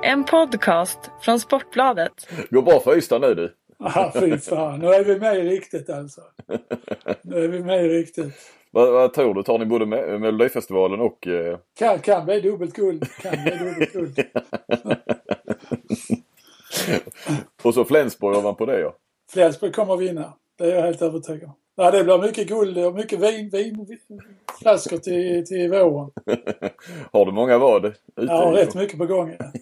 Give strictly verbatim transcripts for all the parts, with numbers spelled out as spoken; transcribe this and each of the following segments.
En podcast från Sportbladet. Går bra för Ystad nu du. Ja, fy fan. Nu är vi med i riktigt alltså. Nu är vi med i riktigt. Vad, vad tror du? Tar ni både med Melodifestivalen och... Eh... Kan, kan bli dubbelt guld. Kan bli dubbelt guld. Och så Flensburg ovanpå det, ja. Flensburg kommer att vinna. Det är jag helt övertygad. Ja, det blir mycket guld och mycket vin, vin, vin flaskor till, till våren. Har du många vad? Ute ja, rätt mycket på gång. Ja.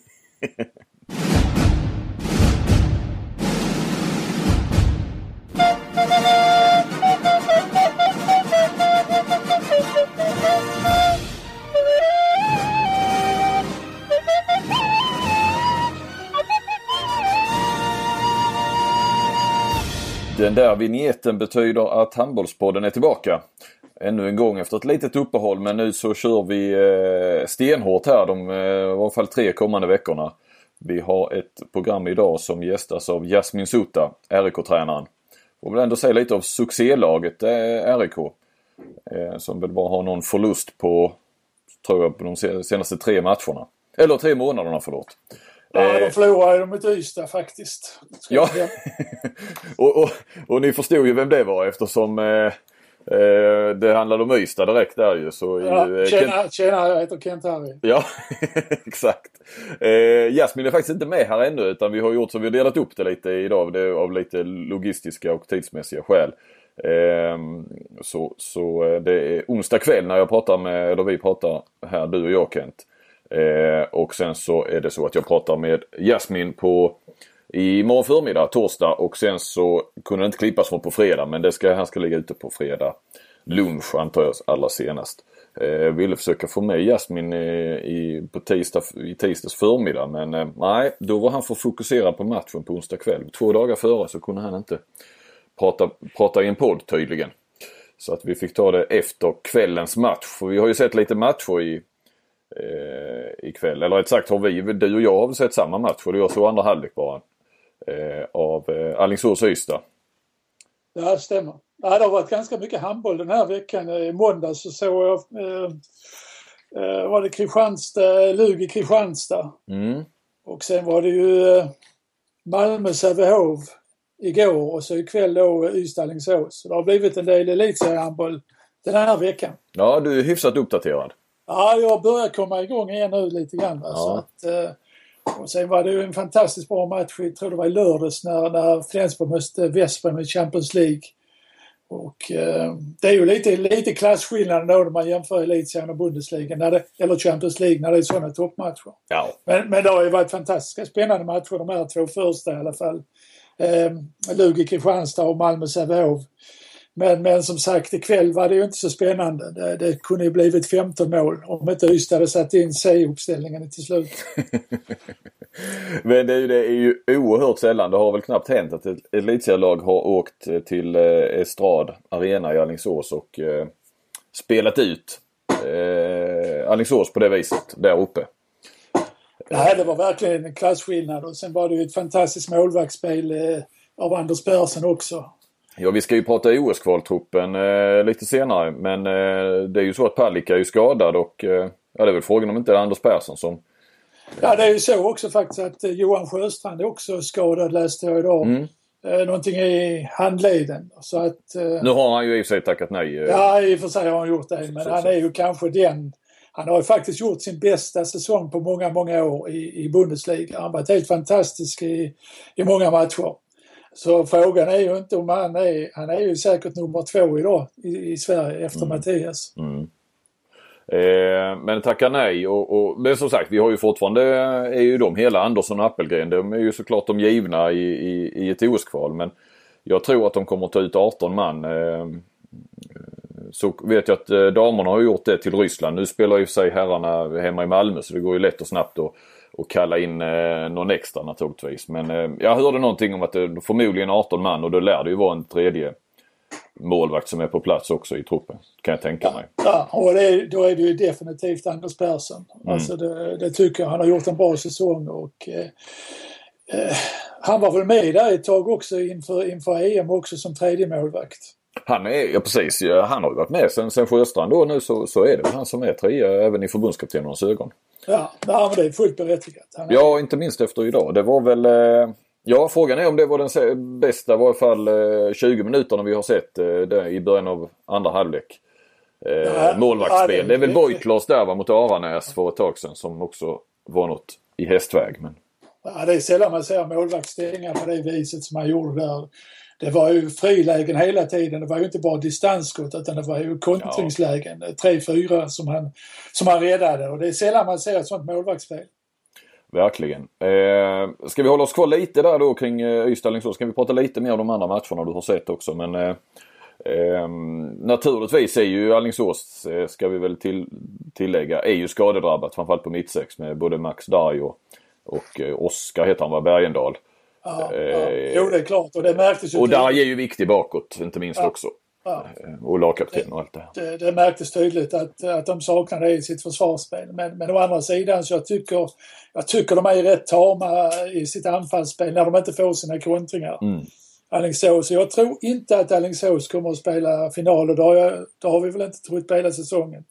Den där vignetten betyder att Handbollspodden är tillbaka. Ännu en gång efter ett litet uppehåll, men nu så kör vi eh, stenhårt här de eh, i alla fall tre kommande veckorna. Vi har ett program idag som gästas av Jasmin Suta, R I K-tränaren. Får väl ändå säga lite av succélaget eh, R I K. Eh, som väl bara har någon förlust på, tror jag, på de senaste tre matcherna. Eller tre månaderna, förlåt. Ja, de förlorade de mot Ystad faktiskt. Ja, och, och, och ni förstod ju vem det var eftersom eh, eh, det handlade om Ystad direkt där ju. Så, ja, eh, tjena, Kent... tjena, jag heter Kent Harry. Ja, exakt. Eh, Jasmin är faktiskt inte med här ännu, utan vi har gjort så vi har delat upp det lite idag det, av lite logistiska och tidsmässiga skäl. Eh, så, så det är onsdag kväll när jag pratar med, eller vi pratar här, du och jag Kent. Eh, och sen så är det så att jag pratar med Jasmin på i morgon förmiddag, torsdag, och sen så kunde det inte klippas från på fredag, men det ska, han ska ligga ute på fredag lunch antar jag allra senast. Eh, ville försöka få med Jasmin i, i, på tisdag, i tisdags förmiddag, men eh, nej, då var han för fokuserad på matchen på onsdag kväll. Två dagar före så kunde han inte prata, prata i en podd tydligen. Så att vi fick ta det efter kvällens match, för vi har ju sett lite matcher i Eh, ikväll. Eller rätt sagt har vi, du och jag har väl sett samma match, för det var så andra halvlek bara eh, av eh, Alingsås Ystad. Ja, det stämmer. Ja, det har varit ganska mycket handboll den här veckan. I måndag så såg jag eh, eh, var det Kristianstad, Lugi Kristianstad. Mm. Och sen var det ju eh, Malmö Sävehof igår, och så ikväll då Ystad Alingsås. Så det har blivit en del elitseriehandboll den här veckan. Ja, du är hyfsat uppdaterad. Ja, jag börjar komma igång igen nu lite grann. Ja. Så att, och sen var det ju en fantastiskt bra match, jag tror det var i lördags när, när Flensburg mötte Vesprem i Champions League. Och eh, det är ju lite, lite klasskillnad då när man jämför elitserien och Bundesliga när det, eller Champions League när det är sådana toppmatcher. Ja. Men, men det har ju varit fantastiska spännande matcher, de här två första i alla fall. Eh, Lugi Kristianstad och Malmö Sävehof. Men, men som sagt, ikväll var det ju inte så spännande. Det, det kunde ju blivit femton mål om inte Ystad hade satt in C-uppställningen till slut. Men det är, ju, det är ju oerhört sällan. Det har väl knappt hänt att ett elitserielag har åkt till eh, Estrad Arena i Alingsås och eh, spelat ut eh, Alingsås på det viset där uppe. Nej, det var verkligen en klasskillnad. Och sen var det ju ett fantastiskt målvaktsspel eh, av Anders Persson också. Ja, vi ska ju prata O S-kvaltruppen eh, lite senare, men eh, det är ju så att Palicka är ju skadad och eh, ja, det är väl frågan om inte det är Anders Persson som... Ja, det är ju så också faktiskt att eh, Johan Sjöstrand är också skadad, läste jag idag. Mm. Eh, någonting i handleden. Så att, eh, nu har han ju i och för sig tackat nej. Eh. Ja, i och för sig har han gjort det, men så, han så. är ju kanske den... Han har ju faktiskt gjort sin bästa säsong på många, många år i, i Bundesliga. Han har varit helt fantastisk i, i många matcher. Så frågan är ju inte om han är, han är ju säkert nummer två idag i, i Sverige efter mm. Mattias. Mm. Eh, men tackar nej och, och men som sagt, vi har ju fortfarande, är ju de hela Andersson och Appelgren, de är ju såklart de givna i, i, i ett O S-kval, men jag tror att de kommer att ta ut arton man. Eh, så vet jag att damerna har gjort det till Ryssland. Nu spelar ju sig herrarna hemma i Malmö, så det går ju lätt och snabbt att och kalla in eh, någon extra naturligtvis. Men eh, jag hörde någonting om att det förmodligen arton man, och då lär det ju vara en tredje målvakt som är på plats också i truppen, kan jag tänka mig. Ja, och det, då är det ju definitivt Anders Persson. Mm. Alltså det, det tycker jag. Han har gjort en bra säsong och eh, eh, han var väl med där ett tag också inför, inför E M också som tredje målvakt. Han är, ja precis, han har ju varit med sen, sen Sjöstrand då nu så, så är det han som är trea även i förbundskaptenernas ögon. Ja, men det är fullt berättigat. Han är... Ja, inte minst efter idag. Det var väl, eh, ja frågan är om det var den bästa i varje fall eh, tjugo minuterna vi har sett eh, det, i början av andra halvlek. Eh, ja, målvaktsspel. Ja, det, det är väl Boyklas där var mot Aranäs för ett tag sedan som också var något i hästväg. Men... Ja, det är sällan man ser målvaktsstänga på det viset som man gjorde där. Det var ju frilägen hela tiden. Det var ju inte bara distansskott utan det var ju kontringslägen. Ja. tre fyra som han, som han räddade. Och det är sällan man ser ett sånt målvaktsspel. Verkligen. Eh, ska vi hålla oss kvar lite där då kring eh, Ystad-Alingsås? Ska vi prata lite mer om de andra matcherna du har sett också. Men eh, eh, naturligtvis är ju Alingsås, eh, ska vi väl till, tillägga, är ju skadedrabbat. Framförallt på mittsex med både Max Darj och, och eh, Oskar heter han var Bergendahl. Ja, ja. Jo, det är klart. Och det märktes ju. Och där är ju viktig bakåt, inte minst ja. också. Ja. Och lagkapten och allt det här. Det, det märktes tydligt att, att de saknar det i sitt försvarsspel. Men, men å andra sidan så jag tycker, jag tycker de är rätt tama i sitt anfallsspel när de inte får sina kontringar. Mm. Alingsås. Jag tror inte att Alingsås kommer att spela finaler. Det har, jag, det har vi väl inte trott på hela säsongen.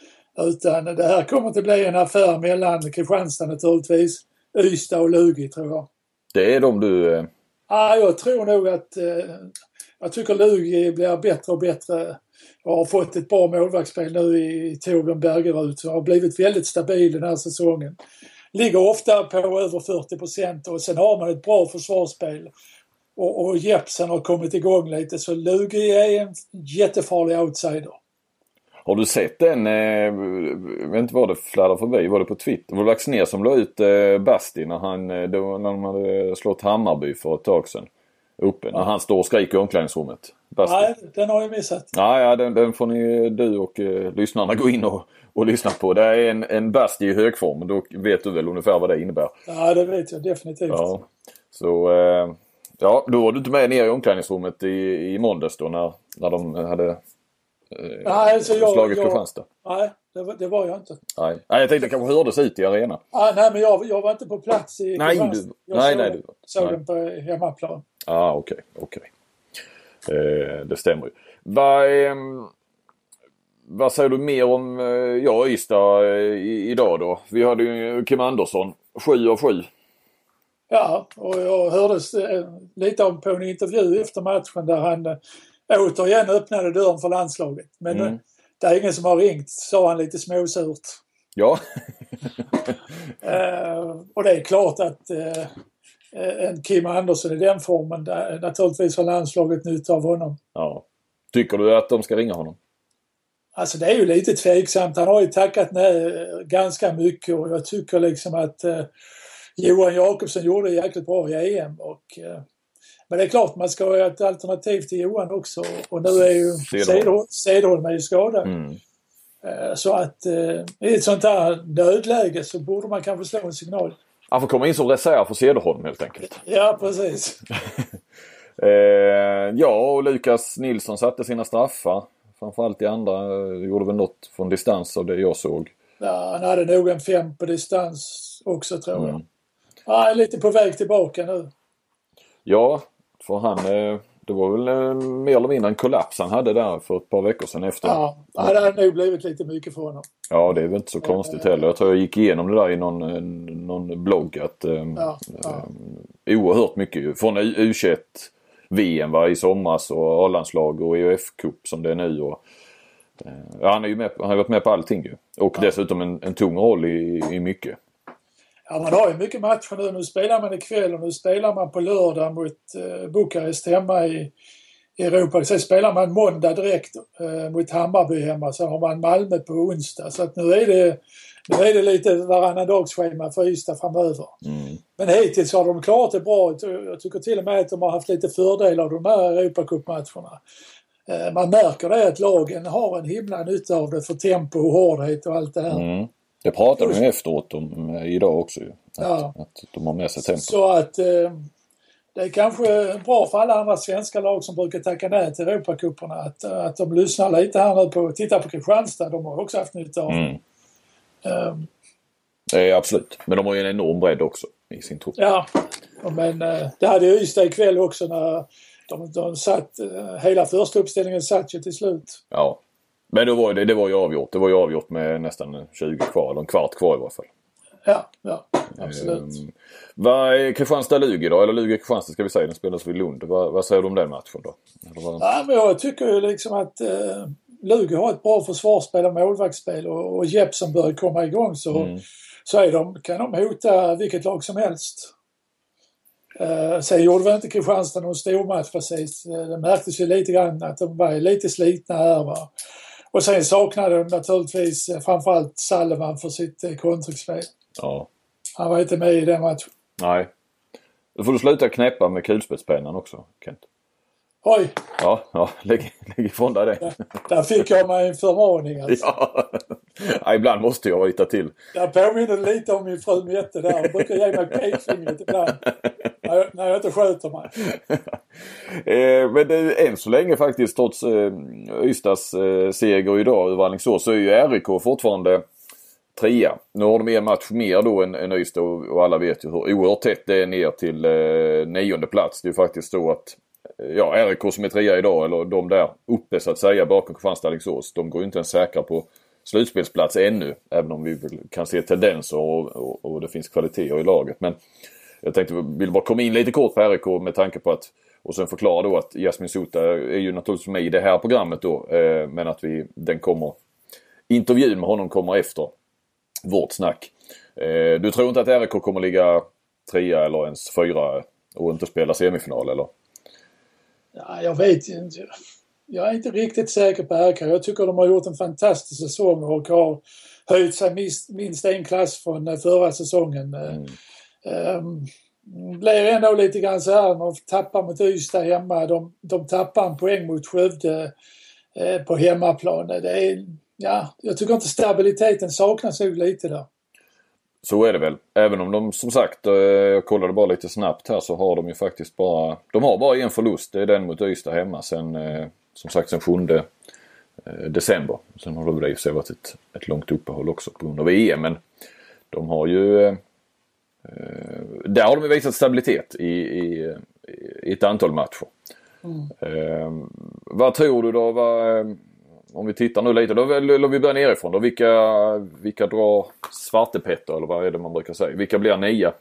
Utan det här kommer att bli en affär mellan Kristianstad naturligtvis, Ystad och Lugi tror jag. Det är de du... Eh... Ja, jag tror nog att... Eh, jag tycker Lugi blir bättre och bättre och har fått ett bra målvaktsspel nu i Torbjörn Bergerud och har blivit väldigt stabil den här säsongen. Ligger ofta på över fyrtio procent och sen har man ett bra försvarsspel. Och, och Jepsen har kommit igång lite så Lugi är en jättefarlig outsider. Har du sett den, eh, jag vet inte vad det fladdrar förbi, var det på Twitter? Var det Vaxner som la ut eh, Basti när, han, då, när de hade slått Hammarby för ett tag sedan? Uppe, ja. När han står och skriker i omklädningsrummet. Basti. Nej, den har jag missat. Ja, ja den, den får ni, du och eh, lyssnarna gå in och, och lyssna på. Det är en, en Basti i högform, då vet du väl ungefär vad det innebär. Ja, det vet jag definitivt. Ja, så... Eh, ja, då var du inte med ner i omklädningsrummet i, i måndags då när, när de hade... Nej, alltså jag, slagit jag, Kristianstad. Nej, det var, det var jag inte. Nej, nej jag tänkte det kanske hördes ut i arena. Ah, nej, men jag, jag var inte på plats i nej, Kristianstad. Du, nej, nej, du. såg nej. den på hemmaplan. Ja, ah, okej, okay, okej. Okay. Eh, det stämmer ju. Vad, eh, vad säger du mer om eh, ja, Ystad eh, idag då? Vi hade ju Kim Andersson, sju av sju. Ja, och jag hördes eh, lite om på en intervju efter matchen där han eh, återigen öppnade dörren för landslaget. Men mm. det är ingen som har ringt, sa han lite småsurt. Ja. uh, och det är klart att uh, en Kim Andersson i den formen, där, naturligtvis har landslaget nytta av honom. Ja. Tycker du att de ska ringa honom? Alltså det är ju lite tveksamt. Han har ju tackat nej ganska mycket och jag tycker liksom att uh, Johan Jakobsson gjorde jäkligt bra i E M och uh, men det är klart man ska ha ett alternativ till Johan också och nu är ju Cederholm är ju skadad. Mm. Så att i ett sånt här nödläge så borde man kanske slå en signal. Han får komma in som reserv för Cederholm helt enkelt. Ja, precis. eh, ja, och Lukas Nilsson satte sina straffar. Framförallt i andra gjorde väl något från distans av det jag såg. Ja, han hade nog en fem på distans också tror jag. Mm. Han är lite på väg tillbaka nu. Ja, för han, det var väl mer eller mindre en kollaps han hade där för ett par veckor sedan efter. Ja, det hade nog blivit lite mycket för honom. Ja, det är väl inte så konstigt heller. Jag tror jag gick igenom det där i någon, någon blogg att ja, ja. Eh, oerhört mycket. Från U tjugoett-V M var i somras och A-landslag och E U F-cup som det är nu. Och, eh, ja, han, är ju med, han har varit med på allting ju. Och ja. dessutom en, en tung roll i, i mycket. Ja, man har ju mycket matcher nu. Nu spelar man ikväll och nu spelar man på lördag mot eh, Bukarest hemma i, i Europa. Sen spelar man måndag direkt eh, mot Hammarby hemma. Sen har man Malmö på onsdag. Så att nu är det, nu är det lite varannan dagsschema för Ystad framöver. Mm. Men hittills har de klarat det bra. Jag tycker till och med att de har haft lite fördel av de här Europacup-matcherna. Eh, man märker det att lagen har en himla nytta av det för tempo och hårdhet och allt det här. Mm. Det pratar de efteråt om idag också ju. Att, ja. att de har med sig tempo. Så att eh, det är kanske bra för alla andra svenska lag som brukar tacka nej till Europacuperna att, att de lyssnar lite här nu på, titta på Kristianstad, de har också haft nytta av mm. um, det. Är absolut, men de har ju en enorm bredd också i sin trupp. Ja, men eh, det hade ju Ystad ikväll också när de, de satt, hela första uppställningen satt ju till slut. Ja, men då var det, det var ju avgjort. Det var ju avgjort med nästan tjugo kvar, eller en kvart kvar i varje fall. Ja, ja, absolut. Um, vad är Kristianstad-Lugi då? Eller Lugi-Kristianstad ska vi säga, den spelas vid Lund. Vad, vad säger du om den matchen då? Vad... Ja, men jag tycker ju liksom att eh, Lugi har ett bra försvarsspel och målvaktsspel och, och Jeppsen börjar komma igång så, mm. så är de, kan de hota vilket lag som helst. Eh, sen gjorde väl inte Kristianstad någon stormatch precis. Det märktes ju lite grann att de var lite slitna här, va. Och sen saknade de naturligtvis framförallt Salleman för sitt eh, kontringsspel. Ja. Han var inte med i den matchen. Nej. Då får du sluta knäppa med kulspetspennan också, Kent. Oj! Ja, ja lägg, lägg ifrån dig det. Där, där fick jag mig en förmaning alltså. Ja. Ja, ibland måste jag hitta till. Jag påminner lite om min fru Mette där. Hon brukar ge mig pekfingret ibland. När jag, när jag inte sköter mig. eh, men det, än så länge faktiskt, trots eh, Ystads eh, seger idag över Alingsås, så är ju R I K fortfarande trea. Nu har de en match mer då än, än Ystad och, och alla vet ju hur oerhört tätt det är ner till eh, nionde plats. Det är ju faktiskt så att ja, R I K som är trea idag, eller de där uppe så att säga bakom Kristianstad och Alingsås, de går ju inte ens säkra på slutspelsplats ännu, även om vi kan se tendenser och, och, och det finns kvaliteter i laget. Men jag tänkte, vill bara komma in lite kort på R I K med tanke på att, och sen förklara då att Jasmin Sota är ju naturligtvis med i det här programmet då, eh, men att vi, den kommer, intervjun med honom kommer efter vårt snack. Eh, du tror inte att R I K kommer ligga trea eller ens fyra och inte spela semifinal, eller? Ja, jag vet inte. Jag är inte riktigt säker på R I K. Jag tycker de har gjort en fantastisk säsong och har höjt sig minst, minst en klass från förra säsongen. Mm. Um, blir ändå lite grann så här när de tappar mot Ystad hemma. De, de tappar en poäng mot Skövde eh, på hemmaplan. Det är, ja, jag tycker inte stabiliteten saknas nog lite där. Så är det väl. Även om de, som sagt, jag kollade bara lite snabbt här, så har de ju faktiskt bara, de har bara en förlust. Det är den mot Ystad hemma sen, som sagt, sen sjunde december. Sen har det i och för sig varit ett, ett långt uppehåll också på grund av E M. Men de har ju, eh, där har de visat stabilitet i, i, i ett antal matcher. Mm. Eh, vad tror du då? Vad, om vi tittar nu lite, då vill vi börja nerifrån då. Vilka, vilka drar svartepetter, eller vad är det man brukar säga? Vilka blir nia?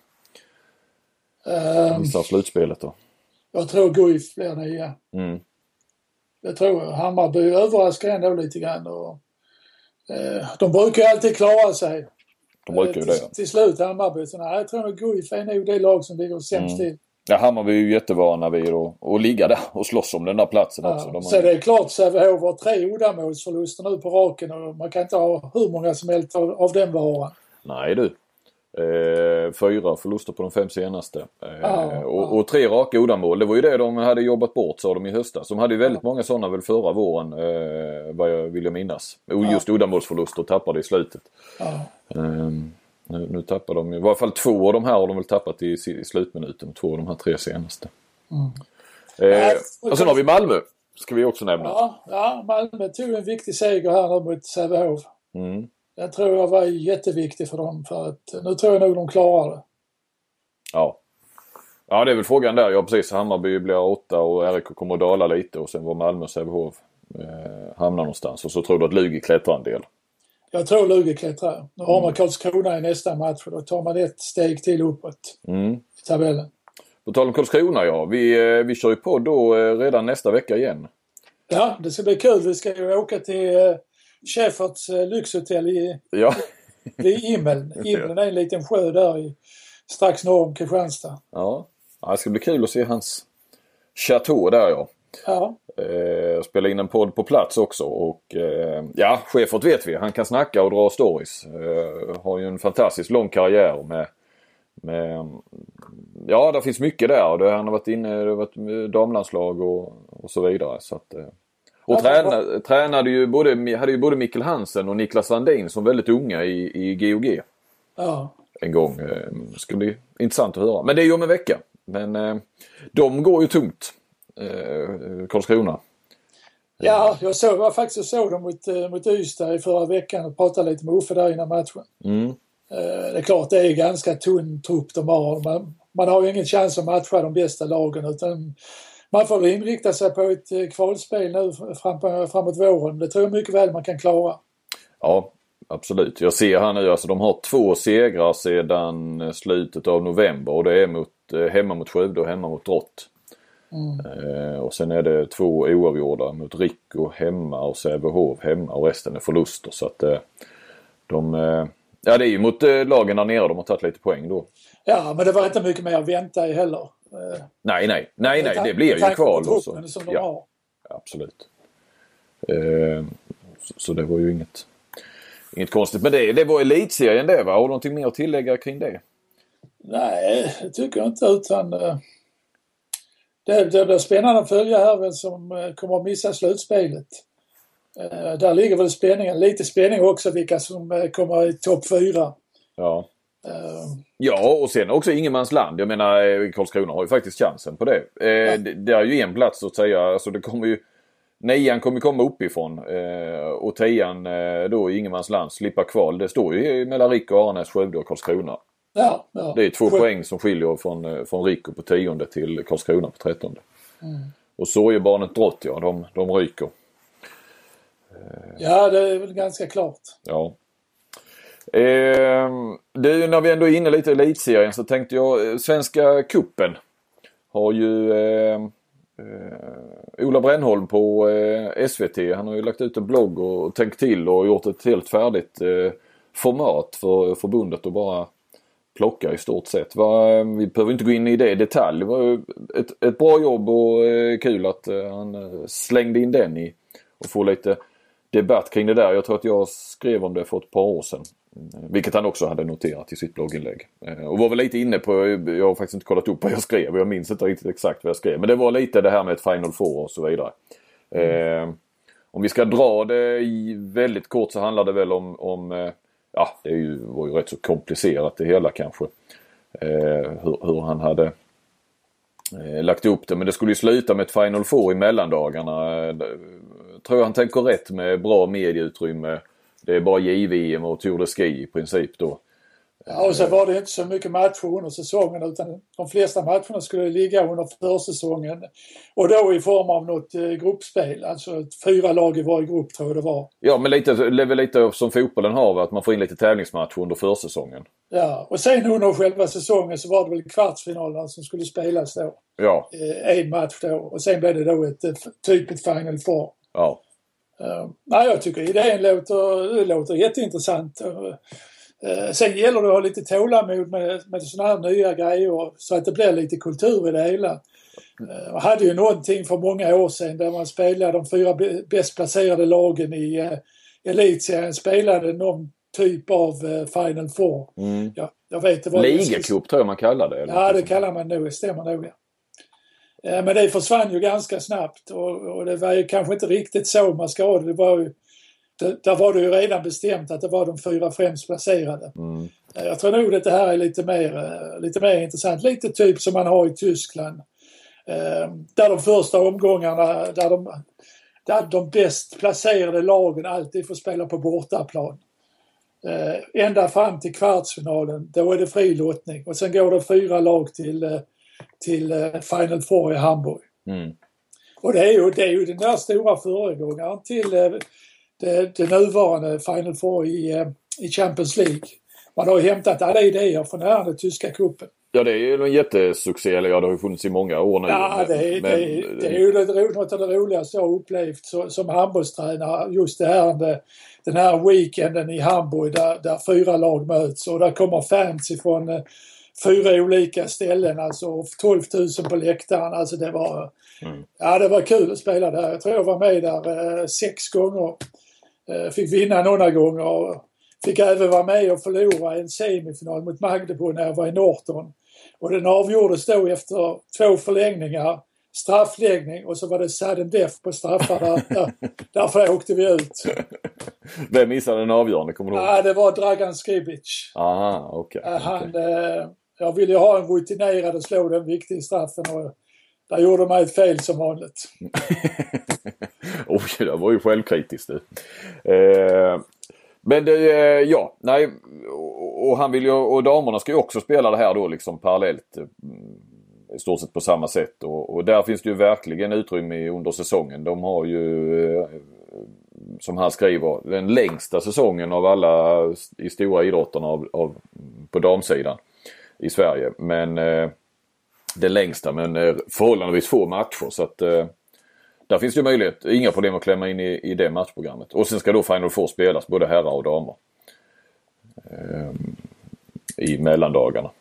Um, Vissa slutspelet då. Jag tror Guif blir nia. Mm. Jag tror Hammarby överraskar ändå lite grann. Och, eh, de brukar alltid klara sig. De brukar ju eh, det. Till, till slut Hammarby. Så nej, jag tror att Guif är nog det lag som ligger sämst mm. till. Ja, Hammarby är ju jättevana vid att, att ligga där och slåss om den där platsen ja, också. De har... Så det är klart, Sävehof har tre uddamålsförluster nu på raken och man kan inte ha hur många som helst av, av den varan. Nej du. Eh, fyra förluster på de fem senaste. Eh, ja, och, ja. och tre raka uddamål. Det var ju det de hade jobbat bort, sa de i höstas. De hade ju väldigt ja. många sådana väl förra våren, eh, vad jag vill minnas. Och just ja. uddamålsförluster tappade i slutet. Ja. Eh, Nu, nu tappar de i varje fall två av de här har de väl tappat i, i slutminuten. Två av de här tre senaste. Mm. Eh, och sen har vi Malmö. Ska vi också nämna. Ja, ja, Malmö tog en viktig seger här nu mot Sävehof. Mm. Jag tror jag var jätteviktig för dem. För att nu tror jag nog de klarar det. Ja. Ja, det är väl frågan där. Ja, precis. Hammarby blir åtta och R I K kommer att dala lite. Och sen var Malmö och Sävehof eh, hamnar någonstans. Och så tror du att Lugi klättrar en del. Jag tror Lugi klättrar. Nu har man Karlskrona i nästa match och då tar man ett steg till uppåt mm. i tabellen. På tal om Karlskrona, ja. Vi, vi kör ju på då redan nästa vecka igen. Ja, det ska bli kul. Vi ska ju åka till uh, Schäferts uh, lyxhotell i, ja. vid Immeln. Immeln är en liten sjö där i, strax norr om Kristianstad. Ja. ja, det ska bli kul att se hans chateau där, ja. Ja. Eh, spela in en podd på plats också och eh, ja, Schäfert vet vi, han kan snacka och dra stories, eh, har ju en fantastiskt lång karriär med, med ja, det finns mycket där, det, han har varit inne, det har varit damlandslag och, och så vidare så att, eh, och ja, träna, ja. tränade ju både, hade ju både Mikkel Hansen och Niklas Landin som väldigt unga i, i G O G ja. en gång, eh, ska bli intressant att höra, men det är ju om en vecka, men eh, de går ju tungt. Eh, Karlskrona. Ja, jag såg jag faktiskt såg dem mot, mot Ystad i förra veckan och pratade lite med Uffe där innan matchen. Mm. Eh, det är klart det är ganska tunn trupp de har. Man, man har ju ingen chans att matcha de bästa lagen utan man får inrikta sig på ett kvalspel nu fram, framåt våren. Det tror jag mycket väl man kan klara. Ja, absolut. Jag ser här nu, alltså de har två segrar sedan slutet av november och det är mot, hemma mot Skövde och hemma mot Drott. Mm. Eh, och sen är det två oavgjorda mot Rico hemma och Sävehof hemma och resten är förluster. Så att eh, de, eh, ja det är ju mot eh, lagen där nere, de har tagit lite poäng då. Ja, men det var inte mycket mer att vänta i heller. Eh, nej, nej, nej, nej, det blir ju kval. Också. Som de ja, har. absolut. Eh, så, så det var ju inget, inget konstigt. Men det, det var elitserien det, va? Har du någonting mer att tillägga kring det? Nej, det tycker jag inte, utan eh, det, det blir spännande att följa här vem som eh, kommer att missa slutspelet. Eh, där ligger väl spänningen, lite spänning också vilka som eh, kommer i topp fyra. Ja. Eh, Ja, och sen också ingenmansland. Jag menar, Karlskrona har ju faktiskt chansen på det. Eh, ja. det, det är ju en plats att säga, alltså det kommer ju, nian kommer komma uppifrån eh, och tian eh, då i ingenmansland slippa kval. Det står ju mellan Rico, Arnäs, Skövde och Karlskrona. Ja, ja. Det är två Sjö- poäng som skiljer från, från Rico på tionde till Karlskrona på trettonde. Mm. Och så är barnet Drott, ja, de, de ryker. Ja, det är väl ganska klart. Ja. Eh, det, när vi ändå är inne lite i elitserien så tänkte jag, Svenska kuppen har ju eh, eh, Ola Brännholm på eh, S V T, han har ju lagt ut en blogg och tänkt till och gjort ett helt färdigt eh, format för förbundet att bara plocka i stort sett. Va, vi behöver inte gå in i det i detalj. Det var ett, ett bra jobb och eh, kul att eh, han slängde in den i och få lite debatt kring det där. Jag tror att jag skrev om det för ett par år sedan. Vilket han också hade noterat i sitt blogginlägg. Och var väl lite inne på, jag har faktiskt inte kollat upp vad jag skrev. Jag minns inte riktigt exakt vad jag skrev. Men det var lite det här med ett Final Four och så vidare. Mm. Eh, om vi ska dra det i väldigt kort så handlar det väl om, om ja det är ju, var ju rätt så komplicerat det hela kanske. Eh, hur, hur han hade eh, lagt upp det. Men det skulle ju sluta med ett Final Four i mellandagarna. Eh, tror jag han tänker rätt med bra medieutrymme. Det är bara J V M och Tour de Ski i princip då. Ja, och så var det inte så mycket matcher under säsongen utan de flesta matcherna skulle ligga under försäsongen. Och då i form av något eh, gruppspel. Alltså fyra lag i varje grupp tror jag det var. Ja, men lite, lite, lite som fotbollen har, att man får in lite tävlingsmatcher under försäsongen. Ja, och sen under själva säsongen så var det väl kvartsfinalerna som skulle spelas då. Ja. Eh, en match då. Och sen blev det då ett, ett typ ett Final Four. Ja. Uh, nej, jag tycker idén låter, det låter jätteintressant. Uh, uh, sen gäller det att ha lite tålamod med, med sådana här nya grejer så att det blir lite kultur i det hela. Uh, man hade ju någonting för många år sedan där man spelade de fyra bäst placerade lagen i uh, elitserien spelade någon typ av uh, Final Four. Mm. Ja, jag vet, det var Ligacup tror jag man kallar det. Eller ja, det kallar man nog, det stämmer nog. Ja. Men det försvann ju ganska snabbt och, och det var ju kanske inte riktigt så man ska ha det. Det var ju, det, där var det ju redan bestämt att det var de fyra främst placerade. Mm. Jag tror nog att det här är lite mer, lite mer intressant. Lite typ som man har i Tyskland. Där de första omgångarna, där de, där de bäst placerade lagen alltid får spela på bortaplan. Ända fram till kvartsfinalen, då är det frilottning. Och sen går det fyra lag till... till uh, Final Four i Hamburg. Mm. Och det är, ju, det är ju den där stora föregångaren till uh, det, det nuvarande Final Four i, uh, i Champions League. Man har ju hämtat alla idéer från den här tyska cupen. Ja, det är ju en jättesuccé, eller ja, det har ju funnits i många år nu. Ja, det är, men, det är, det är ju det, något av det roligaste jag har upplevt så, som handbollstränare. Just det här, det, den här weekenden i Hamburg där, där fyra lag möts och där kommer fans ifrån uh, fyra olika ställen, alltså tolv tusen på läktaren. Alltså det var, mm. ja, det var kul att spela där. Jag tror jag var med där eh, sex gånger. Eh, fick vinna några gånger och fick även vara med och förlora en semifinal mot Magdeburg när jag var i Norton. Och den avgjordes då efter två förlängningar, straffläggning och så var det sudden death på straffar där, där, därför åkte vi ut. Vem missade den avgörande, kommer du ihåg? Ja, det var Dragan Skribic. Aha, okej. Okay, Han... okay. Eh, Jag ville ju ha en rutinerad och slå den viktiga straffen och där gjorde man ett fel som vanligt. Oj, det var ju självkritiskt du. Eh, men det, ja, nej, och, och han vill ju, och damerna ska ju också spela det här då liksom parallellt. i stort sett på samma sätt. Och, och där finns det ju verkligen utrymme under säsongen. De har ju, som han skriver, den längsta säsongen av alla i stora idrotterna av, av, på damsidan i Sverige. Men eh, den längsta, men eh, förhållandevis få matcher. Så att eh, där finns det ju möjlighet, inga problem att klämma in i, i det matchprogrammet. Och sen ska då Final Four spelas, både herrar och damer. Eh, I mellandagarna.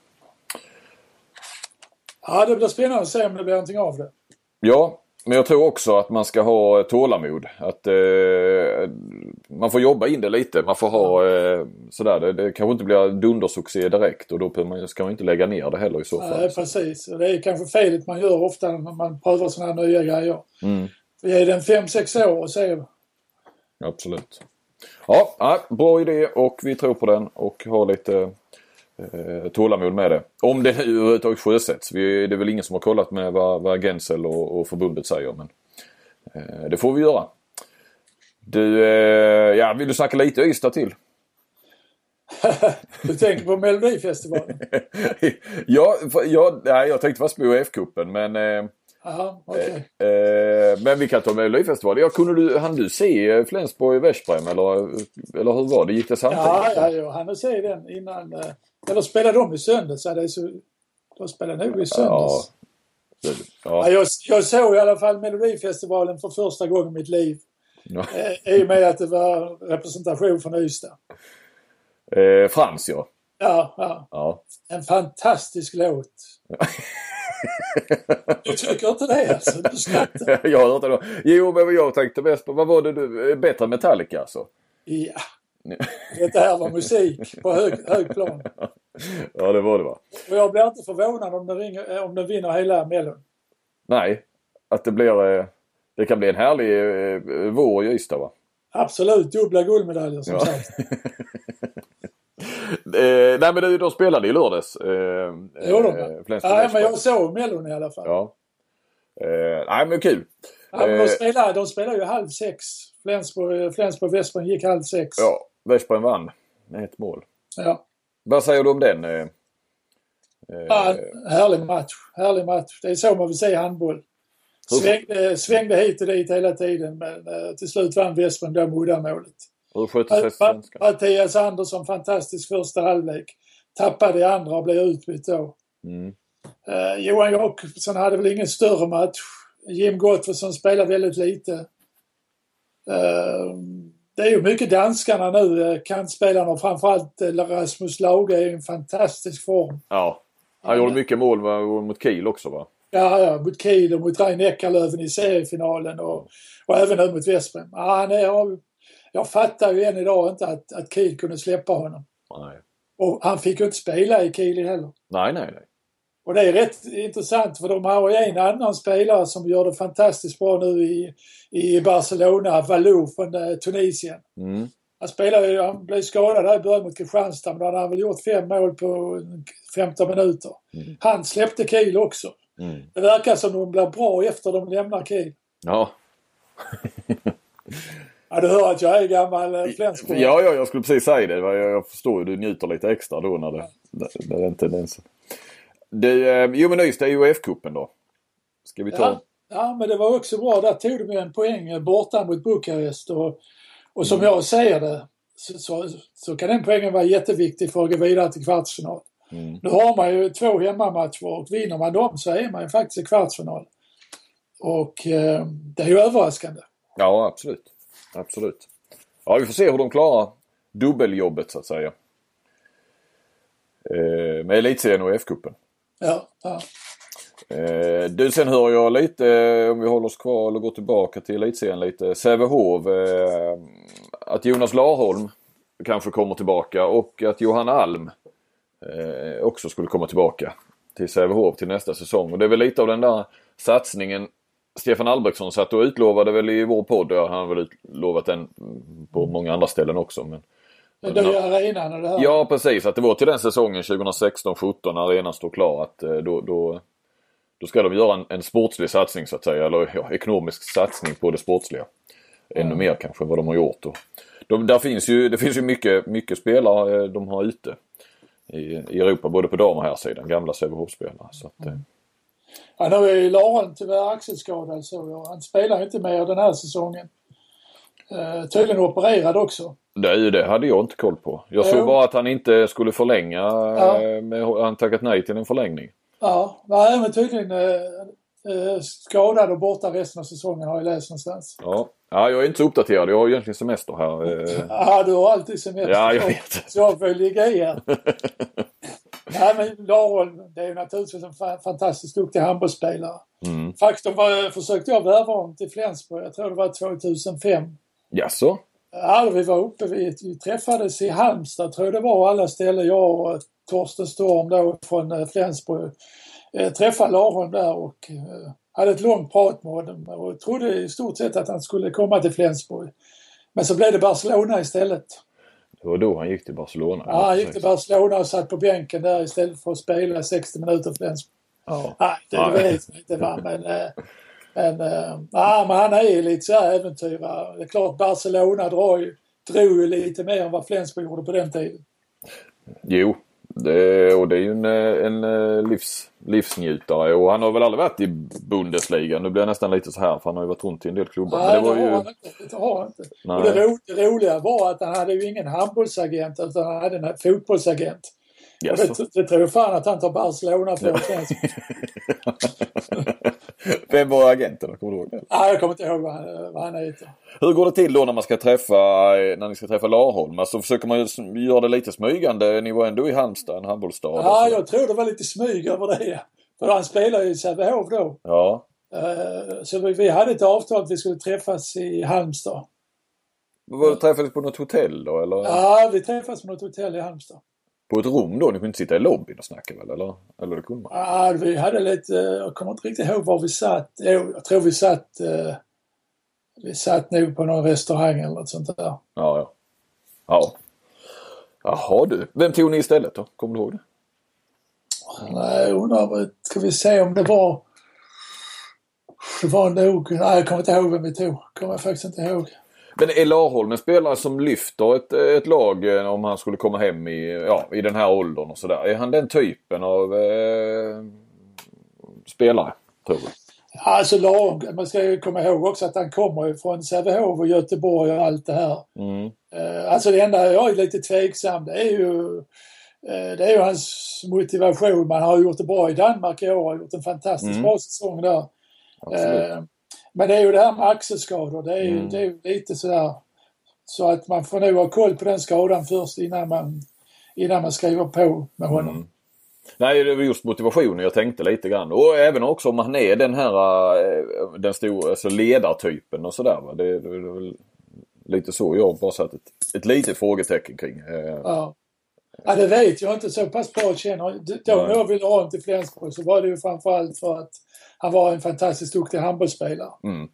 Ja, det blir spännande att se om det blir någonting av det. Ja, men jag tror också att man ska ha tålamod. Att eh, man får jobba in det lite. Man får ha eh, sådär. Det, det kanske inte blir dundersuccé direkt. Och då man, ska man inte lägga ner det heller i så fall. Nej, precis. Det är kanske felet man gör ofta när man prövar sådana här nya grejer. Mm. Vi är den fem sex år och ser. Absolut. Ja, ja, bra idé och vi tror på den och har lite eh, tålamod med det. Om det överhuvudtaget sjösätts. Vi, det är väl ingen som har kollat med vad, vad Gensel och, och förbundet säger, men eh, det får vi göra. Du, eh, ja, vill du snacka lite Ystad till? Du tänker på Melodifestivalen? ja, ja, nej, jag tänkte vara på U F-cupen, men eh, aha, okay. eh, men vi kan ta Melodifestivalen. Ja, kunde du, hann du se Flensburg-Vesprem eller, eller hur var det? Gick det samtidigt? Ja, ja, ja, han se den innan. Eh, eller spelade de i söndags? Ja, det är så, de spelade nog i söndags. Ja, det, ja. Ja, jag, jag såg i alla fall Melodifestivalen för första gången i mitt liv. Ja. Eh, I och med att det var representation från Ystad. Eh, Frans, ja. Ja, ja. Ja. En fantastisk låt. Du tycker inte det alltså? Du skrattar. Jag har hört det då. Jo, men jag tänkte bäst på, vad var det du, bättre Metallica alltså? Ja. Det här var musik på hög, hög plan. Ja, det var det, va? Och jag blir inte förvånad om den, ringer, om den vinner hela Mellon. Nej, att det blir, det kan bli en härlig vår i Ystad, va? Absolut, dubbla guldmedaljer som ja. sagt. Eh, nej, men det, de spelade i lördags. Eh, jo då. Eh, ja, men jag såg Mellon i alla fall. Ja. Eh, nej, men kul. Ja, men de, eh, spelar, de spelar ju halv sex. Flensburg, Flensburg Vesprem gick halv sex. Ja, Vesprem vann med ett mål. Ja. Vad säger du om den? Eh, ja, härlig match. Härlig match. Det är så man vill se handboll. Svängde, svängde hit och dit hela tiden, men uh, till slut vann Vesprem då uddamålet. Hur skötte sig svenskan? Mattias Andersson, fantastisk första halvlek. Tappade i andra och blev utbytt då. Mm. Uh, Johan Jakobsson hade väl ingen större match. Jim Gottfridsson spelar väldigt lite. Uh, det är ju mycket danskarna nu. Kantspelarna och framförallt Rasmus Lauge är i en fantastisk form. Ja, han uh, gjorde mycket mål mot Kiel också, va? Ja, ja, mot Kiel och mot Rein Eckerlöven i seriefinalen och, och även nu mot Vesprem. Ja, han är, jag fattar ju än idag inte att, att Kiel kunde släppa honom. Nej. Och han fick ju inte spela i Kiel heller. Nej, nej, nej. Och det är rätt intressant för de har ju en annan spelare som gör det fantastiskt bra nu i, i Barcelona, Valou från uh, Tunisien. Mm. Han spelade ju, han blev skadad där i början mot Kristianstad, men han har väl gjort fem mål på femton minuter. Mm. Han släppte Kiel också. Mm. Det verkar som de blir bra efter de lämnar Kiel. Ja. Ja, du hör att jag är gammal Flensburg. Ja, ja, jag skulle precis säga det. Jag, jag förstår ju, du njuter lite extra då när det, ja. det, det är inte tendensen. Det, eh, jo, men just det är U F-cupen då. Ska vi ta... Ja, ja, men det var också bra. Där tog de en poäng borta mot Bukarest. Och, och som mm. jag säger det så, så, så kan den poängen vara jätteviktig för att gå vidare till kvartsfinal. Mm. Nu har man ju två hemmamatcher och vinner man dem så är man ju faktiskt i kvartsfinal. Och eh, det är ju överraskande. Ja, absolut. Absolut. Ja, vi får se hur de klarar dubbeljobbet så att säga. Eh, med elitserien och F-cupen. Ja, ja. Eh, du, sen hör jag lite, om vi håller oss kvar eller går tillbaka till elitserien lite, Sävehof, eh, att Jonas Larholm kanske kommer tillbaka och att Johan Alm eh, också skulle komma tillbaka till Sävehof till nästa säsong. Och det är väl lite av den där satsningen Stefan Albrektsson satt och utlovade väl i vår podd, han har väl utlovat den på många andra ställen också. Men, men då är arenan och det här. Ja, precis. Att det var till den säsongen tjugohundrasexton sjutton när arenan står klar att då, då, då ska de göra en, en sportslig satsning så att säga. Eller ja, ekonomisk satsning på det sportsliga. Ännu mm. mer kanske vad de har gjort. Och de, där finns ju, det finns ju mycket, mycket spelare de har ute i, i Europa, både på dam och här sidan. Gamla Sävehof-spelare. Så att, mm. Ja, nu är ju Laron tyvärr axelskadad så han spelar inte mer den här säsongen. Uh, tydligen opererad också. Det, det hade jag inte koll på. Jag såg jo. bara att han inte skulle förlänga. Ja. Med, han tackat nej till en förlängning. Ja, nej, men tydligen uh, uh, skadad och borta resten av säsongen har jag läst någonstans. Ja. Ja, jag är inte så uppdaterad. Jag har egentligen semester här. Ja, du har alltid semester. Ja, jag vet. Så jag får ligga i här. Nej, men Laron, det är ju naturligtvis en fa- fantastiskt duktig handbollsspelare. Mm. Faktum var, försökte jag värva honom till Flensburg, jag tror det var tjugohundrafem. Jaså? Ja, vi var uppe, vi, vi träffades i Halmstad, tror det var alla ställen. Jag och Torsten Storm då från Flensburg eh, träffade Laron där och eh, hade ett långt prat med honom och trodde i stort sett att han skulle komma till Flensburg. Men så blev det Barcelona istället. Det var då han gick till Barcelona. Ja, han gick till Barcelona och satt på bänken där istället för att spela sextio minuter Flensburg. Ja. Nej, det Ja. vet jag inte va, men, men, ja, men han är ju lite så här äventyrare. Det är klart Barcelona drar ju, drog ju lite mer än vad Flensburg gjorde på den tiden. Jo, det, och det är ju en, en livs, livsnjutare och han har väl aldrig varit i Bundesliga. Nu blir jag nästan lite så här för han har ju varit runt i en del klubbar. Nej, men det var det ju... har han inte. Det har han inte. Nej. Och det, ro, det roliga var att han hade ju ingen handbollsagent utan han hade en fotbollsagent. Yes. Och det, det tror jag fan att han tar Barcelona på. Vem var agenten? Kommer du ihåg det? Nej, jag kommer inte ihåg vad han, vad han heter. Hur går det till då när man ska träffa när ni ska träffa Larholm? Alltså försöker man ju göra det lite smygande. Ni var ändå i Halmstad, en handbollsstad. Ja, jag tror det var lite smyg över det. För han spelar ju i Sävehof då. Ja. Uh, så vi, vi hade ett avtal att vi skulle träffas i Halmstad. Var träffades på något hotell då? Eller? Ja, vi träffades på något hotell i Halmstad. På ett rum då? Ni kunde inte sitta i lobbyn och snacka väl? Eller, eller det kunde man? Ja, vi hade lite, jag kommer inte riktigt ihåg var vi satt. Jo, jag tror vi satt, uh, vi satt nog på någon restaurang eller något sånt där. Ja, ja. Ja. Jaha du. Vem tog ni istället då? Kommer du ihåg det? Nej, jag undrar, ska vi se om det var, det var nog, nej jag kommer inte ihåg vem vi tog. Kommer jag faktiskt inte ihåg. Men är Larholm en spelare som lyfter ett, ett lag om han skulle komma hem i, ja, i den här åldern och sådär? Är han den typen av eh, spelare, tror du? Alltså lag, man ska ju komma ihåg också att han kommer ju från Sävehof och Göteborg och allt det här. Mm. Uh, alltså det enda jag är lite tveksam det är ju, uh, det är ju hans motivation. Man har gjort det bra i Danmark i år, har gjort en fantastiskt mm. bra säsong där. Uh, men det är ju det här med axelskador, det är ju, mm. det är ju lite sådär så att man får nog ha koll på den skadan först innan man, innan man skriver på med honom. Mm. Nej, det var just motivationen jag tänkte lite grann. Och även också om han är den här den stora alltså ledartypen och sådär. Va? Det, det, det är väl lite så jag bara satt ett, ett litet frågetecken kring. Ja. Ja, det vet jag inte så pass bra känner. Då när jag ville ha honom till Flensburg så var det ju framförallt för att han var en fantastiskt duktig handbollsspelare. Mm.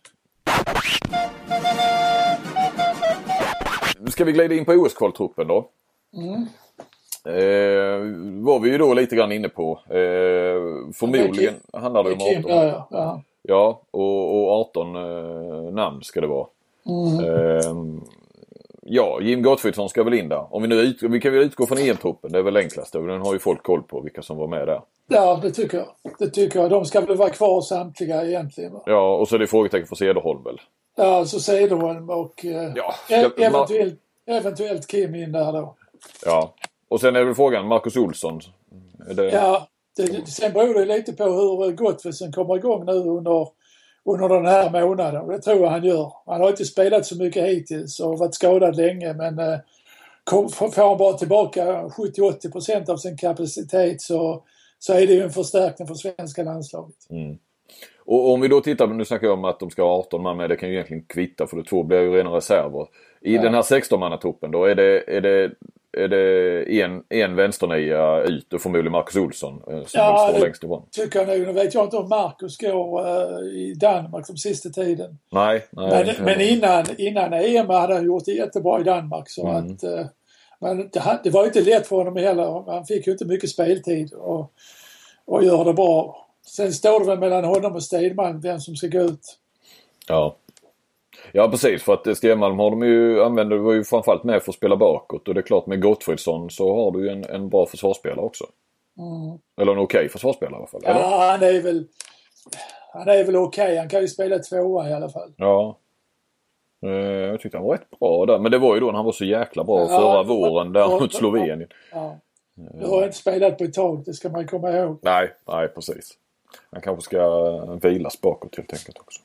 Nu ska vi glida in på O S-kvaltruppen då. Mm. Eh, var vi ju då lite grann inne på. Eh, förmodligen ja, handlar det om Kim, arton. ja, ja. Ja, och, och arton eh, namn ska det vara. Mm. Eh, ja, Jim Gottfridsson ska väl in där. Om vi nu ut, vi kan väl utgå från E M-truppen, det är väl enklast. Den har ju folk koll på vilka som var med där. Ja, det tycker jag. Det tycker jag. De ska väl vara kvar samtliga egentligen. Va? Ja, och så är det frågetecken för Cederholm väl. Ja, så Cederholm och eh, ja, ska, eventuellt, ma- eventuellt Kim in där då. Ja, och sen är det väl frågan Marcus Olsson. Är det... Ja, det, sen beror det lite på hur Gottfridsson kommer igång nu under, under den här månaden. Det tror jag han gör. Han har inte spelat så mycket hittills och varit skadad länge men eh, kom, får han bara tillbaka sjuttio till åttio procent av sin kapacitet så, så är det ju en förstärkning för svenska landslaget. Mm. Och om vi då tittar, nu snackar jag om att de ska ha arton man med, det kan ju egentligen kvitta för de två blir ju rena reserver. I ja. Den här sexton-mannatruppen då är det, är det, är det en, en vänsternia ut och förmodligen Marcus Olsson som ja, står längst ifrån. Tycker jag nog. Nu vet jag inte om Marcus går uh, i Danmark som sista tiden. Nej. nej men men innan, innan E M hade han gjort det jättebra i Danmark så mm. att uh, men det, det var inte lätt för honom heller. Han fick ju inte mycket speltid och, och gör det bra. Sen står det väl mellan honom och Stedman vem som ska gå ut. Ja. Ja precis, för att Stenmalm har de ju använder var ju framförallt med för att spela bakåt och det är klart med Gottfridsson så har du ju en, en bra försvarsspelare också. Mm. Eller en okej okay försvarsspelare i alla fall. Ja, eller? han är väl Han är väl okej. Okay. Han kan ju spela tvåa i alla fall. Ja. Jag tyckte han var rätt bra där. Men det var ju då när han var så jäkla bra ja, förra våren där ja, mot Slovenien. Ja. Du har inte spelat på ett tag. Det ska man komma ihåg. Nej, nej precis. Han kanske ska vilas bakåt helt enkelt också.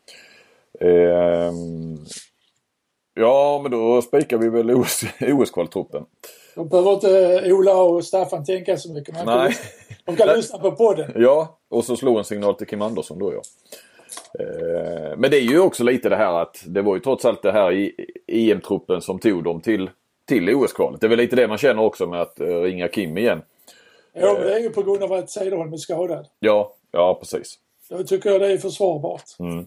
Ehm... Ja, men då spikar vi väl O S-kvaltruppen. De behöver inte Ola och Staffan tänka så mycket. Man Nej. De kan lyssna på podden. Ja, och så slå en signal till Kim Andersson då, ja. Eh, men det är ju också lite det här att det var ju trots allt det här i E M-truppen som tog dem till, till O S-kvalet. Det är väl lite det man känner också med att uh, ringa Kim igen. Ja, men det är ju på grund av att Cederholm är skadad. Ja, ja precis. Då tycker jag det är försvarbart. Mm.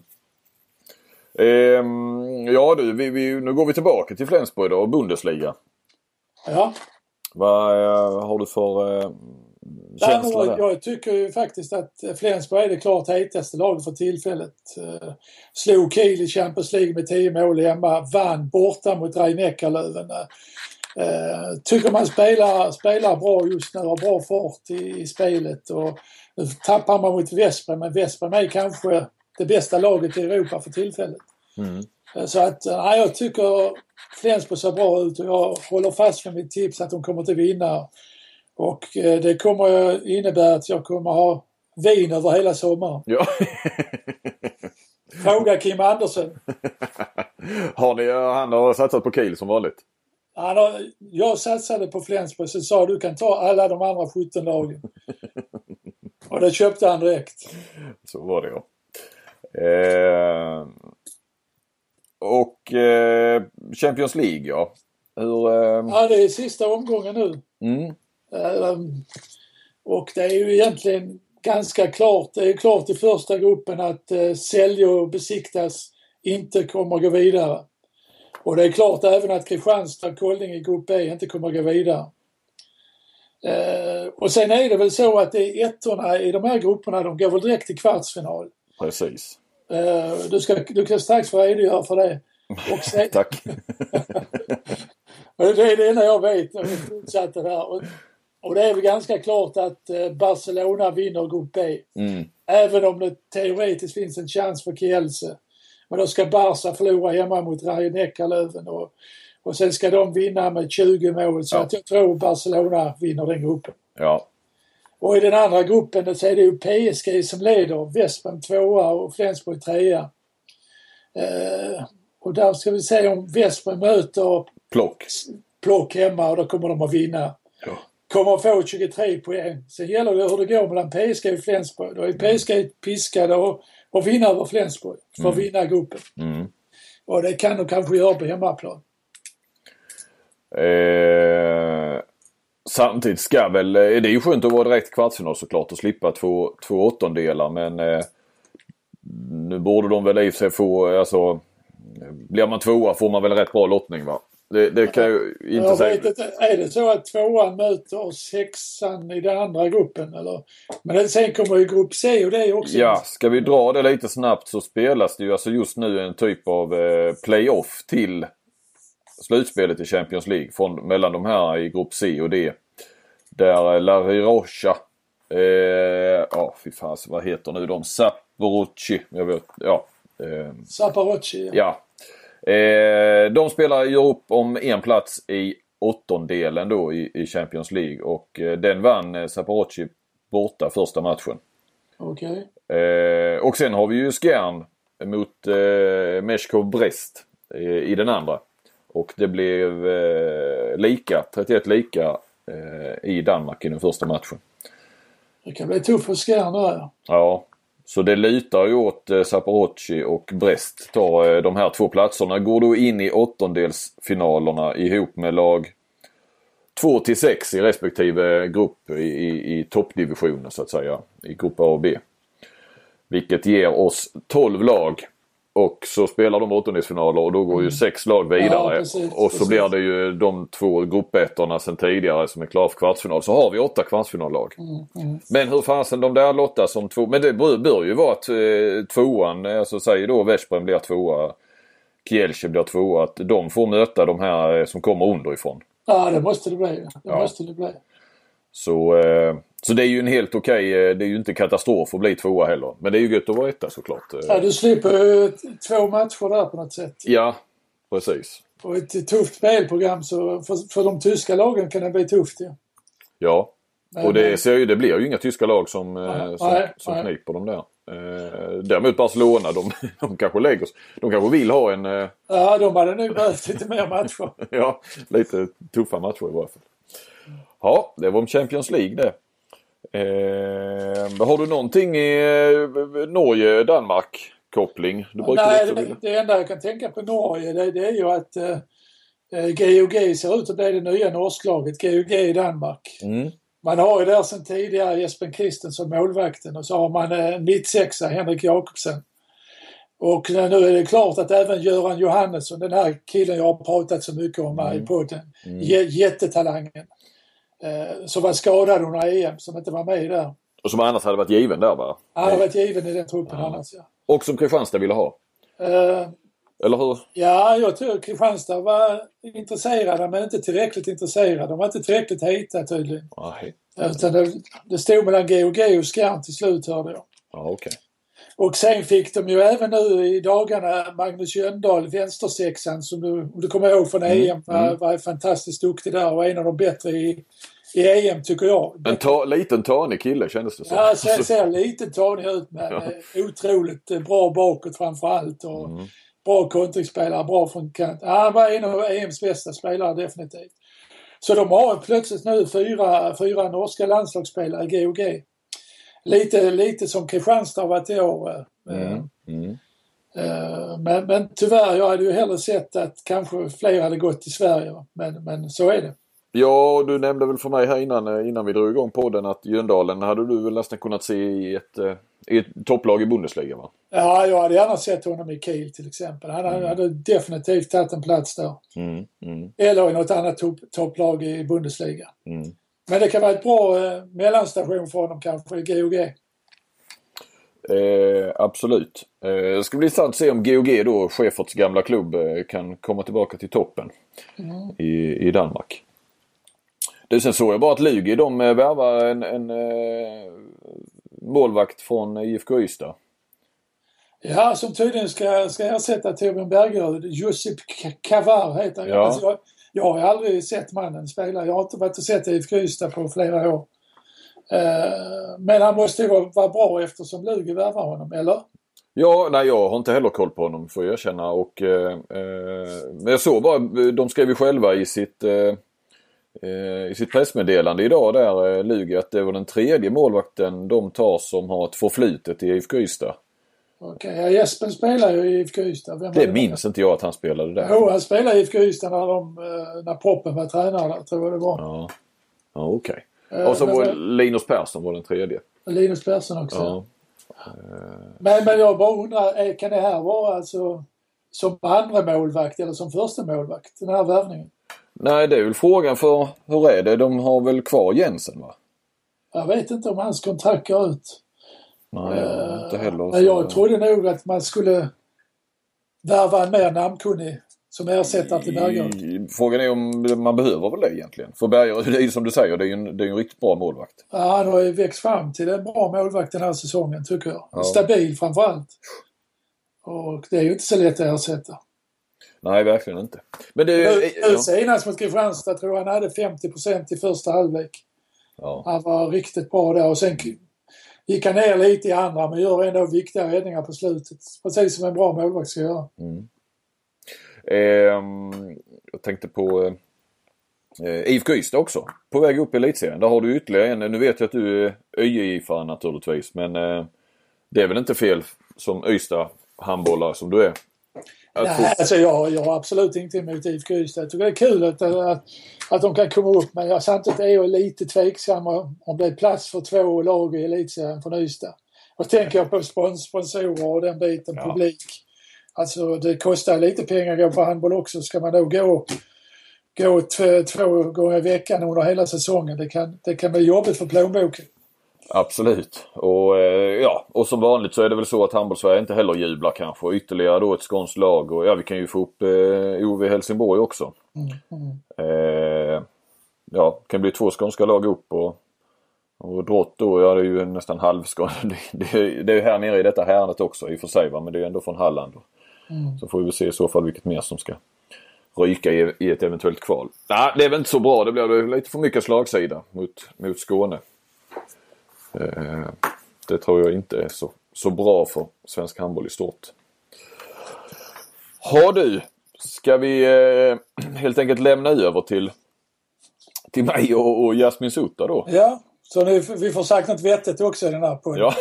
Ehm, ja du, vi, vi, nu går vi tillbaka till Flensburg då och Bundesliga. Ja. Vad uh, har du för uh, känsla där? Jag tycker ju faktiskt att Flensburg är det klart hetaste laget för tillfället. Uh, slog Kiel i Champions League med tio mål hemma, vann borta mot Rhein-Neckarlöwen. Uh, tycker man spelar, spelar bra just nu, har bra fart i, i spelet och nu tappar man mot Veszprem, men Veszprem är kanske det bästa laget i Europa för tillfället. Mm. Så att ja, jag tycker Flensburg ser bra ut och jag håller fast med mitt tips att de kommer att vinna. Och det kommer innebära att jag kommer ha vin över hela sommaren. Ja. Fråga Kim Andersson. Har ni, han har satsat på Kiel som vanligt? Han har, jag satsade på Flensburg så sa du kan ta alla de andra sjutton lagen. Och det köpte han direkt. Så var det ja. Eh, och eh, Champions League ja. Hur, eh... Ja, det är sista omgången nu. Mm. Eh, och det är ju egentligen ganska klart. Det är klart i första gruppen att eh, Sälj och Besiktas inte kommer att gå vidare. Och det är klart även att Kristianstad och Kolding i grupp B inte kommer att gå vidare. Eh, och sen är det väl så att det är ettorna i de här grupperna, de går väl direkt till kvartsfinal. Precis. Uh, du, ska, du kan strax få redogöra för det. Och sen, tack. det är det enda jag vet. Jag det där. Och, och det är väl ganska klart att uh, Barcelona vinner grupp B. Mm. Även om det teoretiskt finns en chans för Kielce. Men då ska Barca förlora hemma mot Rhein-Neckarlöwen och, och sen ska de vinna med tjugo mål. Så ja. Att jag tror Barcelona vinner den gruppen. Ja. Och i den andra gruppen så är det ju P S G som leder, Veszprem tvåa och Flensburg trea. Eh, och där ska vi se om Veszprem möter Plock. Plock hemma och då kommer de att vinna. Ja. Kommer att få tjugotre poäng. Sen gäller det hur det går mellan P S G och Flensburg. Då är P S G piskade och, och vinna över Flensburg för att mm. vinna gruppen. Mm. Och det kan de kanske göra på hemmaplan. Eh... Samtidigt ska väl, det är ju skönt att vara direkt kvartsfinal såklart och slippa två, två åttondelar men eh, nu borde de väl i sig få, alltså blir man tvåa får man väl rätt bra lottning va? Det, det kan ju inte jag säga. Vet inte, är det så att tvåan möter sexan i den andra gruppen eller? Men sen kommer ju grupp C och det är också. Ja, ska vi dra det lite snabbt så spelas det ju alltså just nu en typ av eh, playoff till slutspelet i Champions League från, mellan de här i grupp C och D. Där La Rocha eh, ja, fy fan, vad heter nu de? Zaporozhye, jag vet, ja. Eh, Zaporozhye, ja. Eh, de spelar ju upp om en plats i åttondelen då i, i Champions League och eh, den vann eh, Zaporozhye borta första matchen. Okej. Okay. Eh, och sen har vi ju Skjern mot eh, Meshkov Brest eh, i den andra. Och det blev eh, lika, trettioett lika eh, i Danmark i den första matchen. Det kan bli tufft för Skjern där. Ja, så det lutar ju åt eh, Zaporozhye och Brest tar eh, de här två platserna. Går då in i åttondelsfinalerna ihop med lag två till sex i respektive grupp i, i, i toppdivisionen så att säga. I grupp A och B. Vilket ger oss tolv lag. Och så spelar de åttondelsfinaler och då går ju sex lag vidare. Ja, precis, och så precis. Blir det ju de två gruppettorna sen tidigare som är klara för kvartsfinal. Så har vi åtta kvartsfinallag. Mm, mm. Men hur fasen de där lottar som två... Men det bör, bör ju vara att eh, tvåan, alltså säger då Veszprem blir tvåa, Kielce blir tvåa, att de får möta de här som kommer underifrån. Ja, det måste det bli. Det ja. måste det bli. Så, eh, Så det är ju en helt okej, det är ju inte katastrof att bli tvåa heller. Men det är ju gött att vara etta såklart. Ja, du slipper två matcher där på något sätt. Ja, precis. Och ett tufft spelprogram, så för, för de tyska lagen kan det bli tufft. Ja, ja. Men, och det, ser ju, det blir ju inga tyska lag som, nej, som, nej, som nej. kniper dem där. Eh, däremot Barcelona, de, de kanske lägger de kanske vill ha en... Eh, ja, de hade nog behövt lite mer matcher. ja, lite tuffa matcher i varje fall. Ja, det var om Champions League det. Eh, har du någonting i eh, Norge-Danmark koppling? Du Nej, det, det enda jag kan tänka på Norge det, det är ju att eh, G O G ser ut att bli det nya norsklaget. G O G i Danmark. Mm. Man har ju där sedan tidigare Jesper Christensen, målvakten, och så har man eh, nittiosex Henrik Jakobsen. Och nu är det klart att även Göran Johannesson, den här killen jag har pratat så mycket om här mm. i podden, mm. j- jättetalangen, eh, som var skadad under E M, som inte var med där. Och som annars hade varit given där, va? Han hade varit given i den truppen ja. annars, ja. Och som Kristianstad ville ha. Eh, Eller hur? Ja, jag tror Kristianstad var intresserade, men inte tillräckligt intresserade. De var inte tillräckligt heta tydligen. Nej. Utan det, det stod mellan G O G och Skjern till slut, hörde jag. Ja, okej. Okay. Och sen fick de ju även nu i dagarna Magnus Jöndal, vänstersexan, som du, om du kommer ihåg från mm. E M, var, var fantastiskt duktig där och en av de bättre i, i E M, tycker jag. En ta, liten tanig kille kändes det så. Ja, ser, ser lite tanig ut, men ja. otroligt bra bakåt framför allt. Och mm. bra kontringsspelare, bra från kant. Ja, han var en av E M:s bästa spelare definitivt. Så de har plötsligt nu fyra, fyra norska landslagsspelare i G O G. Lite, lite som Kristianstad har varit i år. Mm. Mm. Men, men tyvärr, jag hade ju hellre sett att kanske fler hade gått till Sverige. Men, men så är det. Ja, du nämnde väl för mig här innan, innan vi drog igång podden att Jöndalen hade du väl nästan kunnat se i ett, i ett topplag i Bundesliga, va? Ja, jag hade gärna sett honom i Kiel till exempel. Han mm. hade definitivt tagit en plats där. Mm. Mm. Eller i något annat topp, topplag i Bundesliga. Mm. Men det kan vara ett bra eh, mellanstation för honom kanske i G O G. Eh, absolut. Eh, det ska bli intressant att se om G O G då, Schäferts gamla klubb, eh, kan komma tillbaka till toppen mm. i, i Danmark. Det, sen såg jag bara att Lugi, de eh, värvar en, en eh, målvakt från I F K Ystad. Ja, som tydligen ska, ska ersätta Torbjörn Bergerud. Josip Kavar heter han. Ja. Alltså, jag, jag har aldrig sett mannen spela. Jag har inte varit och sett I F K Ystad på flera år. Uh, men han måste ju vara, vara bra eftersom Lugi värvar honom, eller? Ja, nej, jag har inte heller koll på honom, får jag erkänna. Och, eh, eh, men jag såg bara, de skrev ju själva i sitt, eh, i sitt pressmeddelande idag där, eh, Lugi, att det var den tredje målvakten de tar som har ett förflutet i I F K Ystad. Okej, okay, ja, Jesper spelar ju i I F K Ystad. Vem det minns inte jag att han spelade där. Jo, han spelade i I F K Ystad när, de, när Proppen var tränare, tror jag det var. Ja, ja okej. Okay. Och så var Linus Persson var den tredje. Linus Persson också. Ja. Men, men jag bara undrar, kan det här vara alltså som andra målvakt eller som första målvakt, den här värvningen? Nej, det är väl frågan, för hur är det? De har väl kvar Jensen, va? Jag vet inte om hans kontrakt går ut. Nej, uh, inte heller. Men jag trodde nog att man skulle värva en mer namnkunnig som ersättare till Bergerud. Frågan är om man behöver väl det egentligen. För Bergerud, det är ju som du säger, det är ju en, det är en riktigt bra målvakt. Ja, han har ju växt fram till en bra målvakt den här säsongen, tycker jag. Ja. Stabil framförallt. Och det är ju inte så lätt att ersätta. Nej, verkligen inte. Men det är ju... Ja. Senast mot Kristianstad tror jag han hade femtio procent i första halvlek. Ja. Han var riktigt bra där. Och sen gick han ner lite i andra, men gör ändå viktiga räddningar på slutet. Precis som en bra målvakt ska göra. Mm. Eh, jag tänkte på eh, I F K Ystad också. På väg upp i elitserien. Där har du ytterligare en. Nu vet jag att du är Öje-ifare naturligtvis. Men eh, det är väl inte fel som Ystad handbollare som du är. Jag Nej, tror... alltså jag, jag har absolut inte emot I F K Ystad. Jag tycker det är kul att, att, att de kan komma upp. Men jag samtidigt är jag lite tveksam om det är plats för två lag i elitserien från Ystad. Och tänker jag på spons- sponsorer och den biten, ja. Publik. Alltså det kostar lite pengar att gå på handboll också. Ska man då gå, gå två, två gånger i veckan under hela säsongen, det kan, det kan bli jobbigt för plånboken. Absolut. Och, ja, och som vanligt så är det väl så att handbollssverige inte heller jublar kanske. Och ytterligare då ett skånskt lag. Och ja, vi kan ju få upp eh, O V Helsingborg också. Mm, mm. Eh, ja, det kan bli två skånska lag upp. Och Och Drott då, ja det är ju nästan halvskadad. Det, det, det är ju här nere i detta härandet också i och för sig, va? Men det är ändå från Halland. Mm. Så får vi se i så fall vilket mer som ska ryka i, i ett eventuellt kval. Nej, det är väl inte så bra. Det blir lite för mycket slagsida mot, mot Skåne. Eh, det tror jag inte är så, så bra för svensk handboll i stort. Har du, ska vi eh, helt enkelt lämna över till, till mig och, och Jasmin Sota då? Ja, så nu, vi får sagt något vettigt också i den här podden. Ja,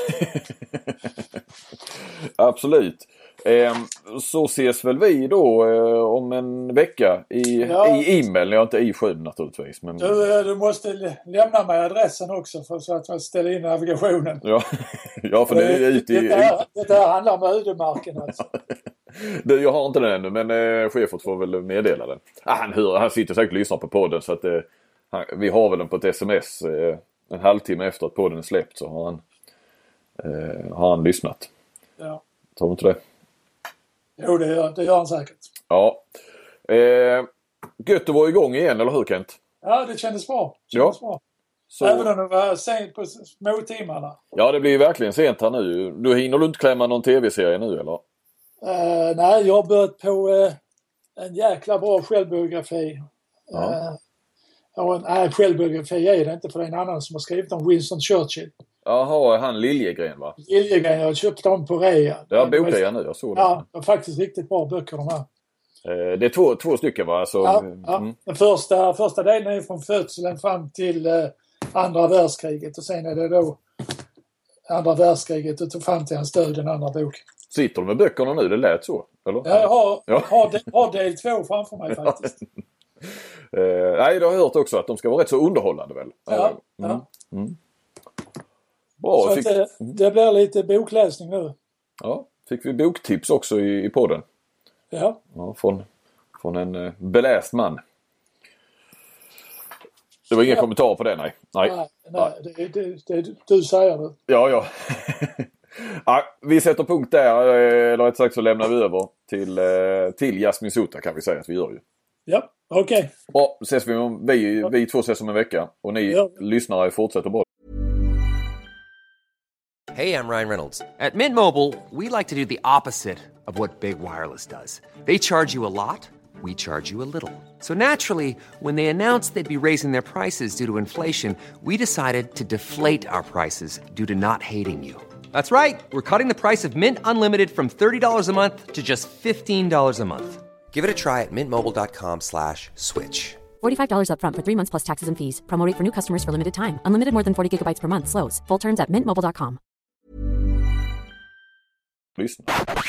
absolut. Eh, så ses väl vi då eh, om en vecka i, ja. i e-mail. Jag är inte i sju naturligtvis. Men... Du, du måste lämna mig adressen också för så att man ställer in navigationen. Ja, ja för det är ute i... Det här, det här handlar om ödemarken alltså. Du, jag har inte den ännu, men eh, chefen får väl meddela den. Ah, han, hör, han sitter säkert och lyssnar på podden så att eh, han, vi har väl den på ett sms eh, en halvtimme efter att podden är släppt så har han, eh, har han lyssnat. Ja. Tror du inte det? Jo, det gör, det gör han säkert. Ja. Eh, gött att vara igång igen, eller hur Kent? Ja, det kändes bra. Det kändes ja. bra. Så... Även om det var sent på små timmarna. Ja, det blir ju verkligen sent här nu. Du hinner du inte klämma någon tv-serie nu, eller? Uh, nej, jag har börjat på uh, en jäkla bra självbiografi. Ja. Uh, och, nej, självbiografi är det inte för det är en annan som har skrivit om Winston Churchill. Jaha, han Liljegren va? Liljegren, jag köpte dem på rea. Ja, bokar jag nu, jag såg det. Ja, det var faktiskt riktigt bra böcker de här. Eh, det är två, två stycken va? Så, ja, ja. Mm. Den första, första delen är från födseln fram till uh, andra världskriget och sen är det då andra världskriget och tog fram till hans död, den andra boken. Sitter du med böckerna nu? Det lät så, eller? Ja, jag har, ja. har, del, har del två framför mig faktiskt. eh, nej, jag har hört också att de ska vara rätt så underhållande väl? Ja, mm. ja. Mm. Bra, så fick... det, det blir lite bokläsning nu. Ja, fick vi boktips också i, i podden. Ja. Ja, från, från en eh, beläst man. Det var ingen ja. kommentar på det, nej. Nej, nej, nej, nej. Det, det, det, du säger det. Ja, ja. ja. Vi sätter punkt där, eller rätt sagt så lämnar vi över till, till Jasmin Sota kan vi säga att vi gör ju. Ja, okej. Okay. Bra, ses vi om, vi, vi två ses om en vecka och ni ja. lyssnare fortsätter bra. Hey, I'm Ryan Reynolds. At Mint Mobile, we like to do the opposite of what Big Wireless does. They charge you a lot. We charge you a little. So naturally, when they announced they'd be raising their prices due to inflation, we decided to deflate our prices due to not hating you. That's right. We're cutting the price of Mint Unlimited from thirty dollars a month to just fifteen dollars a month. Give it a try at mintmobile.com slash switch. forty-five dollars up front for three months plus taxes and fees. Promo rate for new customers for limited time. Unlimited more than forty gigabytes per month. Slows full terms at mint mobile dot com. Lyssna.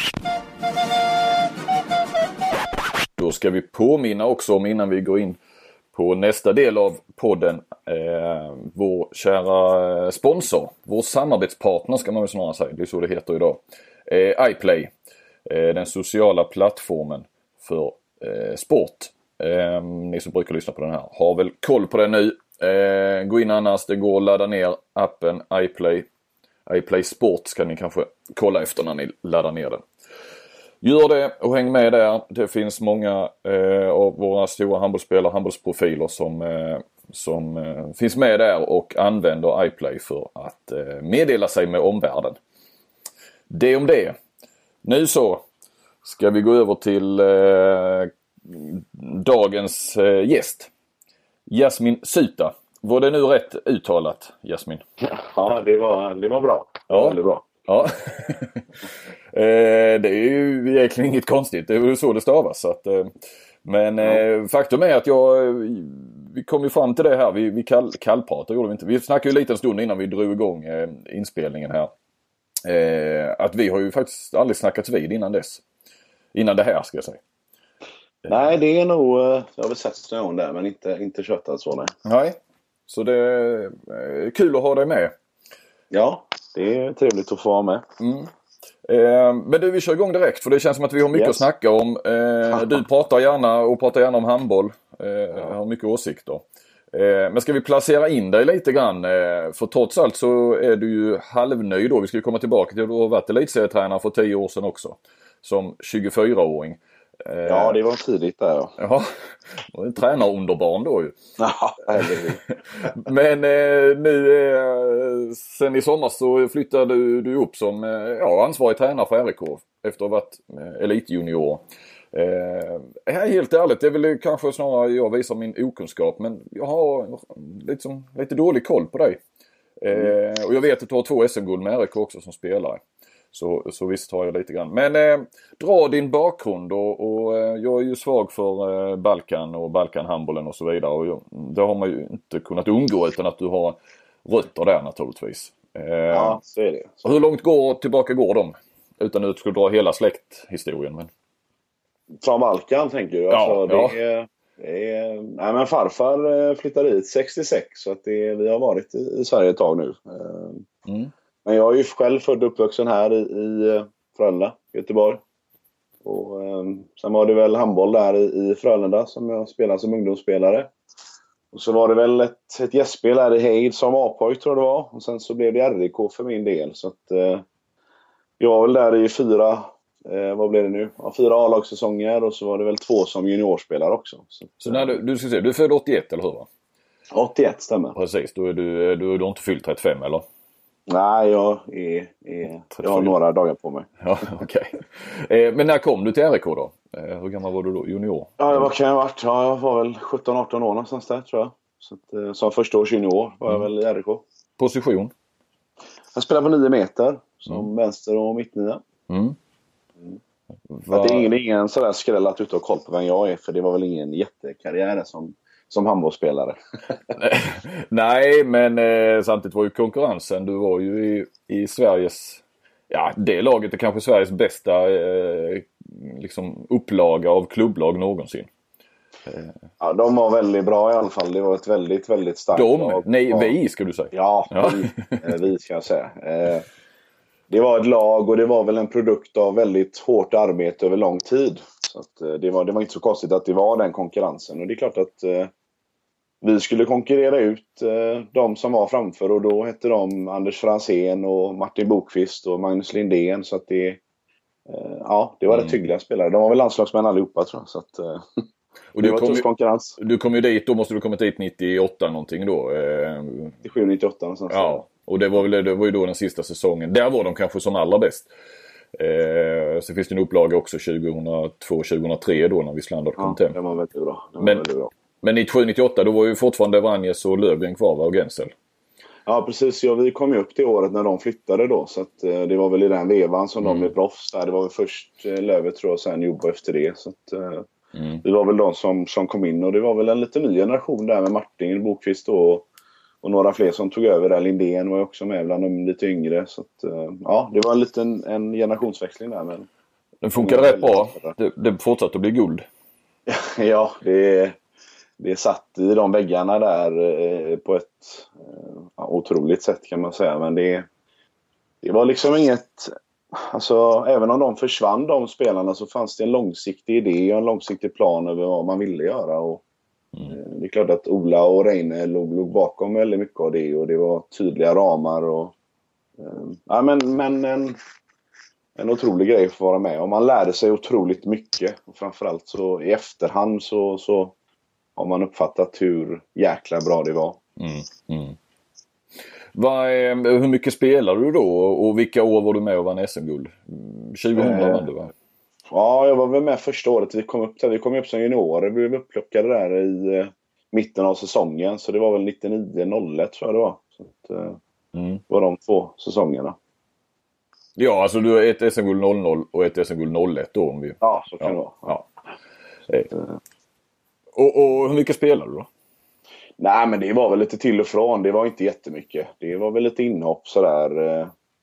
Då ska vi påminna också om innan vi går in på nästa del av podden eh, vår kära sponsor, vår samarbetspartner ska man väl snarare säga, det är så det heter idag. Eh, iPlay, eh, den sociala plattformen för eh, sport. Eh, ni som brukar lyssna på den här har väl koll på det nu. Eh, gå in annars, det går att ladda ner appen iPlay. iPlay Sport ska ni kanske kolla efter när ni laddar ner den. Gör det och häng med där. Det finns många eh, av våra stora handbollsspelare, handbollsprofiler som, eh, som eh, finns med där och använder iPlay för att eh, meddela sig med omvärlden. Det om det. Nu så ska vi gå över till eh, dagens eh, gäst. Jasmin Sota. Var det nu rätt uttalat, Jasmin? Ja, det var, det var bra. Ja, det var bra. Ja. eh, det är ju egentligen inget konstigt. Det är ju så det stavas. Så att, eh, men eh, faktum är att jag, vi kom ju fram till det här. Vi, vi kall, kallpratar gjorde vi inte. Vi snackade ju lite en stund innan vi drog igång eh, inspelningen här. Eh, att vi har ju faktiskt aldrig snackats vid innan dess. Innan det här ska jag säga. Nej, det är nog, jag har väl sett någon där men inte, inte köttat så nej. Nej, så det är kul att ha dig med. Ja, det är trevligt att få vara med. Mm. Eh, men du, vi kör igång direkt för det känns som att vi har mycket yes. att snacka om. Eh, du pratar gärna och pratar gärna om handboll. Eh, ja. Har mycket åsikter. Eh, men ska vi placera in dig lite grann? Eh, för trots allt så är du ju halvnöjd då. Vi ska komma tillbaka till att du har varit elitserietränare för tio år sedan också. Som tjugofyraåring. Ja, det var tidigt där. Ja, ja och en tränarunderbarn då ju. Ja, men eh, nu eh, sen i sommar så flyttade du, du upp som eh, ja, ansvarig tränare för R I K efter att ha varit eh, elitjunior. Eh, helt ärligt, det är väl kanske snarare jag visar min okunskap, men jag har liksom, lite dålig koll på dig. Eh, och jag vet att du har två S M-guld med R I K också som spelare. Så, så visst har jag lite grann. Men eh, dra din bakgrund och, och eh, jag är ju svag för eh, Balkan och Balkanhandbollen och så vidare. Och jag, det har man ju inte kunnat undgå utan att du har rötter där naturligtvis. Eh, ja, så är det. Så. Hur långt går tillbaka går de? Utan att du skulle dra hela släkthistorien. Men... Från Balkan tänker du? Ja, alltså, det ja. Är, det är, nej, men farfar flyttade hit sextiosex så att det, vi har varit i, i Sverige ett tag nu. Mm. Men jag är ju själv född och uppvuxen här i, i Frölunda, Göteborg. Och, eh, sen var det väl handboll där i, i Frölunda som jag spelade som ungdomsspelare. Och så var det väl ett, ett gästspel här i Heid som A-pojk tror jag det var. Och sen så blev det R I K för min del. Så att, eh, jag var väl där i fyra, eh, vad blev det nu? Ja, fyra A-lagssäsonger och så var det väl två som juniorspelare också. Så, så när du, du ska se, du är född åttioett eller hur va? åttioett stämmer. Precis, då är du, du, du har inte fyllt trettiofem eller? Nej, jag, är, är, jag har några dagar på mig. Ja, okej. Okay. Eh, men när kom du till R I K då? Eh, hur gammal var du då? Junior? Ja, vad kan jag ha varit? Ja, jag var väl sjutton arton år någonstans där tror jag. Så att, eh, som första års junior var jag mm. väl i R I K. Position? Jag spelade på nio meter som mm. vänster och mittnia. Mm. Mm. Va... Att det är ingen, ingen sådär skräll att ut och koll på vem jag är, för det var väl ingen jättekarriär som, som handbollsspelare. Nej, men eh, samtidigt var ju konkurrensen. Du var ju i, i Sveriges, ja det laget är kanske Sveriges bästa eh, liksom upplaga av klubblag någonsin. Ja, de var väldigt bra i alla fall. Det var ett väldigt, väldigt starkt de? lag. Nej, vi ska du säga. Ja, ja. Vi, vi ska jag säga. Eh, det var ett lag och det var väl en produkt av väldigt hårt arbete över lång tid. Så att, eh, det, var, det var inte så konstigt att det var den konkurrensen. Och det är klart att eh, vi skulle konkurrera ut eh, de som var framför. Och då hette de Anders Fransén och Martin Bokvist och Magnus Lindén. Så att det, eh, ja, det var mm. rätt hyggliga spelare. De var väl landslagsmän allihopa tror jag. Så att... Eh, Och du, kom ju, konkurrens. du kom ju dit, då måste du kommit dit nittioåtta någonting då. Eh, nittiosju nittioåtta någonstans. Ja, och det var, väl, det var ju då den sista säsongen. Där var de kanske som allra bäst. Eh, så finns det en upplaga också tjugohundratvå tjugohundratre då när Wislander kom ja, hem. det var väldigt bra. Det var men, väldigt bra. Men nittiosju nittioåtta då var ju fortfarande Vranjes och Lövgren kvar, var och Gensel. Ja, precis. Ja, vi kom ju upp det året när de flyttade då. Så att, eh, det var väl i den vevan som mm. de blev proffs. Det var väl först eh, Lövet tror jag och sen Jobba efter det. Så att... Eh, Mm. Det var väl de som, som kom in och det var väl en lite ny generation där med Martin Bokvist och, och några fler som tog över där. Lindén var ju också med bland de lite yngre. Så att, ja, det var en liten en generationsväxling där. Men den funkade rätt bra. Det, det fortsatte att bli guld. Ja, det, det satt i de väggarna där eh, på ett eh, otroligt sätt kan man säga. Men det, det var liksom inget... Alltså, även om de försvann, de spelarna, så fanns det en långsiktig idé och en långsiktig plan över vad man ville göra. Och, mm. eh, det är klart att Ola och Reine låg, låg bakom väldigt mycket av det och det var tydliga ramar. Och, eh, ja, men men en, en otrolig grej för att vara med. Och man lärde sig otroligt mycket. Och framförallt så i efterhand så, så har man uppfattat hur jäkla bra det var. Mm. Mm. Vad, hur mycket spelar du då och vilka år var du med och vann S M-guld? tjugohundra eh, vann du va? Ja, jag var väl med första året. Vi kom upp, där. Vi kom upp som juniorer. Vi blev upplockade där i eh, mitten av säsongen. Så det var väl nittionio noll ett tror jag det var. Så att, eh, mm. var de två säsongerna. Ja, alltså du har ett S M-guld noll noll och ett S M-guld noll ett då. Om vi... Ja, så kan ja, det vara. Ja. Eh. Och, och hur mycket spelar du då? Nej, men det var väl lite till och från. Det var inte jättemycket. Det var väl lite inhopp sådär. Eh,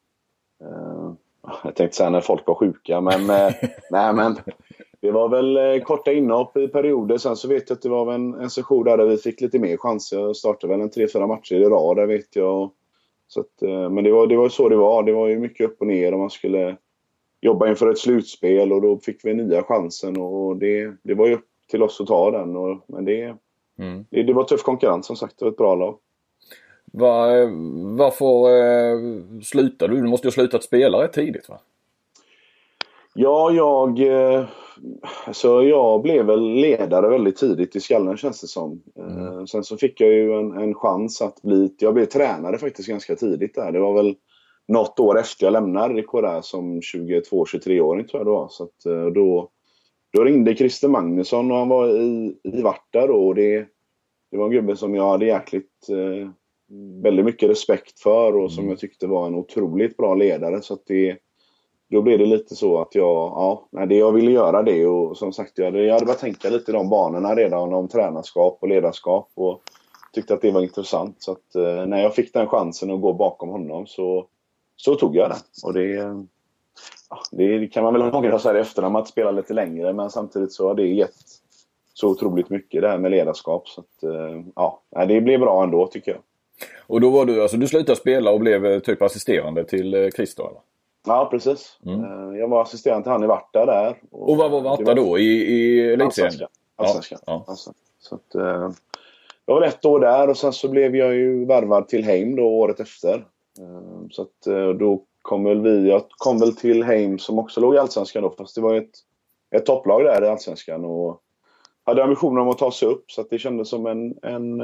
eh, jag tänkte säga när folk var sjuka. Men, eh, nej, men det var väl eh, korta inhopp i perioder. Sen så vet jag att det var en, en session där, där vi fick lite mer chanser. Jag startade väl en tre fyra matcher i rad där vet jag. Så att, eh, men det var, det var så det var. Det var ju mycket upp och ner och man skulle jobba inför ett slutspel. Och då fick vi nya chansen. Och det, det var ju upp till oss att ta den. Och, men det... Mm. Det, det var tuff konkurrens som sagt, det var ett bra lag. Var, varför eh, slutade du? Du måste ju ha slutat spela rätt tidigt va? Ja, jag, så jag blev väl ledare väldigt tidigt i skallen, känns det som. Mm. Eh, sen så fick jag ju en, en chans att bli... Jag blev tränare faktiskt ganska tidigt där. Det var väl något år efter jag lämnade K R som tjugotvå tjugotre-åring tror jag det var. Så att, eh, då, då ringde Christer Magnusson och han var i, i vart där då. Och det, det var en gubbe som jag hade jäkligt... Eh, väldigt mycket respekt för och som mm. jag tyckte var en otroligt bra ledare. Så att det... Då blev det lite så att jag, ja, det jag ville göra det och som sagt, jag hade, jag hade bara tänkt lite de banorna redan om tränarskap och ledarskap och tyckte att det var intressant. Så att eh, när jag fick den chansen att gå bakom honom så, så tog jag det. Och det, ja, det kan man väl ha många säga efter när man spelar lite längre, men samtidigt så har det gett så otroligt mycket det här med ledarskap. Så att, eh, ja, det blev bra ändå tycker jag. Och då var du, alltså du slutade spela och blev typ assisterande till Christer eller? Ja, precis. Mm. Jag var assisterande till han i Varta där. Och, och vad var Varta var... då? I, i Elitserien? Allsvenskan. Ja, ja. Så att, eh, jag var ett år där och sen så blev jag ju värvad till Heim då året efter. Eh, så att eh, då kom väl vi, jag kom väl till Heim som också låg i Allsvenskan då. Fast det var ett, ett topplag där i Allsvenskan och hade ambitionen om att ta sig upp. Så att det kändes som en, en,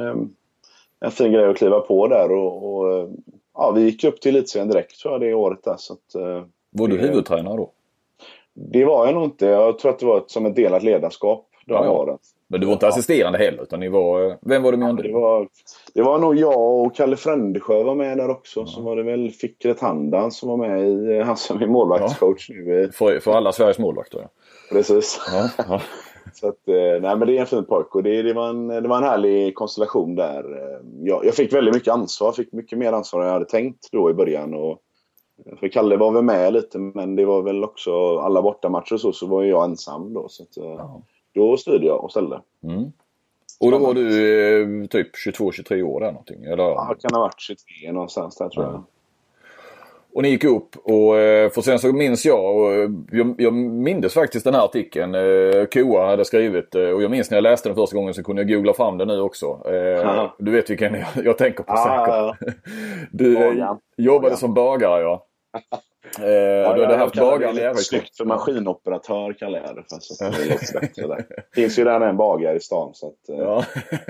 en fin grej att kliva på där och, och ja, vi gick upp till Elitserien direkt tror jag det året där. Så att, eh, var du huvudtränare då? Det var jag nog inte. Jag tror att det var ett, som ett delat ledarskap. Ja, ja. Men du var inte assisterande heller utan ni var... Vem var du med ja, om det? Det var, det var nog jag och Kalle Frändesjö var med där också. Ja. Så var det väl Fikret Handan som var med i... Han som är målvaktscoach ja. nu. För, för alla Sveriges målvakter. Ja. Precis. Ja, ja. Så att, nej men det är en fin pojk och det, det, var en, det var en härlig konstellation där. Jag, jag fick väldigt mycket ansvar, jag fick mycket mer ansvar än jag hade tänkt då i början. Och, för Kalle var väl med lite men det var väl också alla bortamatcher och så, så var jag ensam då. Så att, ja. Då styrde jag och ställde. Mm. Och då var du typ tjugotvå tjugotre år där någonting? Eller? Ja, det kan ha varit tjugotre någonstans där tror jag. Ja. Och ni gick upp och för sen så minns jag och jag, jag minns faktiskt den här artikeln eh, Koa hade skrivit och jag minns när jag läste den första gången så kunde jag googla fram den nu också. Eh, du vet vilken jag, jag tänker på ah, säkert. Du eh, jobbade som bagare ja. Eh, ja, du hade haft bagare i Erik. Snyggt för maskinoperatör kallar jag det för. Så det låter bättre där. Det finns ju där en bagare i stan. Så att, ja.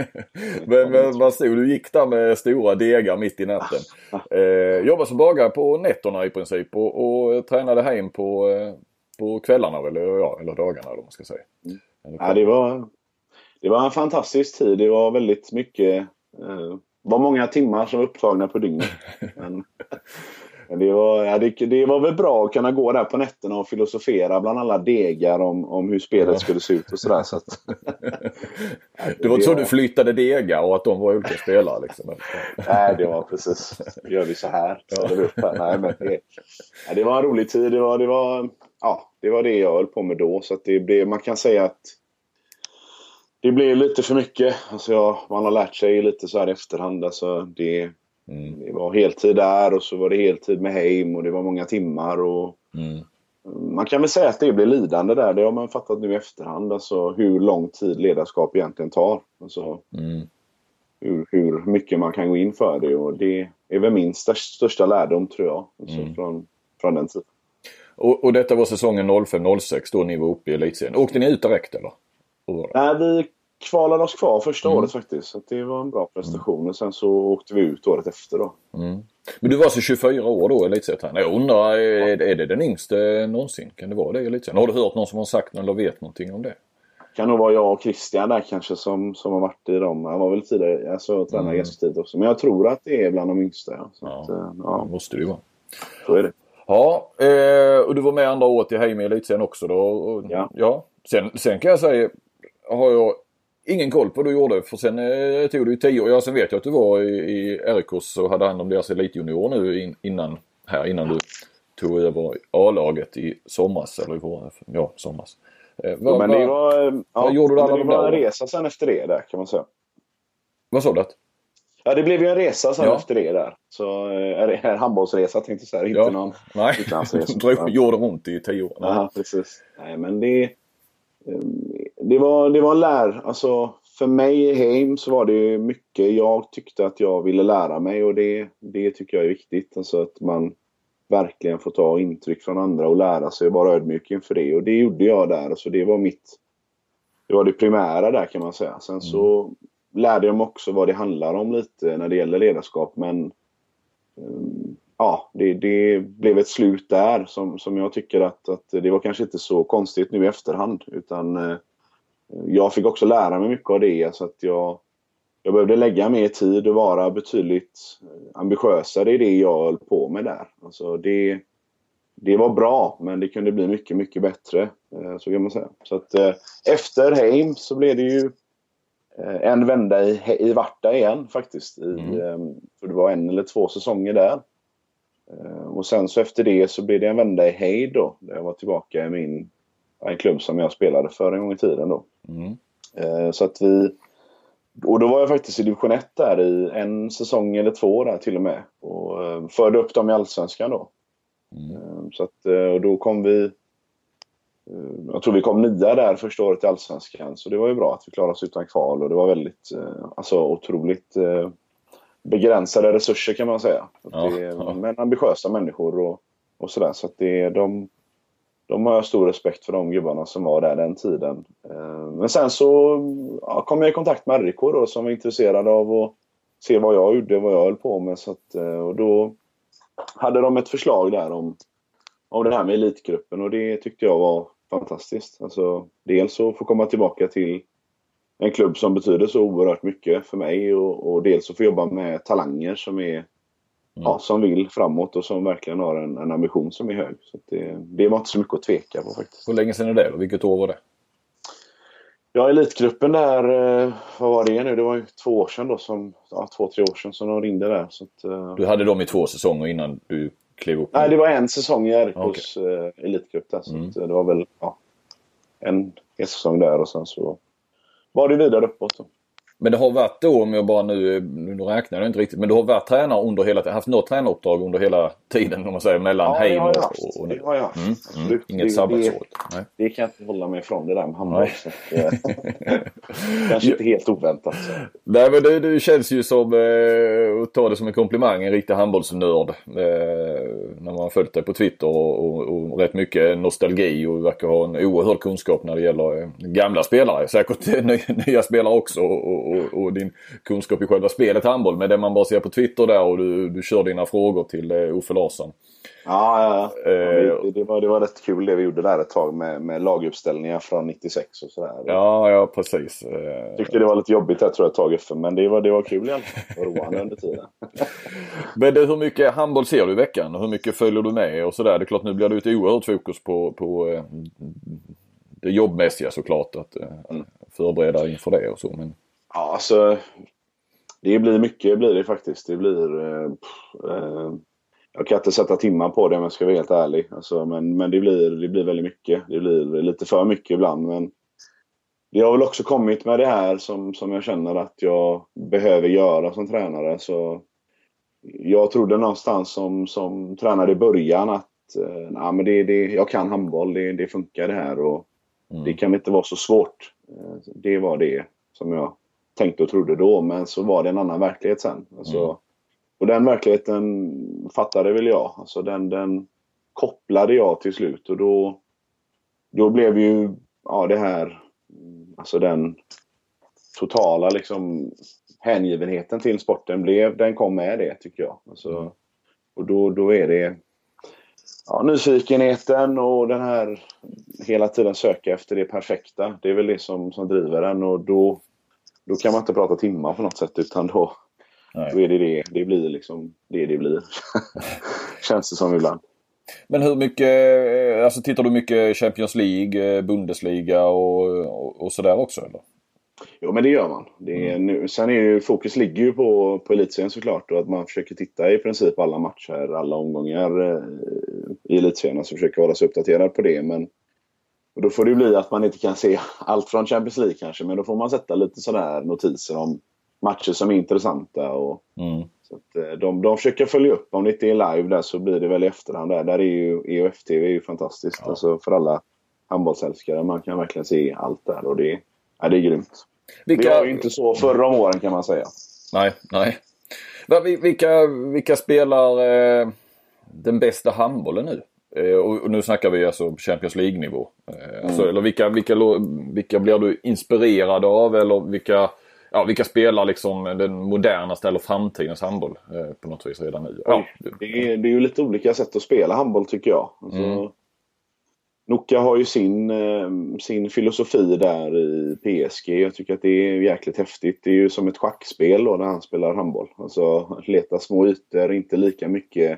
men, men vad stod du? gick där med stora degar mitt i natten. Eh, jobbade som bagare på nätterna i princip. Och, och tränade hem på, på kvällarna eller, ja, eller dagarna eller man ska säga. Mm. Ja, det, var, det var en fantastisk tid. Det var väldigt mycket... Eh, var många timmar som var upptagna på dygnet. Men... Det var, ja, det, det var väl bra att kunna gå där på nätterna och filosofera bland alla degar om, om hur spelet skulle se ut och sådär. Så att, det var inte så du flyttade degar och att de var olika spelare liksom. Nej, det var precis. Gör vi så här. Så ja. vi upp här. Nej, men det, ja, det var en rolig tid. Det var det, var, ja, det, var det jag höll på med då. Så att det blev, man kan säga att det blev lite för mycket. Alltså, ja, man har lärt sig lite så här i efterhand. Alltså, det Mm. Det var heltid där och så var det heltid med Heim och det var många timmar och mm. man kan väl säga att det blir lidande där. Det har man fattat nu i efterhand. Alltså hur lång tid ledarskap egentligen tar. Alltså mm. hur, hur mycket man kan gå in för det och det är väl min största, största lärdom tror jag. Alltså mm. från, från den tiden. Och, och detta var säsongen noll fem noll sex då ni var uppe i elitserien. Åkte ni ut direkt eller? Nej, vi kvalade oss kvar första mm. året faktiskt. Så det var en bra prestation. Och sen så åkte vi ut året efter då. Mm. Men du var så tjugofyra år då i elitserien. Jag undrar, är, är det den yngste någonsin? Kan det vara det i elitserien? Har du hört någon som har sagt eller vet någonting om det? Kan nog vara jag och Christian där kanske som, som har varit i dem. Han var väl tidigare, alltså jag tränade mm. ganska tid också. Men jag tror att det är bland de yngsta. Ja. Så ja, att, ja. Det måste det ju vara. Så är det. Ja, eh, och du var med andra året i Heim i elitserien också då. Och, ja. ja. Sen, sen kan jag säga, har jag ingen koll på vad du gjorde. För sen eh, tog du ju tio år. Ja, sen vet jag att du var i, i R K S och hade hand om deras elitjunior nu in, innan, här, innan du tog över A-laget i somras. Eller i vår, ja, somras. Eh, vad, ja, men det var, ja, vad gjorde du alla det de var där? en resa sen efter det där kan man säga. Vad sa du? Ja, det blev ju en resa sen ja. efter det där. Så är det en handbollsresa tänkte jag säga. Inte ja. någon utlandsresa. Gjorde ont i tio år. Ja, precis. Nej, men det... Det var, det var lär, alltså för mig i Heim så var det mycket jag tyckte att jag ville lära mig och det, det tycker jag är viktigt. Alltså att man, verkligen få ta intryck från andra och lära sig och vara ödmjuk inför det. Och det gjorde jag där. Så det var mitt, det var det primära där kan man säga. Sen mm. så lärde jag mig också vad det handlar om lite när det gäller ledarskap. Men um, ja, det, det blev ett slut där som, som jag tycker att, att det var kanske inte så konstigt nu i efterhand. Utan uh, jag fick också lära mig mycket av det. Så att jag, jag behövde lägga mer tid och vara betydligt ambitiösare i det jag höll på med där. Alltså det, det var bra, men det kunde bli mycket, mycket bättre. Så kan man säga. Så att efter Heim så blev det ju en vända i, i Varta igen faktiskt. I, mm. För det var en eller två säsonger där. Och sen så efter det så blev det en vända i Heid då. Där jag var tillbaka i min en klubb som jag spelade för en gång i tiden då. Mm. Så att vi... Och då var jag faktiskt i division ett där i en säsong eller två där till och med. Och förde upp dem i Allsvenskan då. Mm. Så att, och då kom vi... Jag tror vi kom nia där första året i Allsvenskan. Så det var ju bra att vi klarade oss utan kval. Och det var väldigt, alltså otroligt begränsade resurser kan man säga. Ja, det, ja. Men ambitiösa människor och, och sådär. Så att det, de, de har jag stor respekt för de gubbarna som var där den tiden. Men sen så ja, kom jag i kontakt med R I K då, som var intresserade av att se vad jag gjorde, vad jag höll på med. Så att, och då hade de ett förslag där om om det här med elitgruppen och det tyckte jag var fantastiskt. Alltså, dels att få komma tillbaka till en klubb som betyder så oerhört mycket för mig och, och dels att få jobba med talanger som är mm. ja, som vill framåt och som verkligen har en, en ambition som är hög. Så att det, det var inte så mycket att tveka på faktiskt. Hur länge sedan är det då? Vilket år var det? Ja, elitgruppen där, vad var det nu? Det var ju två år sedan då, som, ja, två, tre år sedan som de ringde där. Så att, du hade dem i två säsonger innan du klev upp? Nej, det var en säsong i R K Hos okay. uh, elitgrupp där. Så mm. att, det var väl ja, en, en säsong där och sen så var det vidare uppåt. Så. Men det har varit då, om jag bara nu, nu räknar jag inte riktigt, men du har varit tränare under hela tiden, haft något tränaruppdrag under hela tiden om man säger mellan ja, Heim och, och, och nu. Det har jag haft. Mm, mm, inget sabbatsår. Det, det kan jag inte hålla mig ifrån det där med handboll. Kanske inte helt oväntat. Så. Nej, men det, det känns ju som, eh, att ta det som en komplimang, en riktig handbollsnörd. Eh, när man har följt dig på Twitter och, och, och rätt mycket nostalgi och verkar ha en oerhörd kunskap när det gäller eh, gamla spelare. Säkert nya, nya spelare också och, och, och din kunskap i själva spelet handboll. Men det man bara ser på Twitter där och du, du kör dina frågor till eh, Uffe Larsson. Ja, ja, ja. Eh, det, det, var, det var rätt kul det vi gjorde där ett tag med, med laguppställningar från nittiosex och sådär. Ja, ja, precis. Jag tyckte det var lite jobbigt här tror jag ett tag efter, men det var, det var kul i alla fall. Det var roande under tiden. Men det, hur mycket handboll ser du i veckan? Hur mycket följer du med och sådär? Det är klart, nu blir det ett oerhört fokus på, på det jobbmässiga såklart, att mm. förbereda inför det och så. Men... Ja, alltså det blir mycket blir det faktiskt. Det blir... Eh, eh, jag kan inte sätta timmar på det om jag ska vara helt ärlig. Alltså, men men det, blir, det blir väldigt mycket. Det blir lite för mycket ibland. Men det har väl också kommit med det här som, som jag känner att jag behöver göra som tränare. Så jag trodde någonstans som, som tränare i början att eh, nah, men det, det, jag kan handboll. Det, det funkar det här. Och mm. det kan inte vara så svårt. Det var det som jag tänkte och trodde då. Men så var det en annan verklighet sen. Alltså, mm. Och den verkligheten fattade väl jag. Alltså den, den kopplade jag till slut. Och då, då blev ju ja, det här, alltså den totala liksom, hängivenheten till sporten blev, den kom med det tycker jag. Alltså, och då, då är det ja, nyfikenheten och den här hela tiden söka efter det perfekta. Det är väl det som, som driver den. Och då, då kan man inte prata timmar på något sätt utan då Nej. Då är det det. Det blir liksom det det blir. Känns det som ibland. Men hur mycket, alltså tittar du mycket Champions League, Bundesliga och, och, och sådär också eller? Jo, men det gör man. Det är, mm. nu, sen är ju, fokus ligger ju på, på elitserien såklart och att man försöker titta i princip alla matcher, alla omgångar eh, i elitserien så försöker hålla sig uppdaterad på det. Men och då får det ju bli att man inte kan se allt från Champions League kanske, men då får man sätta lite sådär notiser om matcher som är intressanta och mm. så att de, de försöker följa upp. Om det inte är live där så blir det väl i efterhand där. Där är ju E O F T V är ju fantastiskt. Ja. Alltså för alla handbollsälskare. Man kan verkligen se allt där och det, ja, det är grymt. Vilka... Det var ju inte så förra om åren kan man säga. Nej, nej. Vilka, vilka spelar... Eh... den bästa handbollen nu? Eh, och, och nu snackar vi alltså Champions League-nivå. Eh, mm. alltså, eller vilka, vilka, vilka blir du inspirerad av? Eller vilka, ja, vilka spelar liksom den modernaste eller framtidens handboll eh, på något vis redan nu? Ja. Det, är, det är ju lite olika sätt att spela handboll tycker jag. Alltså, mm. Noka har ju sin, sin filosofi där i P S G. Jag tycker att det är jäkligt häftigt. Det är ju som ett schackspel då när han spelar handboll. Alltså leta små ytor, inte lika mycket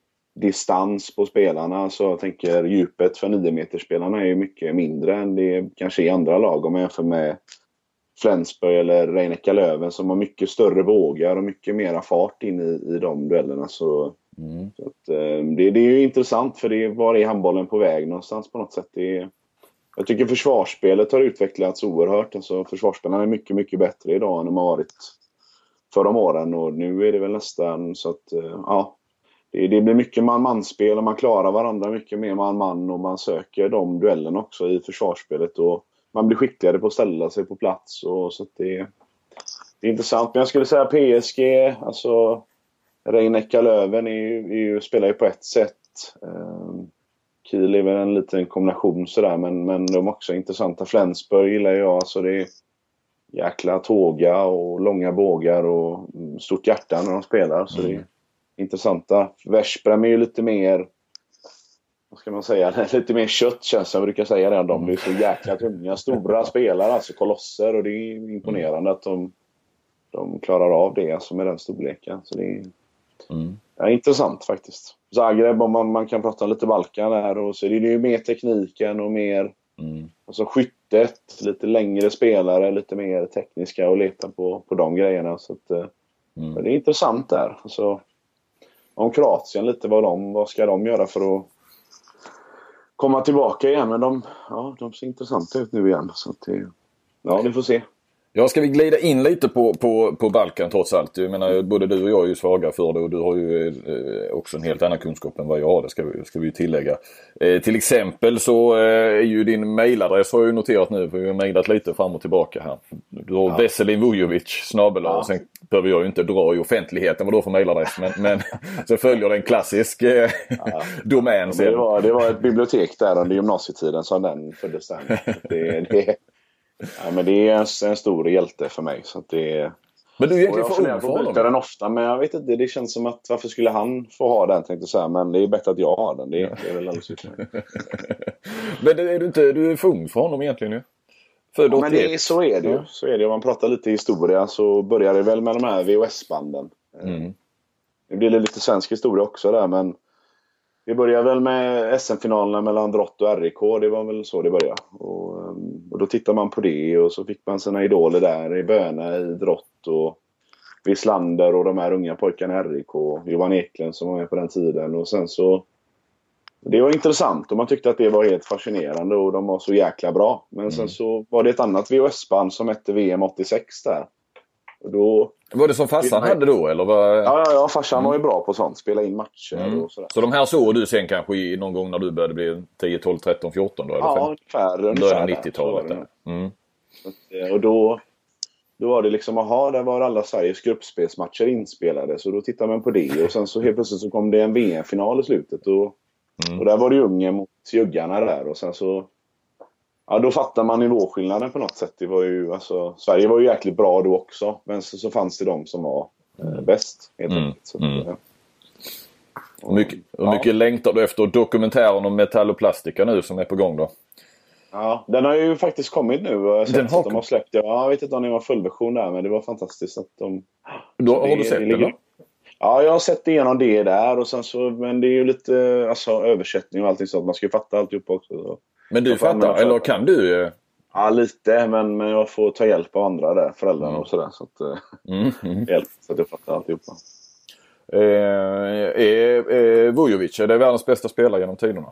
distans på spelarna. Så jag tänker djupet för nio meterspelarna är ju mycket mindre än det kanske i andra lag om man jämför med Flensburg eller Rhein-Neckar Löwen som har mycket större vågar och mycket mera fart in i, i de duellerna. Så, mm. så att, eh, det, det är ju intressant för det är, var är handbollen på väg någonstans på något sätt. Det är, jag tycker försvarsspelet har utvecklats oerhört. Alltså, försvarsspelarna är mycket, mycket bättre idag än de har varit för de åren och nu är det väl nästan så att eh, ja, det, det blir mycket man-man-spel och man klarar varandra mycket mer man-man och man söker de duellerna också i försvarsspelet och man blir skickligare på att ställa sig på plats och så att det, det är intressant. Men jag skulle säga P S G, alltså Rhein-Neckar Löwen är ju, är ju, spelar ju på ett sätt. Um, Kiel är väl en liten kombination sådär, men, men de är också intressanta. Flensburg gillar jag, alltså det är jäkla tåga och långa bågar och stort hjärta när de spelar, så mm. det är intressanta. Veszprem är ju lite mer, vad ska man säga, lite mer kött känns jag brukar säga det. De blir så jäkla tunga, stora spelare, alltså kolosser, och det är imponerande att de, de klarar av det alltså med den storleken. Så det är, mm. ja, intressant faktiskt. Zagreb, om man, man kan prata lite Balkan här, och så är det ju mer tekniken och mer mm. alltså skyttet, lite längre spelare, lite mer tekniska och leta på, på de grejerna. Så att, mm. det är intressant där. Alltså, om Kroatien lite, vad, de, vad ska de göra för att komma tillbaka igen, men de, ja, de ser intressanta ut nu igen. Så att det, ja, vi får se. Ja, ska vi glida in lite på, på, på Balkan trots allt? Jag menar, både du och jag är ju svaga för det och du har ju eh, också en helt annan kunskap än vad jag har, det ska vi, ska vi ju tillägga. Eh, till exempel så eh, är ju din mailadress, har jag ju noterat nu, för vi har mailat lite fram och tillbaka här. Du har ja. Veselin Vujovic snabel-a, ja. Sen behöver jag ju inte dra i offentligheten vad då för mailadress, men, men så följer det en klassisk eh, ja. domän. Ja, det, var, det var ett bibliotek där under gymnasietiden som den föddes där. Det, det Ja, men det är en, en stor hjälte för mig, så att det. Men du är egentligen för ung för honom. Den ofta, men jag vet inte, det känns som att varför skulle han få ha den, tänkte jag säga, men det är bättre att jag har den. Det, det är väl alldeles utmärkt. Men är du inte, du är för ung för honom egentligen ju. För ja, men det är, så är det ju. Ja. Så är det. Om man pratar lite historia så börjar det väl med de här V H S-banden. Mm. Det blir lite svensk historia också där, men vi började väl med S M-finalerna mellan Drott och R I K. Det var väl så det började. Och, och då tittar man på det och så fick man sina idoler där i Böna, i Drott och Wislander och de här unga pojkarna i R I K. Johan Eklund som var med på den tiden. Och sen så, det var intressant och man tyckte att det var helt fascinerande och de var så jäkla bra. Men mm. sen så var det ett annat V H S-band som hette V M åttiosex där. Och då... Var det som farsan hade då? Eller var... Ja, ja, ja, farsan mm. var ju bra på sånt. Spela in matcher mm. och sådär. Så de här såg du sen kanske i någon gång när du började bli tio, tolv, tretton, fjorton då? Eller ja, ungefär. ungefär nittiotalet. Där. Mm. Och då, då var det liksom, aha, där var alla Sveriges gruppspelsmatcher inspelade. Så då tittade man på det. Och sen så helt plötsligt så kom det en V M-final i slutet. Och, mm. och där var det Ungern mot Juggarna där. Och sen så... Ja, då fattar man nivåskillnaden på något sätt. Det var ju, alltså, Sverige var ju jäkligt bra då också. Men så, så fanns det de som var eh, bäst. Helt mm. så, mm. ja. och, mycket, och mycket ja. längtar du efter dokumentären om metall och plastika nu som är på gång då? Ja, den har ju faktiskt kommit nu. Jag har sett den har... att de har släppt. Jag vet inte om det var fullversion där, men det var fantastiskt att de... Då, har det, du sett det då? Ja, jag har sett igenom det där. Och sen så, men det är ju lite alltså, översättning och allting så att man ska ju fatta alltihop också. Så. Men du fattar, eller kan du? Ja, lite, men, men jag får ta hjälp av andra där, föräldrarna mm. och sådär. Så att, mm. Mm. hjälp, så att jag fattar alltihopa. Eh, är, är Vujovic, är det världens bästa spelare genom tiderna?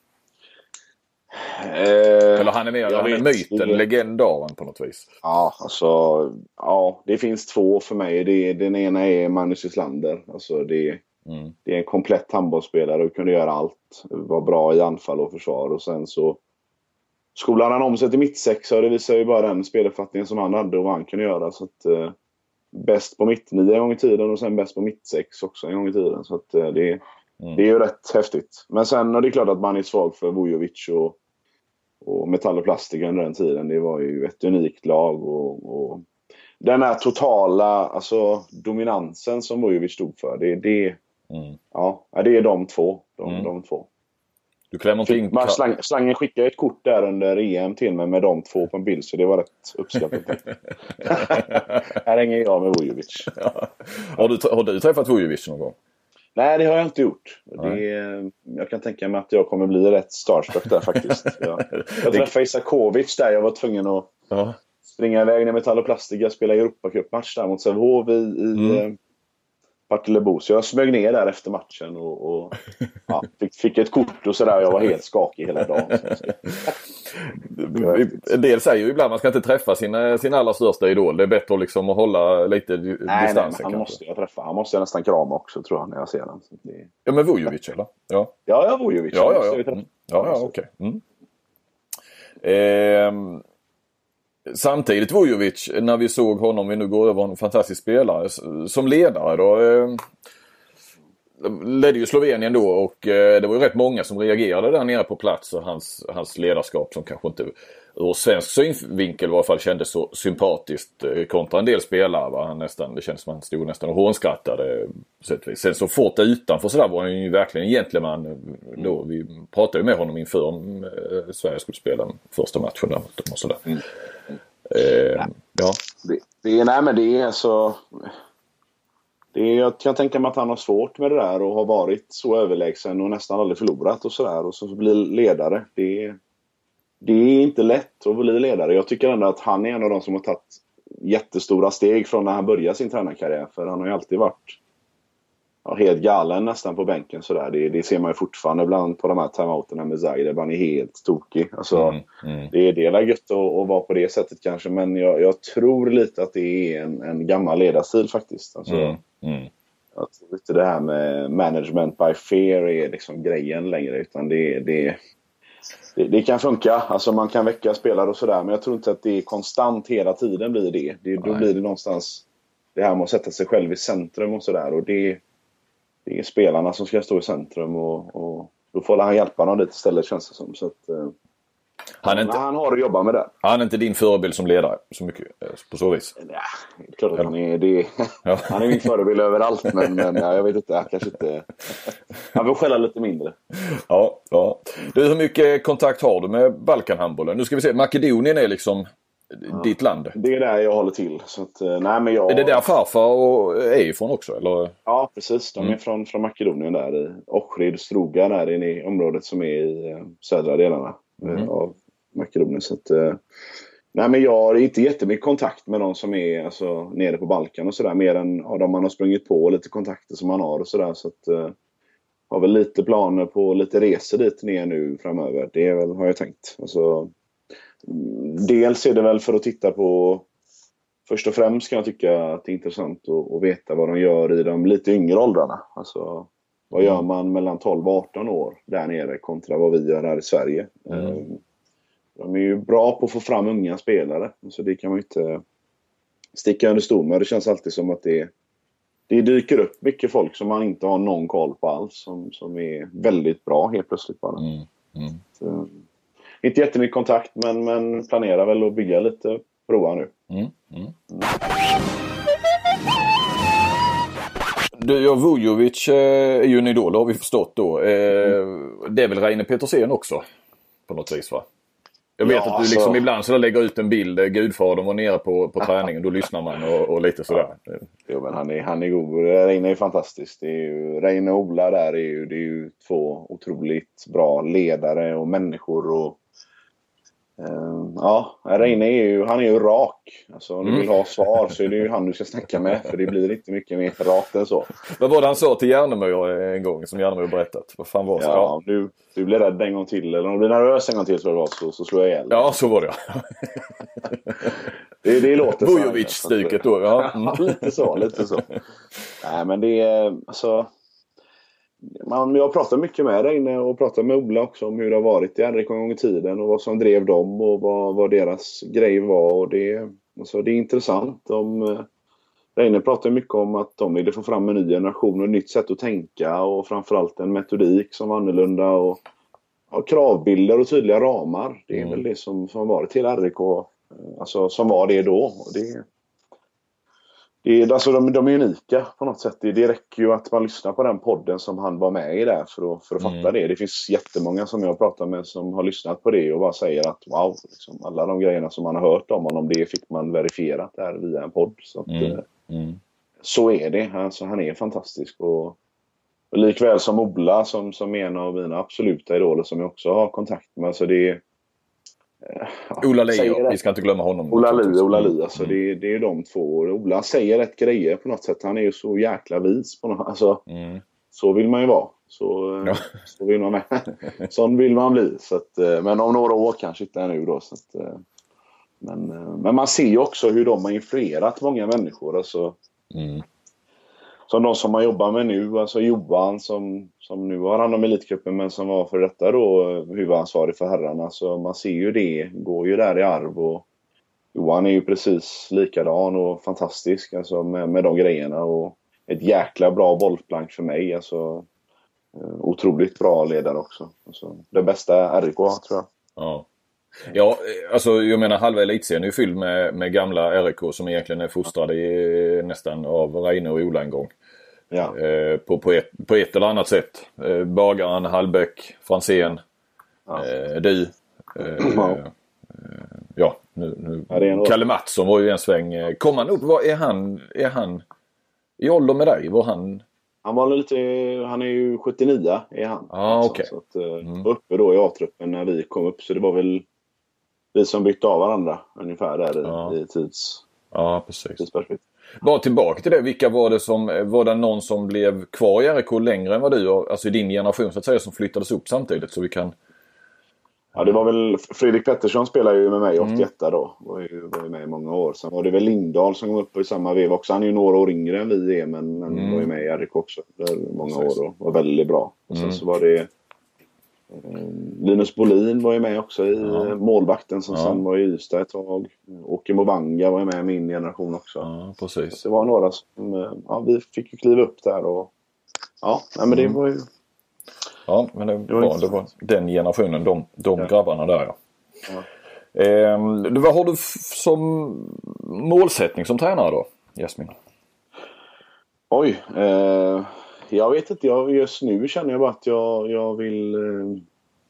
Eh, eller han är mer han är myten, legendaren på något vis. Ja, alltså, ja, det finns två för mig. Det, den ena är Magnus Wislander. Alltså det Mm. Det är en komplett handbollsspelare och kunde göra allt. Var bra i anfall och försvar. Och sen så skolade han om sig till mittsexa och det visar ju bara den speluppfattningen som han hade och vad han kunde göra. Så att eh, bäst på mittnio en gång i tiden och sen bäst på mittsex också en gång i tiden. Så att eh, det, Mm. Det är ju rätt häftigt. Men sen är det klart att man är svag för Vujovic och, och Metall och Plastic under den tiden. Det var ju ett unikt lag. Och, och den här totala alltså, dominansen som Vujovic stod för. Det, det, mm. ja, det är de två. De, mm. de två. Du klämmer omkring... Man slang, slangen skickade ett kort där under E M till mig med de två på en bild. Så det var rätt uppskattat. Här hänger jag med Vujovic. Ja. Har, du, har du träffat Vujovic någon gång? Nej, det har jag inte gjort. Det, jag kan tänka mig att jag kommer bli rätt starstruck där faktiskt. Jag, jag träffade Isakovic där. Jag var tvungen att ja. springa iväg när Metall och Plastic. Jag spelade Europacupmatch där mot Sävehof i, i mm. Partillebo. Så jag smög ner där efter matchen och, och ja, fick, fick ett kort och sådär. Jag var helt skakig hela dagen. En del säger ju ibland att man ska inte träffa sin, sin allra största idol. Det är bättre att, liksom, att hålla lite nej, distansen. Nej, han måste jag träffa. Han måste jag nästan krama också, tror jag, när jag ser den. Det... Ja, men Vujovic, eller? Ja, ja, ja Vujovic. Ja, ja, ja. Mm. Ja, ja, okej. Okay. Mm. Ehm... Samtidigt Vujovic, när vi såg honom, vi nu går över en fantastisk spelare som ledare då, eh, ledde ju Slovenien då och eh, det var ju rätt många som reagerade där nere på plats och hans, hans ledarskap som kanske inte ur svensk synvinkel i alla fall kändes så sympatiskt eh, kontra en del spelare. Va? Han nästan, det kändes som han stod nästan och hånskrattade. Sen så fort utanför så där var han ju verkligen en gentleman. Då, vi pratade ju med honom inför om eh, Sverige skulle spela den första matchen där, och sådär. Mm. Eh, ja. Det, det är, nej men det är så det är, jag kan tänka mig att han har svårt med det där och har varit så överlägsen och nästan aldrig förlorat och sådär och så blir ledare. Det är, det är inte lätt att bli ledare. Jag tycker ändå att han är en av de som har tagit jättestora steg från när han började sin tränarkarriär, för han har ju alltid varit ja, helt galen nästan på bänken sådär. Det, det ser man ju fortfarande ibland på de här timeouterna med Zagreb. Han är helt tokig. Alltså, mm, mm. Det är det är gött att, att vara på det sättet kanske. Men jag, jag tror lite att det är en, en gammal ledarstil faktiskt. Alltså, mm, mm. Jag tror inte det här med management by fear är liksom grejen längre. Utan det, det, det, det kan funka. Alltså man kan väcka spelare och sådär. Men jag tror inte att det är konstant hela tiden blir det. det då blir det någonstans det här med att sätta sig själv i centrum och sådär. Och det Det är spelarna som ska stå i centrum och, och då får han hjälpa dem lite istället, känns det som. Så att, eh, han, är inte, han har att jobba med det. Han är inte din förebild som ledare så mycket på så vis? Ja, det är klart att han är det. Ja. Han är min förebild överallt, men, men ja, jag vet inte, jag kanske inte... Han vill skälla lite mindre. Ja, ja. Du, hur mycket kontakt har du med Balkanhandbollen? Nu ska vi se, Makedonien är liksom ja, ditt land. Det är där jag håller till. Så att, nej, men jag... Är det där farfar och är ifrån också? Eller? Ja, precis. De är mm. från, från Makedonien där i Ohrid, Struga där inne i området som är i södra delarna mm. av Makedonien. Så att, nej, men jag har inte jättemycket kontakt med de som är alltså, nere på Balkan och sådär. Mer än ja, de man har sprungit på och lite kontakter som man har och sådär. Så att uh, har väl lite planer på lite resor dit ner nu framöver. Det är väl, har jag tänkt. Alltså, dels är det väl för att titta på, först och främst kan jag tycka att det är intressant att, att veta vad de gör i de lite yngre åldrarna. Alltså, vad gör man mellan tolv och arton år där nere kontra vad vi gör här i Sverige. Mm. De är ju bra på att få fram unga spelare. Så det kan man ju inte sticka under stol med. Det känns alltid som att det, det dyker upp mycket folk som man inte har någon koll på alls. Som, som är väldigt bra helt plötsligt bara. Mm. Mm. Så, inte jättemycket kontakt, men, men planerar väl att bygga lite prova nu. Mm. Mm. Du, ja, Vujovic är ju en idol, har vi förstått då. Mm. Det är väl Reine Petersen också, på något vis, va? Jag vet ja, att du liksom så... ibland så lägger ut en bild, Gudfadern var nere på, på träningen, då lyssnar man och, och lite sådär. Ja. Jo, men han är, han är god. Reine är fantastisk. Det är ju, Reine och Ola där är ju, det är ju två otroligt bra ledare och människor och Uh, ja, Reine är ju, han är ju rak. Alltså om du vill ha svar så är det ju han du ska snacka med. För det blir inte mycket mer rakt än så. Vad var det han sa till Järnemö en gång som Järnemö berättat? Vad fan var det? Ja, om du, du blir rädd en gång till eller om du blir nervös en gång till så, det var, så, så slår jag ihjäl. Ja, så var det. det, det låter så. Vujovic-stycket då, ja. Mm. Ja, lite så, lite så. Nej, men det är alltså... Man, jag pratar mycket med Reine och pratar med Ola också om hur det har varit i R I K en gång i tiden och vad som drev dem och vad, vad deras grej var. Och det, alltså det är intressant. De, Reine pratar mycket om att de ville få fram en ny generation och ett nytt sätt att tänka och framförallt en metodik som var annorlunda och, och kravbilder och tydliga ramar. Det är mm. väl det som, som varit till R I K, alltså som var det då. Och det, det är, alltså de, de är unika på något sätt. Det, det räcker ju att man lyssnar på den podden som han var med i där för att, för att mm. fatta det. Det finns jättemånga som jag pratar med som har lyssnat på det och bara säger att wow, liksom, alla de grejerna som man har hört om honom, det fick man verifierat där via en podd. Så att, mm. Mm. Så är det. Alltså, han är fantastisk. Och, och likväl som Ola som, som är en av mina absoluta idoler som jag också har kontakt med. Alltså det är, ja, Ola Li, vi ska inte glömma honom. Ola Li, Ola Li. Alltså mm. det, det är de två. Ola säger rätt grejer på något sätt. Han är ju så jäkla vis. På något, alltså, mm. Så vill man ju vara. Så, ja. så vill man med. Sån vill man bli. Så att, men om några år kanske inte är nu då. Så att, men, men man ser ju också hur de har influerat många människor. Alltså, mm. Som de som man jobbar med nu. Alltså Johan som, som nu har hand om Elitcupen men som var för detta då huvudansvarig för herrarna. Så man ser ju det. Går ju där i arv. Och Johan är ju precis likadan och fantastisk alltså, med, med de grejerna. Och ett jäkla bra bollplank för mig. Alltså, otroligt bra ledare också. Alltså, det bästa R I K tror jag. Ja. Ja, alltså jag menar halva elitserien är ju fylld med, med gamla R I K som egentligen är fostrade i, nästan av Reine och Ola en gång. Ja. Eh, på, på, ett, på ett eller annat sätt. Eh, Bagaren, Hallbäck, Fransén, ja. eh, du. Eh, ja. Eh, ja, nu, nu. Ja, Kalle Mattsson var ju en sväng. Kom han upp? Vad är han? Är han i ålder med dig? Var han... Han var lite, han är ju sjuttionio är han. Ah, okej. Okay. Så att, mm. uppe då i A-truppen när vi kom upp så det var väl vi som bytte av varandra ungefär där ja. i, i tids. Ja, precis. Bara tillbaka till det. Vilka var det som, var det någon som blev kvar i R I K längre än vad du, alltså i din generation så att säga, som flyttades upp samtidigt så vi kan... Ja, det var väl Fredrik Pettersson spelade ju med mig åttioett mm. då. Var ju, var ju med i många år. Sen var det väl Lindahl som kom upp i samma vev också. Han är ju några år yngre än vi är men, men mm. var ju med i R I K också. Där många Precis. år och var väldigt bra. Och sen mm. så var det eh, Linus Bolin var ju med också i ja. målvakten som ja. sen var i Ystad ett tag. Åke Mobanga var ju med i min generation också. Ja, precis. Så det var några som, ja, vi fick ju kliva upp där och ja, nej, men det mm. var ju... Ja, men det var, det var den generationen, de, de ja. grabbarna där ja. ja. Eh, vad har du f- som målsättning som tränare då, Jasmin? Oj, eh, jag vet inte. Jag, just nu känner jag bara att jag, jag vill... Eh,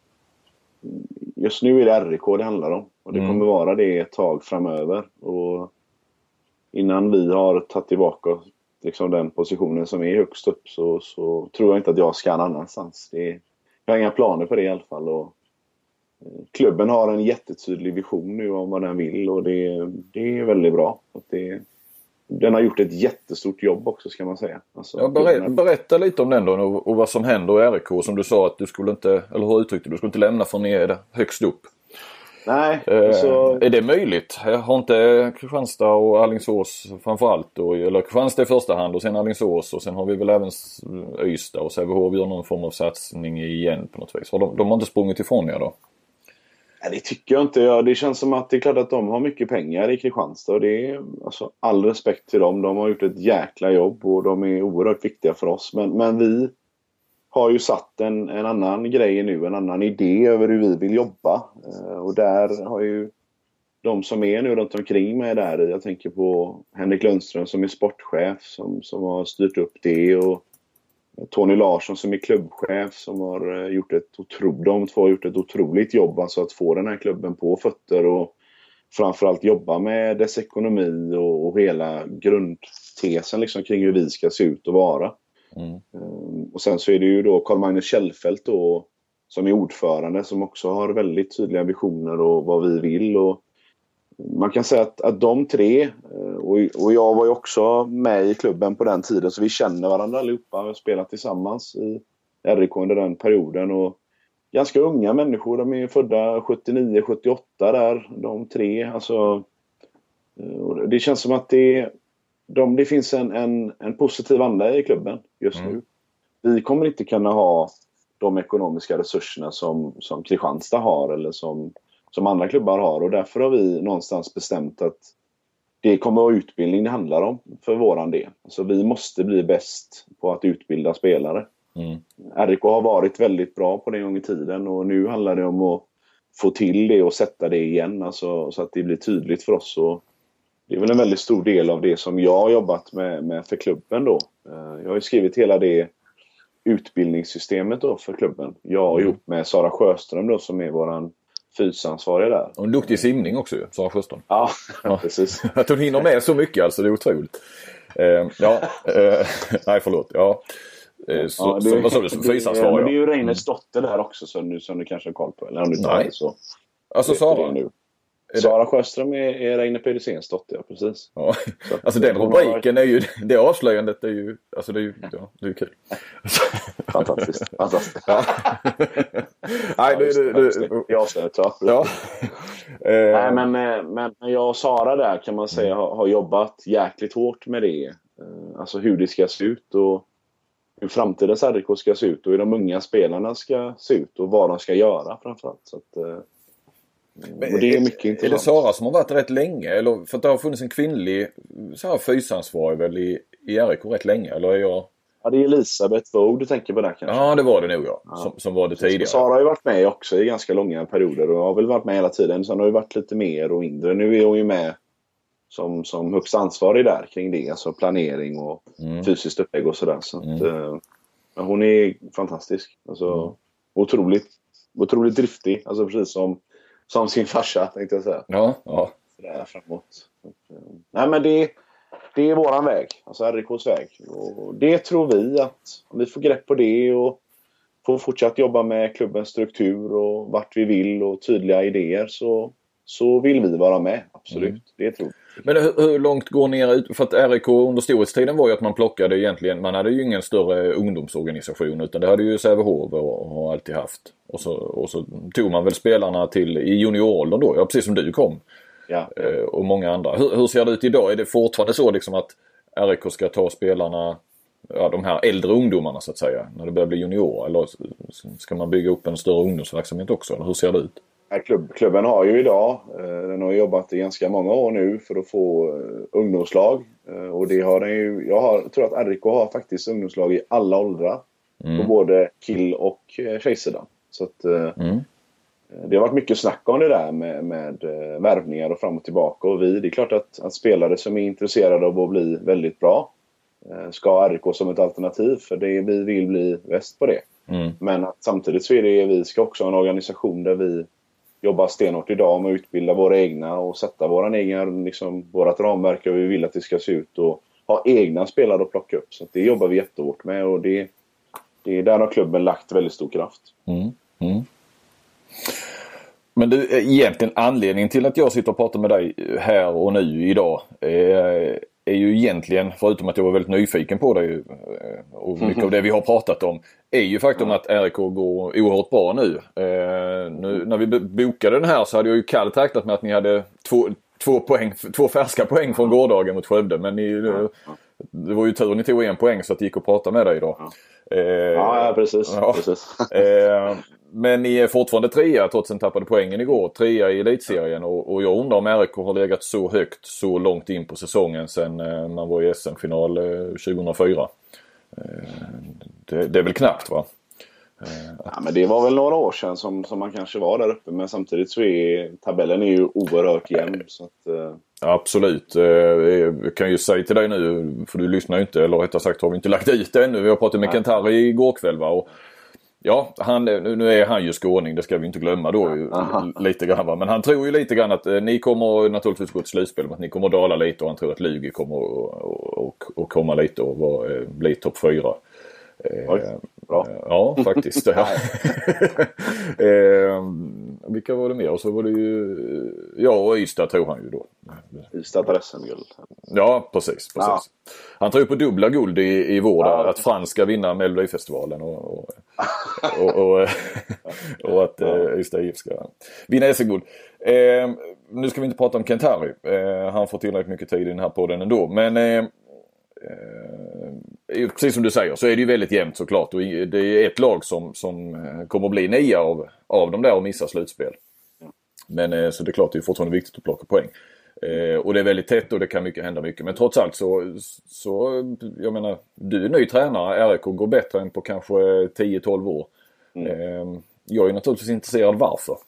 just nu är det R I K det handlar om. Och det mm. kommer vara det ett tag framöver. Och innan vi har tagit tillbaka liksom den positionen som är högst upp så, så tror jag inte att jag ska någon annanstans. Det är, jag har inga planer på det i alla fall. Och, eh, klubben har en jättetydlig vision nu om vad den vill och det, det är väldigt bra. Att det, den har gjort ett jättestort jobb också ska man säga. Alltså, ja, ber- berätta lite om den då och, och vad som händer i R I K som du sa att du skulle inte, eller hur uttryckte du, du skulle inte lämna för ni är där högst upp. Nej, alltså... eh, är det möjligt? Har inte Kristianstad och Alingsås framförallt då, eller Kristianstad i första hand och sen Alingsås och sen har vi väl även Ystad och Sävehof gör någon form av satsning igen på något vis. Har de, de har inte sprungit ifrån er då? Nej, det tycker jag inte. Ja, det känns som att det är klart att de har mycket pengar i Kristianstad och det är alltså all respekt till dem. De har gjort ett jäkla jobb och de är oerhört viktiga för oss. Men, men vi har ju satt en, en annan grej nu, en annan idé över hur vi vill jobba. Eh, och där har ju de som är nu runt omkring mig där, jag tänker på Henrik Lundström som är sportchef som, som har styrt upp det och Tony Larsson som är klubbchef som har gjort ett otroligt, de två har gjort ett otroligt jobb alltså att få den här klubben på fötter och framförallt jobba med dess ekonomi och, och hela grundtesen liksom kring hur vi ska se ut och vara. Mm. Um, och sen så är det ju då Carl Magnus Kjellfeldt då som är ordförande som också har väldigt tydliga visioner och vad vi vill och man kan säga att, att de tre och, och jag var ju också med i klubben på den tiden så vi känner varandra allihopa och har spelat tillsammans i R I K under den perioden och ganska unga människor, de är födda sjuttionio sjuttioåtta där, de tre alltså det känns som att det De, det finns en, en, en positiv anda i klubben just mm. nu. Vi kommer inte kunna ha de ekonomiska resurserna som, som Kristianstad har eller som, som andra klubbar har. Och därför har vi någonstans bestämt att det kommer att vara utbildning det handlar om för våran del. Så vi måste bli bäst på att utbilda spelare. Mm. R I K har varit väldigt bra på det gång i tiden och nu handlar det om att få till det och sätta det igen, alltså, så att det blir tydligt för oss. Och det är väl en väldigt stor del av det som jag har jobbat med, med för klubben då. Jag har ju skrivit hela det utbildningssystemet då för klubben. Jag mm. ihop med Sara Sjöström då, som är våran fysansvarig där. Och en duktig simning också ju, Sara Sjöström. Ja, ja. Precis. Att hon hinner med så mycket alltså, det är otroligt. Eh, ja, eh, nej förlåt. Ja. Eh, så, ja, det, så, vad sa du, som fysansvarig? Men det är ju Reines dotter där också som du, som du kanske har koll på. Eller om du tar nej. Det så. Alltså Sara? Nu. Sara Sjöström är, är Reine Pedersens dotter, ja, precis. Ja. Alltså den rubriken är ju, det avslöjandet är ju, alltså det är ju, ja, det är ju kul. Fantastiskt, fantastiskt. Ja. Nej, det är jag avslöjat, ja. Ja. Nej, men, men jag och Sara där kan man säga har, har jobbat jäkligt hårt med det. Alltså hur det ska se ut och hur framtidens R I K ska se ut och hur de unga spelarna ska se ut och vad de ska göra framförallt. Så att, men och det är mycket intressant. Är det Sara som har varit rätt länge? Eller, för att det har funnits en kvinnlig så här fysansvarig väl i, i R I K rätt länge? Eller är jag... Ja, det är Elisabeth Våg du tänker på där kanske. Ja, det var det nog ja. ja. Som, som var det tidigare. Så Sara har ju varit med också i ganska långa perioder och har väl varit med hela tiden. Sen har det varit lite mer och mindre. Nu är hon ju med som, som högst ansvarig där kring det. Alltså planering och mm. fysiskt upplägg och sådär. Så mm. att, uh, hon är fantastisk. Alltså mm. otroligt, otroligt driftig. Alltså precis som Som sin farsa, tänkte jag säga. Ja, ja. Sådär framåt. Nej, men det, det är våran väg. Alltså R I K:s väg. Och det tror vi att om vi får grepp på det och får fortsatt jobba med klubbens struktur och vart vi vill och tydliga idéer så, så vill vi vara med. Absolut, mm. det tror vi. Men hur, hur långt går ner ut? För att R I K under storhetstiden var ju att man plockade egentligen, man hade ju ingen större ungdomsorganisation utan det hade ju Sävehof och har alltid haft. Och så, och så tog man väl spelarna till i junioråldern då, ja, precis som du kom. Ja. Eh, och många andra. Hur, hur ser det ut idag? Är det fortfarande så liksom att R I K ska ta spelarna, ja, de här äldre ungdomarna så att säga, när det börjar bli junior? Eller ska man bygga upp en större ungdomsverksamhet också? Eller hur ser det ut? Klubb, klubben har ju idag, eh, den har jobbat i ganska många år nu för att få eh, ungdomslag. Eh, och det har den ju, jag har, tror att R I K har faktiskt ungdomslag i alla åldrar. Mm. På både kill- och eh, tjejsidan. Så att eh, mm. det har varit mycket snack om det där med, med eh, värvningar och fram och tillbaka. Och vi, det är klart att, att spelare som är intresserade av att bli väldigt bra eh, ska ha R I K som ett alternativ. För det, vi vill bli bäst på det. Mm. Men att samtidigt så är det, vi ska också ha en organisation där vi jobbar stenhårt idag med att utbilda våra egna och sätta våran egen, liksom, vårat ramverk och vi vill att det ska se ut och ha egna spelare att plocka upp. Så att det jobbar vi jättehårt med och det, det, där har klubben lagt väldigt stor kraft. Mm. Mm. Men du, egentligen anledningen till att jag sitter och pratar med dig här och nu idag är, är ju egentligen, förutom att jag var väldigt nyfiken på dig och mycket av det vi har pratat om, är ju faktum att R I K går oerhört bra nu. Eh, nu när vi bokade den här så hade jag ju kallt räknat med att ni hade två, två, poäng, två färska poäng från gårdagen mot Skövde. Men ni, det var ju tur ni tog en poäng så att det gick att prata med dig idag. Eh, ja, precis. Ja. precis. eh, men ni är fortfarande trea trots att ni tappade poängen igår. Trea i elitserien och, och jag undrar om R I K har legat så högt så långt in på säsongen sedan eh, man var i S M-final eh, tjugohundrafyra. Eh, det, det är väl knappt va? Eh, ja, men det var väl några år sedan som, som man kanske var där uppe. Men samtidigt så är tabellen är ju oerhört jämn. Så att, eh... Absolut. Eh, jag kan ju säga till dig nu, för du lyssnar ju inte, eller rättare sagt har vi inte lagt ut det ännu. Vi har pratat med Kentari igår kväll va? Och ja, han, nu är han ju skåning, det ska vi inte glömma då Aha. lite grann va? Men han tror ju lite grann att eh, ni kommer naturligtvis gå till slutspel, men att ni kommer att dala lite och han tror att Lugi kommer att och, och, och komma lite och var, eh, bli topp fyra. Oj, bra. Ja, faktiskt. eh, vilka var det mer? Och så var det ju, ja, och Ystad tror han ju då. Ystad på S M-guld. Ja, precis. precis. Ja. Han tror ju på dubbla guld i, i vår ja. att Frans ska vinna Melodifestivalen och, och, och, och, och att eh, Ystad I F ska vinna S M-guld. Eh, nu ska vi inte prata om Kentari. Eh, han får tillräckligt mycket tid i den här podden ändå. Men eh, Eh, precis som du säger så är det ju väldigt jämnt såklart och det är ett lag som, som kommer att bli nia av, av de där och missa slutspel. Men eh, så det är klart det är fortfarande viktigt att plocka poäng. Eh, och det är väldigt tätt och det kan mycket hända mycket. Men trots allt så, så jag menar, du är ny tränare. R I K går bättre än på kanske tio tolv år. Mm. Eh, jag är naturligtvis intresserad varför.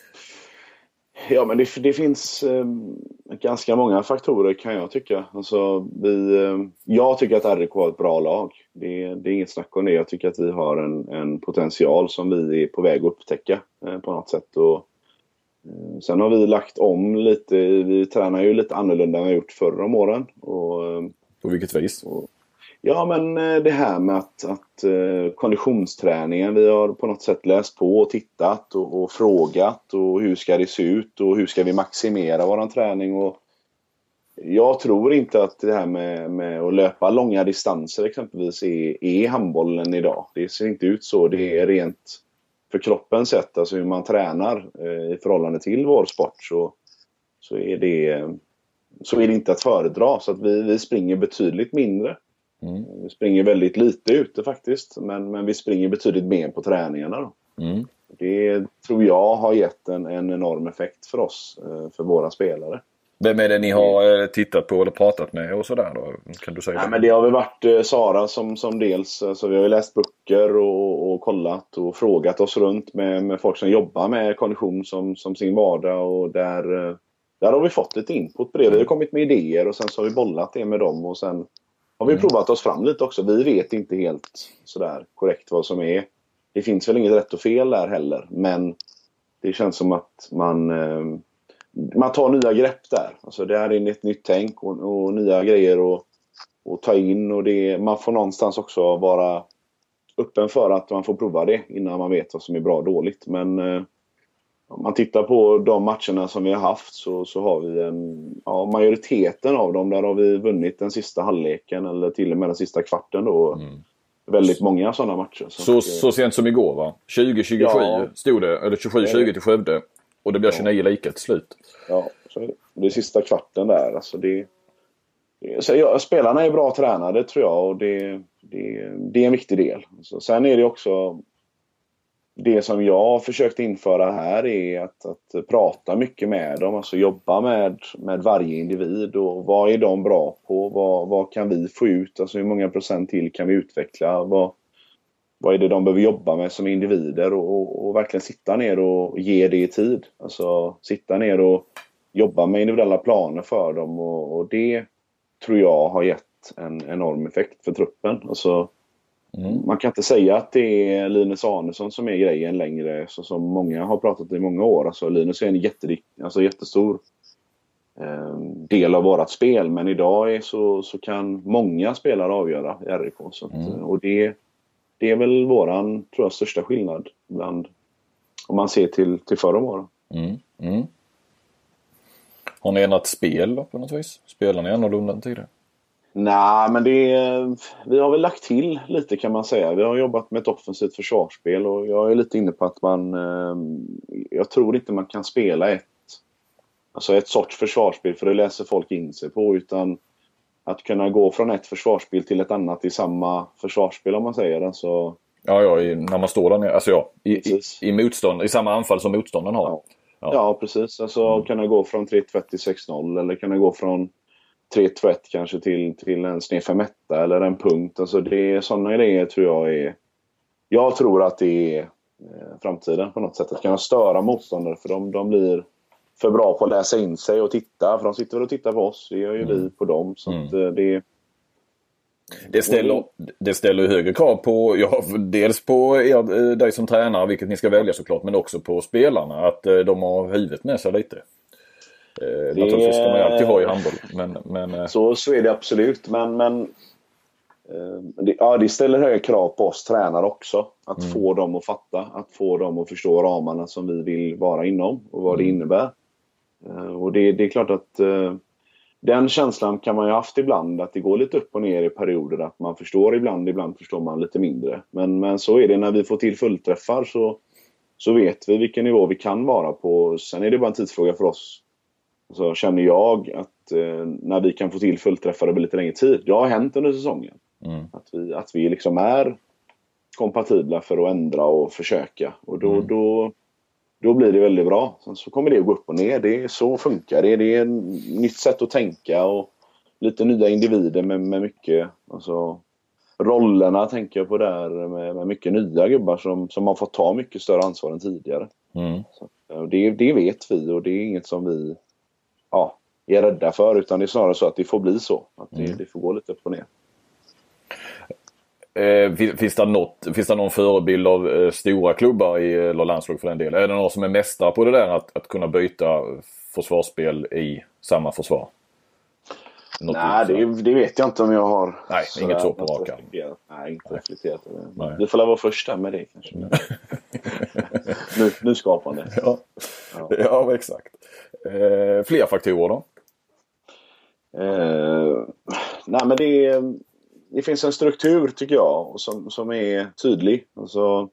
Ja, men det, det finns eh, ganska många faktorer kan jag tycka. Alltså, vi, eh, jag tycker att R I K har ett bra lag. Det, det är inget snack om det. Jag tycker att vi har en, en potential som vi är på väg att upptäcka eh, på något sätt. Och, eh, sen har vi lagt om lite. Vi tränar ju lite annorlunda än vi har gjort förra om åren. Och, eh, på vilket vis? Och, ja, men det här med att, att uh, konditionsträningen, vi har på något sätt läst på och tittat och, och frågat och hur ska det se ut och hur ska vi maximera våran träning. Och jag tror inte att det här med, med att löpa långa distanser exempelvis är, är handbollen idag. Det ser inte ut så. Det är rent för kroppens sätt, alltså hur man tränar uh, i förhållande till vår sport, så, så, är det, så är det inte att föredra. Så att vi, vi springer betydligt mindre. Mm. Vi springer väldigt lite ute faktiskt, men, men vi springer betydligt mer på träningarna då. Mm. Det tror jag har gett en, en enorm effekt för oss, för våra spelare. Vem är det ni har tittat på eller pratat med och sådär då? Kan du säga? Nej, det? Men det har väl varit Sara som, som dels, alltså vi har ju läst böcker och, och kollat och frågat oss runt med, med folk som jobbar med kondition som, som sin vardag, och där, där har vi fått lite input på det. Vi har kommit med idéer och sen så har vi bollat det med dem, och sen har vi provat oss fram lite också. Vi vet inte helt sådär korrekt vad som är. Det finns väl inget rätt och fel där heller. Men det känns som att man, eh, man tar nya grepp där. Alltså det här är ett nytt tänk och, och nya grejer att, att ta in. Och det, man får någonstans också vara öppen för att man får prova det innan man vet vad som är bra och dåligt. Men eh, om man tittar på de matcherna som vi har haft, så, så har vi en, ja, majoriteten av dem, där har vi vunnit den sista halvleken eller till och med den sista kvarten då. Mm. Väldigt många sådana matcher. Så, så, så sent som igår va? tjugo tjugosju ja. Stod det, eller tjugosju tjugo till Skövde. Och det blir tjugonio lika till slut. Ja, så det är sista kvarten där. Alltså det, det, så jag, spelarna är bra tränade tror jag, och det, det, det är en viktig del. Så, sen är det också... Det som jag har försökt införa här är att, att prata mycket med dem. Alltså jobba med, med varje individ. Och vad är de bra på? Vad, vad kan vi få ut? Alltså hur många procent till kan vi utveckla? Vad, vad är det de behöver jobba med som individer? Och, och, och verkligen sitta ner och ge det i tid. Alltså sitta ner och jobba med individuella planer för dem. Och, och det tror jag har gett en enorm effekt för truppen. Alltså... Mm. Man kan inte säga att det är Linus Arnesson som är grejen längre, så som många har pratat i många år. Alltså Linus är en jätterik, alltså jättestor eh, del av vårat spel, men idag är så, så kan många spelare avgöra i R I K. Så att, mm. Och det, det är väl våran, tror jag, största skillnad bland, om man ser till, till förra året. Mm. Mm. Har ni ändrat spel på något vis? Spelar ni annorlunda än tidigare? Nej, men det är, vi har väl lagt till lite kan man säga. Vi har jobbat med ett offensivt försvarsspel, och jag är lite inne på att man, jag tror inte man kan spela ett, alltså ett sorts försvarsspel, för det läser folk in sig på, utan att kunna gå från ett försvarsspel till ett annat i samma försvarsspel, om man säger. Alltså, ja, ja, i, när man står där nere, alltså ja, i, i, i, motstånd, i samma anfall som motståndaren har. Ja, ja. ja precis. Alltså mm. kunna gå från tre två ett till sex noll, eller kunna gå från tre två ett kanske till, till en sned fem ett eller en punkt. Alltså det är sådana grejer tror jag är... Jag tror att det är eh, framtiden på något sätt. Att kunna störa motståndare, för de, de blir för bra på att läsa in sig och titta. För de sitter väl och tittar på oss. Det gör ju mm. vi på dem. Så mm. att, eh, det... Det ställer, det ställer högre krav på, ja, dels på er, dig som tränare, vilket ni ska välja såklart, men också på spelarna. Att eh, de har huvudet med sig lite. Eh, det, naturligtvis ska man ju alltid ha i handboll, men, men, eh. så, så är det absolut, men, men eh, det, ja, det ställer höga krav på oss tränare också, att mm. få dem att fatta, att få dem att förstå ramarna som vi vill vara inom och vad mm. det innebär. eh, och det, det är klart att eh, den känslan kan man ju haft ibland, att det går lite upp och ner i perioder, att man förstår ibland, ibland förstår man lite mindre, men, men så är det när vi får till fullträffar, så, så vet vi vilken nivå vi kan vara på. Sen är det bara en tidsfråga för oss. Så känner jag att eh, när vi kan få till fullträffar över lite längre tid. Det har hänt under säsongen. Mm. Att vi, att vi liksom är kompatibla för att ändra och försöka. Och då, mm. då, då blir det väldigt bra. Sen så kommer det att gå upp och ner. Det är, så funkar det. Det är ett nytt sätt att tänka och lite nya individer med, med mycket, alltså rollerna tänker jag på där, med, med mycket nya gubbar som, som har fått ta mycket större ansvar än tidigare. Mm. Så, det, det vet vi och det är inget som vi ja, är rädda för, utan det är snarare så att det får bli så. Att det, mm. det får gå lite upp och ner. Eh, finns, det något, finns det någon förebild av eh, stora klubbar i, eller landslag för den delen? Är det någon som är mästare på det där att, att kunna byta försvarsspel i samma försvar? Något Nej, det, det vet jag inte om jag har. Nej, så inget så på raka. Nej, inte reflekterat. Du får vara första med det kanske. nu, nu skapande. Ja, ja. ja exakt. Eh, fler faktorer då? Eh, nej, men det, det finns en struktur tycker jag som, som är tydlig. Alltså,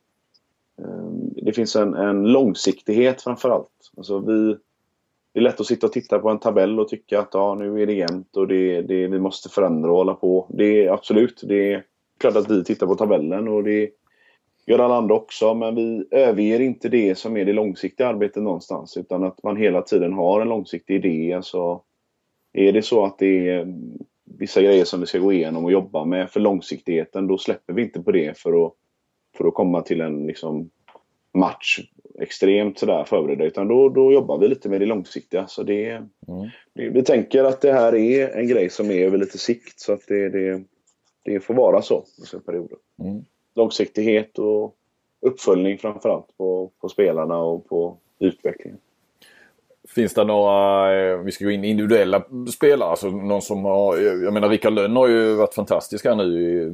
eh, det finns en, en långsiktighet framförallt. Alltså vi Det är lätt att sitta och titta på en tabell och tycka att ja, nu är det jämnt och det, det, vi måste förändra och hålla på. Det är absolut, det är klart att vi tittar på tabellen och det gör alla andra också. Men vi överger inte det som är det långsiktiga arbetet någonstans, utan att man hela tiden har en långsiktig idé. Alltså, är det så att det är vissa grejer som vi ska gå igenom och jobba med för långsiktigheten, då släpper vi inte på det för att, för att komma till en liksom, match extremt sådär förberedda, utan då, då jobbar vi lite med det långsiktiga. Så det, mm. det, vi tänker att det här är en grej som är över lite sikt, så att det, det, det får vara så i perioder. Mm. Långsiktighet och uppföljning framförallt på, på spelarna och på utvecklingen. Finns det några, vi ska gå in individuella spelare, alltså någon som har, jag menar Rickard Lönn har ju varit fantastisk här nu i,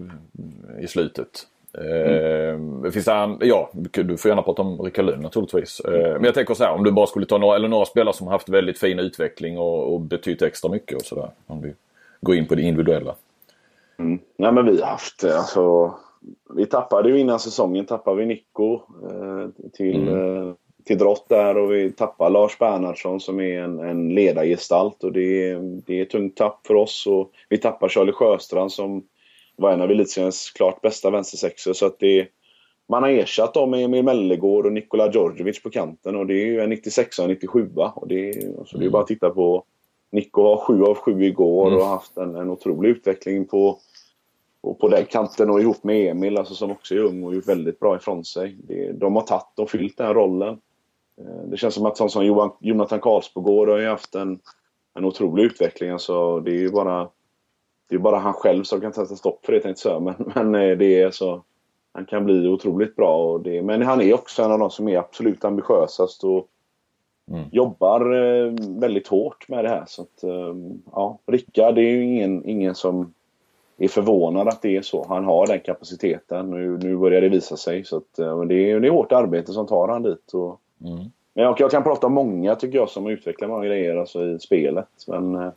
i slutet. Mm. Eh, finns det, ja, du får gärna prata om Rickard Lönn naturligtvis. Eh, men jag tänker så här, om du bara skulle ta några, eller några spelare som har haft väldigt fin utveckling och, och betytt extra mycket och sådär. Om vi går in på det individuella. Mm. Nej, men vi har haft, alltså, vi tappade ju innan säsongen, tappade vi Nico eh, till, mm. eh, till drott där, och vi tappade Lars Bernhardsson som är en, en ledargestalt, och det är, det är ett tungt tapp för oss. Och vi tappar Charlie Sjöstrand som var en av elitseriens klart bästa vänstersexor, så att det, man har ersatt dem med Emil Mellegård och Nikola Djordjevic på kanten, och det är ju en nittiosex och nittiosju, och det är, alltså det är bara att titta på Nico har sju av sju igår mm. och har haft en, en otrolig utveckling på, på, på den kanten, och ihop med Emil alltså, som också är ung och gjort väldigt bra ifrån sig. Det, de har tagit och fyllt den här rollen. Det känns som att sån som Johan, Jonathan Karlsbogård har ju haft en, en otrolig utveckling. Alltså, det är ju bara Det är bara han själv som kan sätta stopp för det, tänkte jag. Men, men det är så, han kan bli otroligt bra. Och det, men han är också en av de som är absolut ambitiösast och mm. jobbar eh, väldigt hårt med det här. Så att, eh, ja, Rickard, det är ju ingen, ingen som är förvånad att det är så. Han har den kapaciteten. Nu, nu börjar det visa sig. Så att, eh, det, är, det är hårt arbete som tar han dit. Och, mm. Men jag, jag kan prata om många, tycker jag, som utvecklar många grejer alltså, i spelet. Men eh,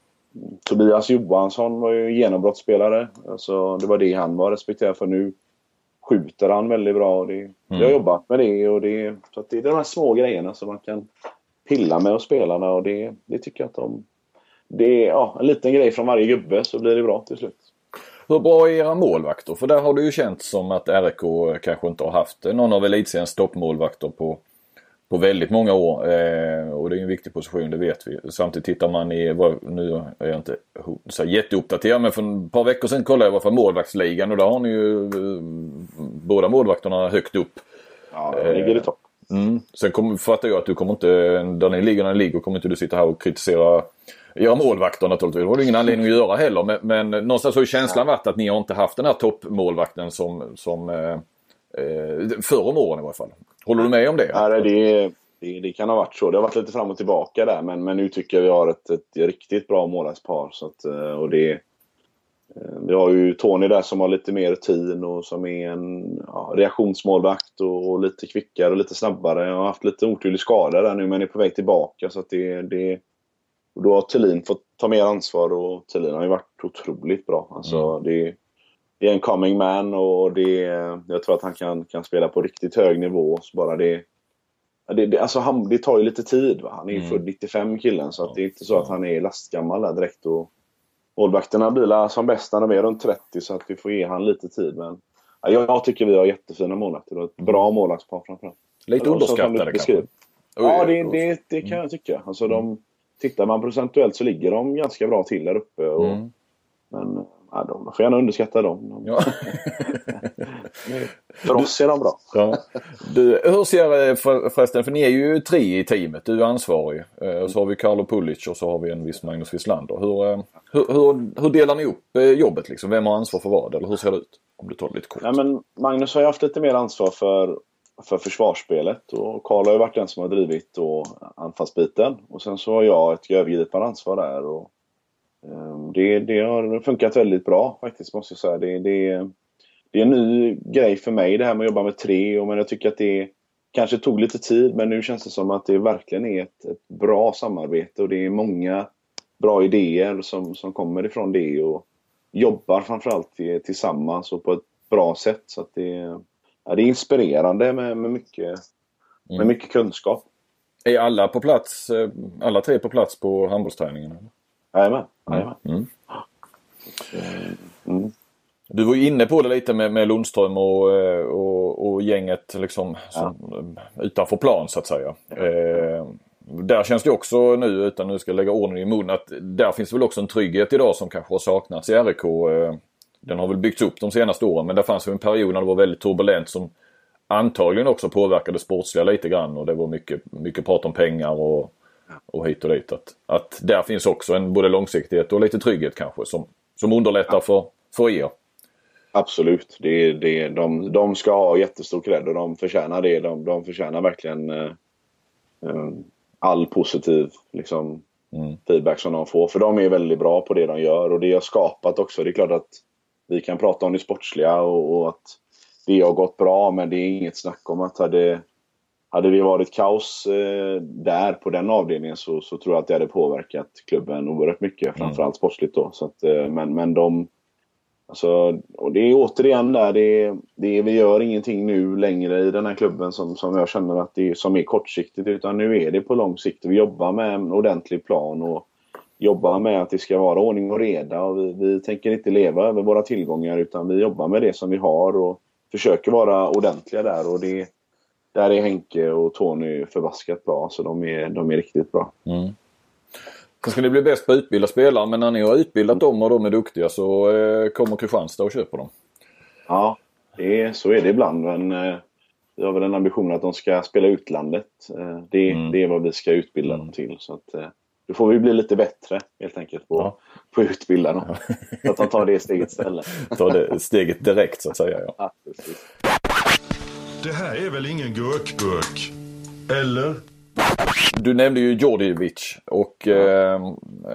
Tobias Johansson var ju genombrottsspelare. Alltså, det var det han var respekterad för. Nu skjuter han väldigt bra. Och det, mm. Jag har jobbat med det. Och det, så att det är de här små grejerna som man kan pilla med och spelarna. Och det, det tycker jag att de... Det är ja, en liten grej från varje gubbe, så blir det bra till slut. Hur bra är era målvakter? För där har det ju känts som att R K kanske inte har haft någon av elitseriens toppmålvakter på... på väldigt många år, eh, och det är en viktig position, det vet vi. Samtidigt tittar man i, nu är jag inte så jätteuppdaterad, men för ett par veckor sedan kollade jag varför målvaktsligan, och där har ni ju eh, båda målvakterna högt upp. Ja, det ligger i topp. Mm. Sen kom, fattar jag att du kommer inte, där ni ligger när ni ligger, kommer inte du sitta här och kritisera era målvakter naturligtvis. Det har du ingen anledning att göra heller, men, men någonstans har ju känslan varit att ni har inte haft den här toppmålvakten som, som eh, förr om åren i alla fall. Håller du med om det? Ja, det, det, det kan ha varit så. Det har varit lite fram och tillbaka där. Men, men nu tycker jag vi har ett, ett riktigt bra målvaktspar. Så att, och det, vi har ju Tony där som har lite mer rutin och som är en ja, reaktionsmålvakt och, och lite kvickare och lite snabbare. Jag har haft lite oturlig skada där nu, men är på väg tillbaka. Så att det, det, och då har Thulin fått ta mer ansvar, och Thulin har ju varit otroligt bra. Alltså, mm. det Det är en coming man, och det, jag tror att han kan, kan spela på riktigt hög nivå. Så bara det, det, det, alltså han, det tar ju lite tid. Va? Han är ju mm. född nittiofem killen, så att det är inte så att han är lastgammal där direkt. Och målvakterna blir som bäst när de är runt trettio, så att vi får ge han lite tid. Men Ja, jag tycker vi har jättefina målvakter och ett bra målvaktspar framförallt. Lite underskattade kanske. Ja, det, det, det kan jag tycka. Alltså, de, tittar man procentuellt så ligger de ganska bra till där uppe. Och, mm. Men ja, de får gärna underskatta dem. De, ja. För oss är de bra. Ja. Du, hur ser för, förresten, för ni är ju tre i teamet. Du är ansvarig. Och så har vi Carlo Pulic och så har vi en viss Magnus Wislander. Hur, hur, hur, hur delar ni upp jobbet liksom? Vem har ansvar för vad? Eller hur ser det ut? Om du tar det lite kort. Nej, men Magnus har ju haft lite mer ansvar för för försvarsspelet och Carl har ju varit den som har drivit och anfallsbiten och sen så har jag ett övergripande ansvar där och um, det, det har funkat väldigt bra faktiskt måste jag säga. Det, det, det är en ny grej för mig det här med att jobba med tre och men jag tycker att det kanske tog lite tid men nu känns det som att det verkligen är ett, ett bra samarbete och det är många bra idéer som, som kommer ifrån det och jobbar framförallt tillsammans och på ett bra sätt så att det Ja, det är inspirerande med, med, mycket, mm. med mycket kunskap. Är alla på plats, alla tre på plats på handbollsträningen? Jajamän. Jajamän. Mm. Mm. Du var ju inne på det lite med, med Lundström och, och, och gänget liksom, som, ja. utanför plan så att säga. Eh, där känns det också nu, utan nu ska jag lägga orden i mun, att där finns väl också en trygghet idag som kanske har saknats i R I K. Eh, Den har väl byggts upp de senaste åren men det fanns en period när det var väldigt turbulent som antagligen också påverkade sportsliga lite grann och det var mycket, mycket prat om pengar och, och hit och dit. Att, att där finns också en både långsiktighet och lite trygghet kanske som, som underlättar för, för er. Absolut. Det, det, de, de ska ha jättestor cred och de förtjänar det. De, de förtjänar verkligen eh, all positiv liksom, mm. feedback som de får. För de är väldigt bra på det de gör och det har skapat också. Det är klart att vi kan prata om det sportsliga och, och att det har gått bra men det är inget snack om att hade, hade det varit kaos eh, där på den avdelningen så, så tror jag att det hade påverkat klubben oerhört mycket, mm. framförallt sportsligt då. Så att, eh, men, men de, alltså, och det är återigen där, det, det, vi gör ingenting nu längre i den här klubben som, som jag känner att det som är kortsiktigt utan nu är det på lång sikt. Vi jobbar med en ordentlig plan och jobbar med att det ska vara ordning och reda och vi, vi tänker inte leva över våra tillgångar utan vi jobbar med det som vi har och försöker vara ordentliga där och det, där är Henke och Tony förbaskat bra så de är, de är riktigt bra. Mm. Sen ska ni bli bäst på att utbilda spelare men när ni har utbildat dem och de är duktiga så eh, kommer Kristianstad och köper dem. Ja, det är, så är det ibland men eh, vi har väl en ambition att de ska spela utlandet. Eh, det, mm. det är vad vi ska utbilda dem till så att eh, då får vi bli lite bättre helt enkelt på, ja. på att utbilda dem. Så att de tar det steget istället. Ta det steget direkt så att säga. Ja. Ja, precis. Det här är väl ingen gurkburk? Eller? Du nämnde ju Djordjevic och ja. eh,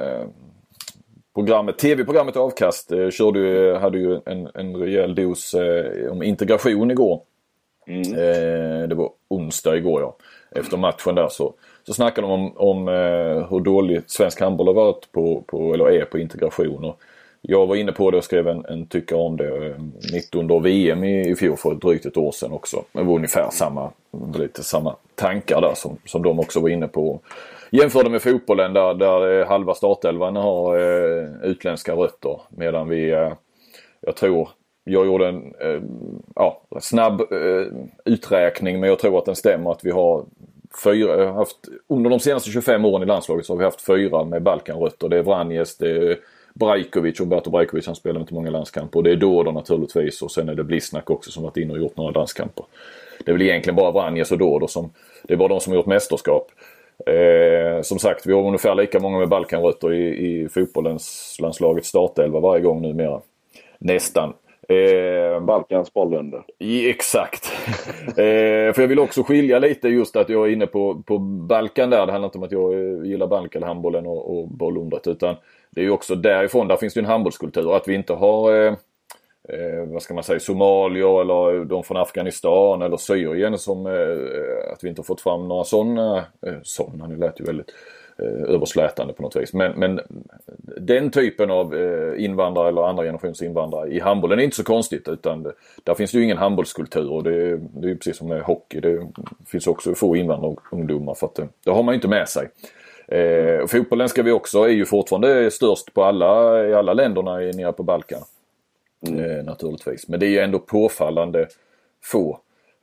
programmet, tv-programmet Avkast eh, körde ju, hade ju en, en rejäl dos eh, om integration igår. Mm. Eh, det var onsdag igår ja. Efter matchen där så Så snackade de om, om eh, hur dåligt svensk handboll har varit på, på, eller är på integration. Och jag var inne på det och skrev en, en tycka om det eh, mitt under V M i, i fjol för drygt ett år sedan också. Det var ungefär samma, lite samma tankar där som, som de också var inne på. Jämförde med fotbollen där, där eh, halva startelvan har eh, utländska rötter. Medan vi, eh, jag tror, jag gjorde en eh, ja, snabb eh, uträkning men jag tror att den stämmer att vi har Fyra, haft, under de senaste tjugofem åren i landslaget så har vi haft fyra med Balkanrötter. Det är Vranjes, det är Brajkovic och Berto Brajkovic, han spelar inte många landskamper. Och det är Dåder naturligtvis och sen är det Blisnak också som varit inne och gjort några landskamper. Det är väl egentligen bara Vranjes och Dåder som, det är bara de som har gjort mästerskap. Eh, som sagt, vi har ungefär lika många med Balkanrötter i, i fotbollens landslagets startelva varje gång numera. Nästan. Eh, Balkans bollunder. Exakt. eh, för jag vill också skilja lite just att jag är inne på, på Balkan där. Det handlar inte om att jag gillar Balkan, handbollen och, och bollundret utan det är ju också därifrån. Där finns det ju en handbollskultur. Att vi inte har eh, eh, vad ska man säga, somalier eller de från Afghanistan eller Syrien som eh, att vi inte har fått fram några sådana eh, sådana, nu lät ju väldigt överslätande på något vis. Men, men den typen av invandrare eller andra generations invandrare i handbollen är inte så konstigt utan det, där finns det ju ingen handbollskultur och det, det är ju precis som med hockey. Det finns också få invandrarungdomar för att det, det har man ju inte med sig. Eh, fotbollen ska vi också är ju fortfarande störst på alla, i alla länderna nere på Balkan. mm. eh, naturligtvis. Men det är ju ändå påfallande få.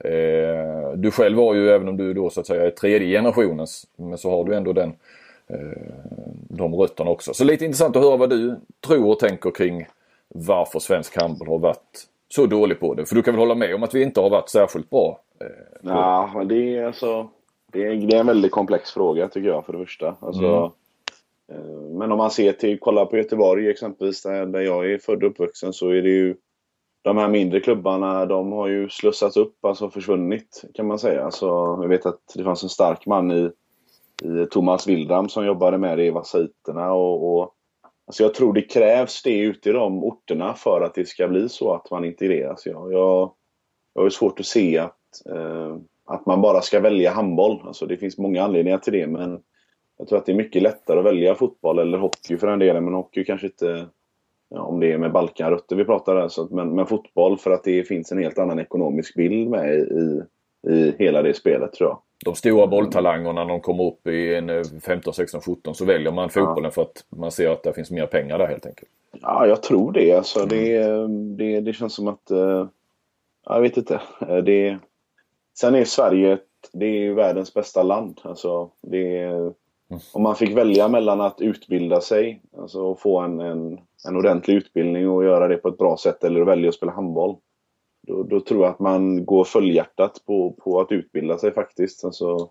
Eh, du själv har ju, även om du då så att säga är tredje generationens, men så har du ändå den eh, de rötterna också. Så lite intressant att höra vad du tror och tänker kring varför svensk handboll har varit så dålig på det. För du kan väl hålla med om att vi inte har varit särskilt bra? Eh, ja, men det är alltså det är, det är en väldigt komplex fråga tycker jag för det första. Alltså, mm. eh, men om man ser till, kolla på Göteborg exempelvis där, där jag är född och uppvuxen, så är det ju de här mindre klubbarna, de har ju slussats upp, alltså försvunnit kan man säga. Alltså, jag vet att det fanns en stark man i, i Thomas Wildram som jobbade med det i Vasaiterna. Och, och, alltså jag tror det krävs det ute i de orterna för att det ska bli så att man integreras. Jag, jag, jag har svårt att se att, eh, att man bara ska välja handboll. Alltså det finns många anledningar till det, men jag tror att det är mycket lättare att välja fotboll eller hockey för den delen. Men hockey kanske inte... Ja, om det är med Balkanrötter vi pratar där, så, men, men fotboll för att det finns en helt annan ekonomisk bild med i, i hela det spelet tror jag. De stora bolltalangerna när de kommer upp i en femton, sexton, sjutton så väljer man fotbollen ja. För att man ser att det finns mer pengar där helt enkelt. Ja, jag tror det. Alltså, det, det, det känns som att jag vet inte. Det, sen är Sverige ett, det är världens bästa land. Alltså, det är, om man fick välja mellan att utbilda sig, alltså och få en, en, en ordentlig utbildning och göra det på ett bra sätt, eller välja att spela handboll, då, då tror jag att man går fullhjärtat på, på att utbilda sig faktiskt. Alltså,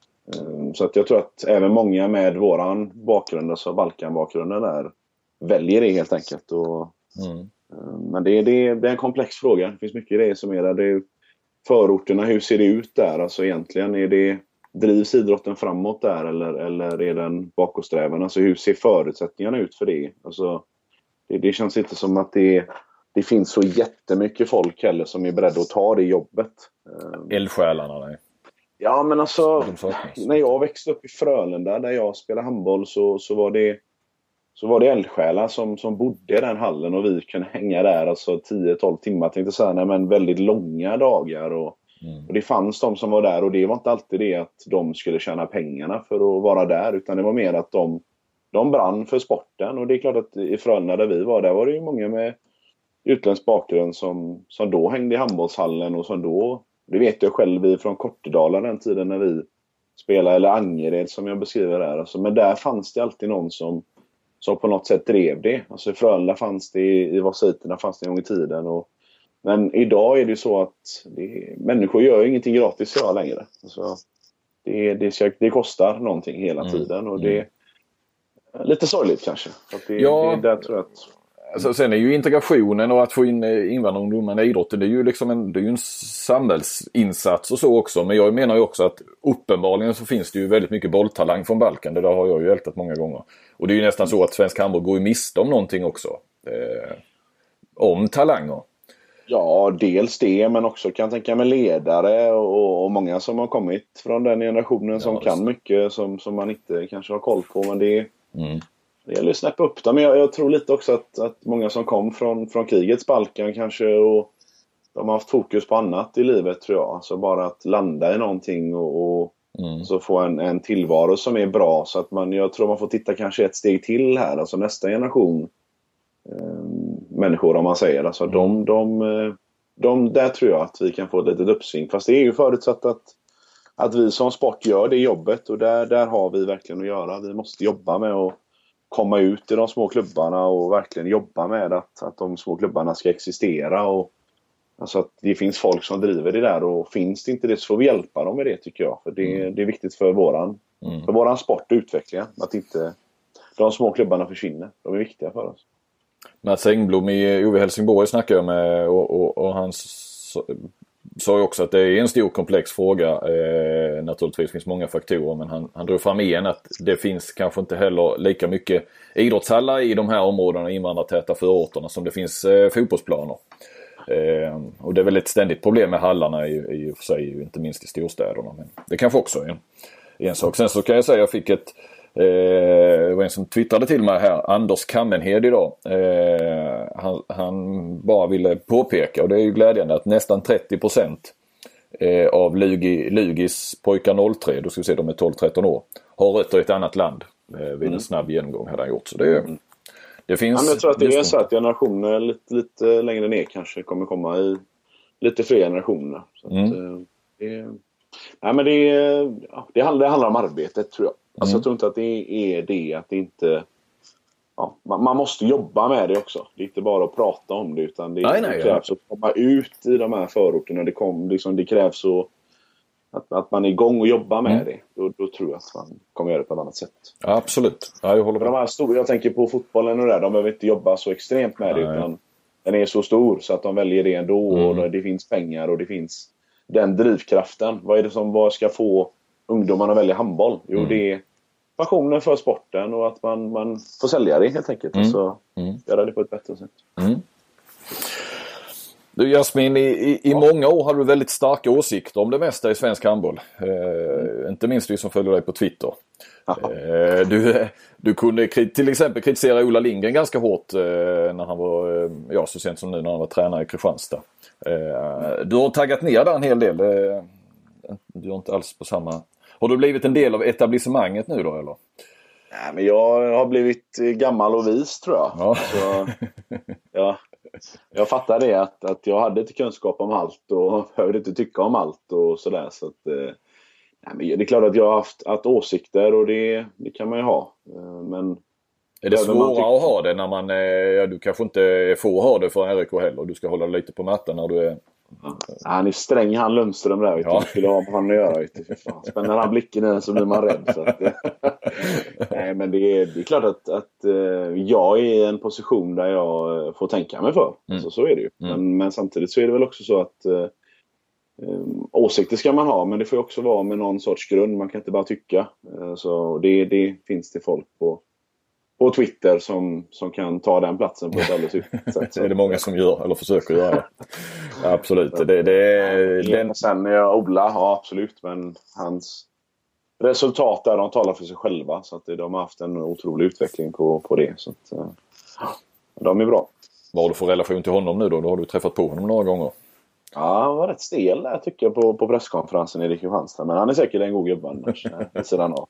um, så att jag tror att även många med våran bakgrund, alltså Balkan-bakgrunden där, väljer det helt enkelt. Och, mm. um, men det, det, det är en komplex fråga. Det finns mycket grejer som är där. Det är förorterna, hur ser det ut där? Alltså egentligen är det... Drivs idrotten framåt där eller, eller är den bakåtsträvan? Alltså hur ser förutsättningarna ut för det? Alltså, det, det känns inte som att det, det finns så jättemycket folk heller som är beredda att ta det jobbet. Eldsjälarna, nej. Ja, men alltså när jag växte upp i Frölunda där jag spelade handboll så, så var det så var det eldsjälar som, som bodde i den hallen och vi kunde hänga där alltså tio tolv timmar, tänkte säga, nej, men väldigt långa dagar och Mm. och det fanns de som var där och det var inte alltid det att de skulle tjäna pengarna för att vara där, utan det var mer att de, de brann för sporten. Och det är klart att i Frölunda där vi var, där var det ju många med utländsk bakgrund som, som då hängde i handbollshallen och som då, det vet jag själv, vi från Kortedala den tiden när vi spelade, eller Angered som jag beskriver där, alltså, men där fanns det alltid någon som, som på något sätt drev det. Alltså i Frölunda fanns det, i, i Vasaiterna fanns det en gång i tiden. Och men idag är det så att det, människor gör ju ingenting gratis idag längre. Alltså, det, det, ska, det kostar någonting hela mm. tiden och det är lite sorgligt kanske. Att det, ja, det, där tror jag att... alltså, sen är ju integrationen och att få in invandrarungdomarna i idrotten, det är ju liksom en, det är ju en samhällsinsats och så också. Men jag menar ju också att uppenbarligen så finns det ju väldigt mycket bolltalang från Balkan. Det där har jag ju ältat många gånger. Och det är ju nästan så att svensk handboll går i miste om någonting också. Eh, om talanger. Ja, dels det, men också kan jag tänka mig ledare och, och många som har kommit från den generationen ja, som kan mycket som, som man inte kanske har koll på. Men det, mm. det gäller att snäppa upp det. Men jag, jag tror lite också att, att många som kom från, från krigets Balkan kanske, och de har haft fokus på annat i livet tror jag. Alltså bara att landa i någonting och, och mm. så få en, en tillvaro som är bra. Så att man, jag tror man får titta kanske ett steg till här. Alltså nästa generation människor om man säger. Alltså, mm. de, de, de, där tror jag att vi kan få ett litet uppsving. Fast det är ju förutsatt att, att vi som sport gör det jobbet. Och där, där har vi verkligen att göra. Vi måste jobba med att komma ut i de små klubbarna och verkligen jobba med att, att de små klubbarna ska existera. Och, alltså att det finns folk som driver det där. Och finns det inte det så får vi hjälpa dem med det tycker jag. För det, mm. det är viktigt för våran, mm. för våran sport och utveckling. Att inte de små klubbarna försvinner. De är viktiga för oss. Mats Engblom i O V Helsingborg snackar jag med och, och, och han sa ju också att det är en stor komplex fråga. Eh, naturligtvis finns många faktorer, men han, han drog fram igen att det finns kanske inte heller lika mycket idrottshallar i de här områdena, invandrartäta förorterna, som det finns eh, fotbollsplaner. Eh, och det är väl ett ständigt problem med hallarna i, i och för sig, inte minst i storstäderna. Men det kanske också är en, en sak. Sen så kan jag säga att jag fick ett det var en som twittrade till mig här, Anders Kammenhed idag. Eh, han, han bara ville påpeka, och det är ju glädjande, att nästan trettio procent eh, av Lugi, Lugis pojkar noll tre, då ska vi se, de är tolv tretton år, har rötter i ett annat land. Eh, vid en snabb genomgång hade han gjort. Så det är, det finns... Ja, jag tror att det är så att generationer lite, lite längre ner kanske kommer komma i lite fler generationer. Så mm. att, det, nej, men det, det, handlar, det handlar om arbetet, tror jag. Alltså, mm. jag tror inte att det är det att det inte... Ja, man, man måste jobba med det också. Det är inte bara att prata om det, utan det, nej, nej, det krävs ja. att komma ut i de här förorterna. Det, kom, liksom, det krävs så att, att man är igång och jobbar med mm. det. Då, då tror jag att man kommer göra det på ett annat sätt. Ja, absolut. Ja, jag håller med. De här stora, jag tänker på fotbollen och det där. De behöver inte jobba så extremt med det, nej. utan den är så stor så att de väljer det ändå. Mm. Och det finns pengar och det finns den drivkraften. Vad är det som vad ska få ungdomarna att välja handboll? Jo, mm. det är passionen för sporten och att man, man får sälja det helt enkelt. Mm. Alltså mm. göra det på ett bättre sätt. Mm. Du Jasmin, i, i, i ja. många år har du väldigt starka åsikter om det mesta i svensk handboll. Eh, mm. Inte minst vi som följer dig på Twitter. Eh, du, du kunde till exempel kritisera Ola Lindgren ganska hårt eh, när han var, eh, ja, så sent som nu när han var tränare i Kristianstad. Eh, du har taggat ner där en hel del. Eh, du är inte alls på samma... Har du blivit en del av etablissemanget nu då, eller? Nej, men jag har blivit gammal och vis, tror jag. Ja. Så, ja, jag fattar det, att, att jag hade inte kunskap om allt och behövde inte tycka om allt och sådär. Så att, eh, nej, men det är klart att jag har haft att åsikter och det, det kan man ju ha. Men är det svårare att ha det när man, ja, du kanske inte får ha det för R I K heller. Du ska hålla lite på mattan när du är... Ja, han är sträng, han Lundström där. Ja. Skulle ha med han att göra. Men när han blicken är så blir man rädd. Så att, nej, men det är, det är klart att, att jag är i en position där jag får tänka mig för. Mm. Så, så är det ju. Mm. Men, men samtidigt så är det väl också så att um, åsikter ska man ha. Men det får också vara med någon sorts grund. Man kan inte bara tycka. Uh, så det, det finns det folk på på Twitter som, som kan ta den platsen på ett alldeles utmärkt sätt. Det är det många som gör, eller försöker göra det. Ja, absolut. Det, det, ja, den... Sen jag Ola, ja absolut, men hans resultat där, de talar för sig själva. Så att de har haft en otrolig utveckling på, på det. Så att, ja, de är bra. Vad har du för relation till honom nu då? Då har du träffat på honom några gånger. Ja, han var rätt stel där tycker jag på, på presskonferensen i Kristianstad. Men han är säkert en god gubbe annars. Sedan av.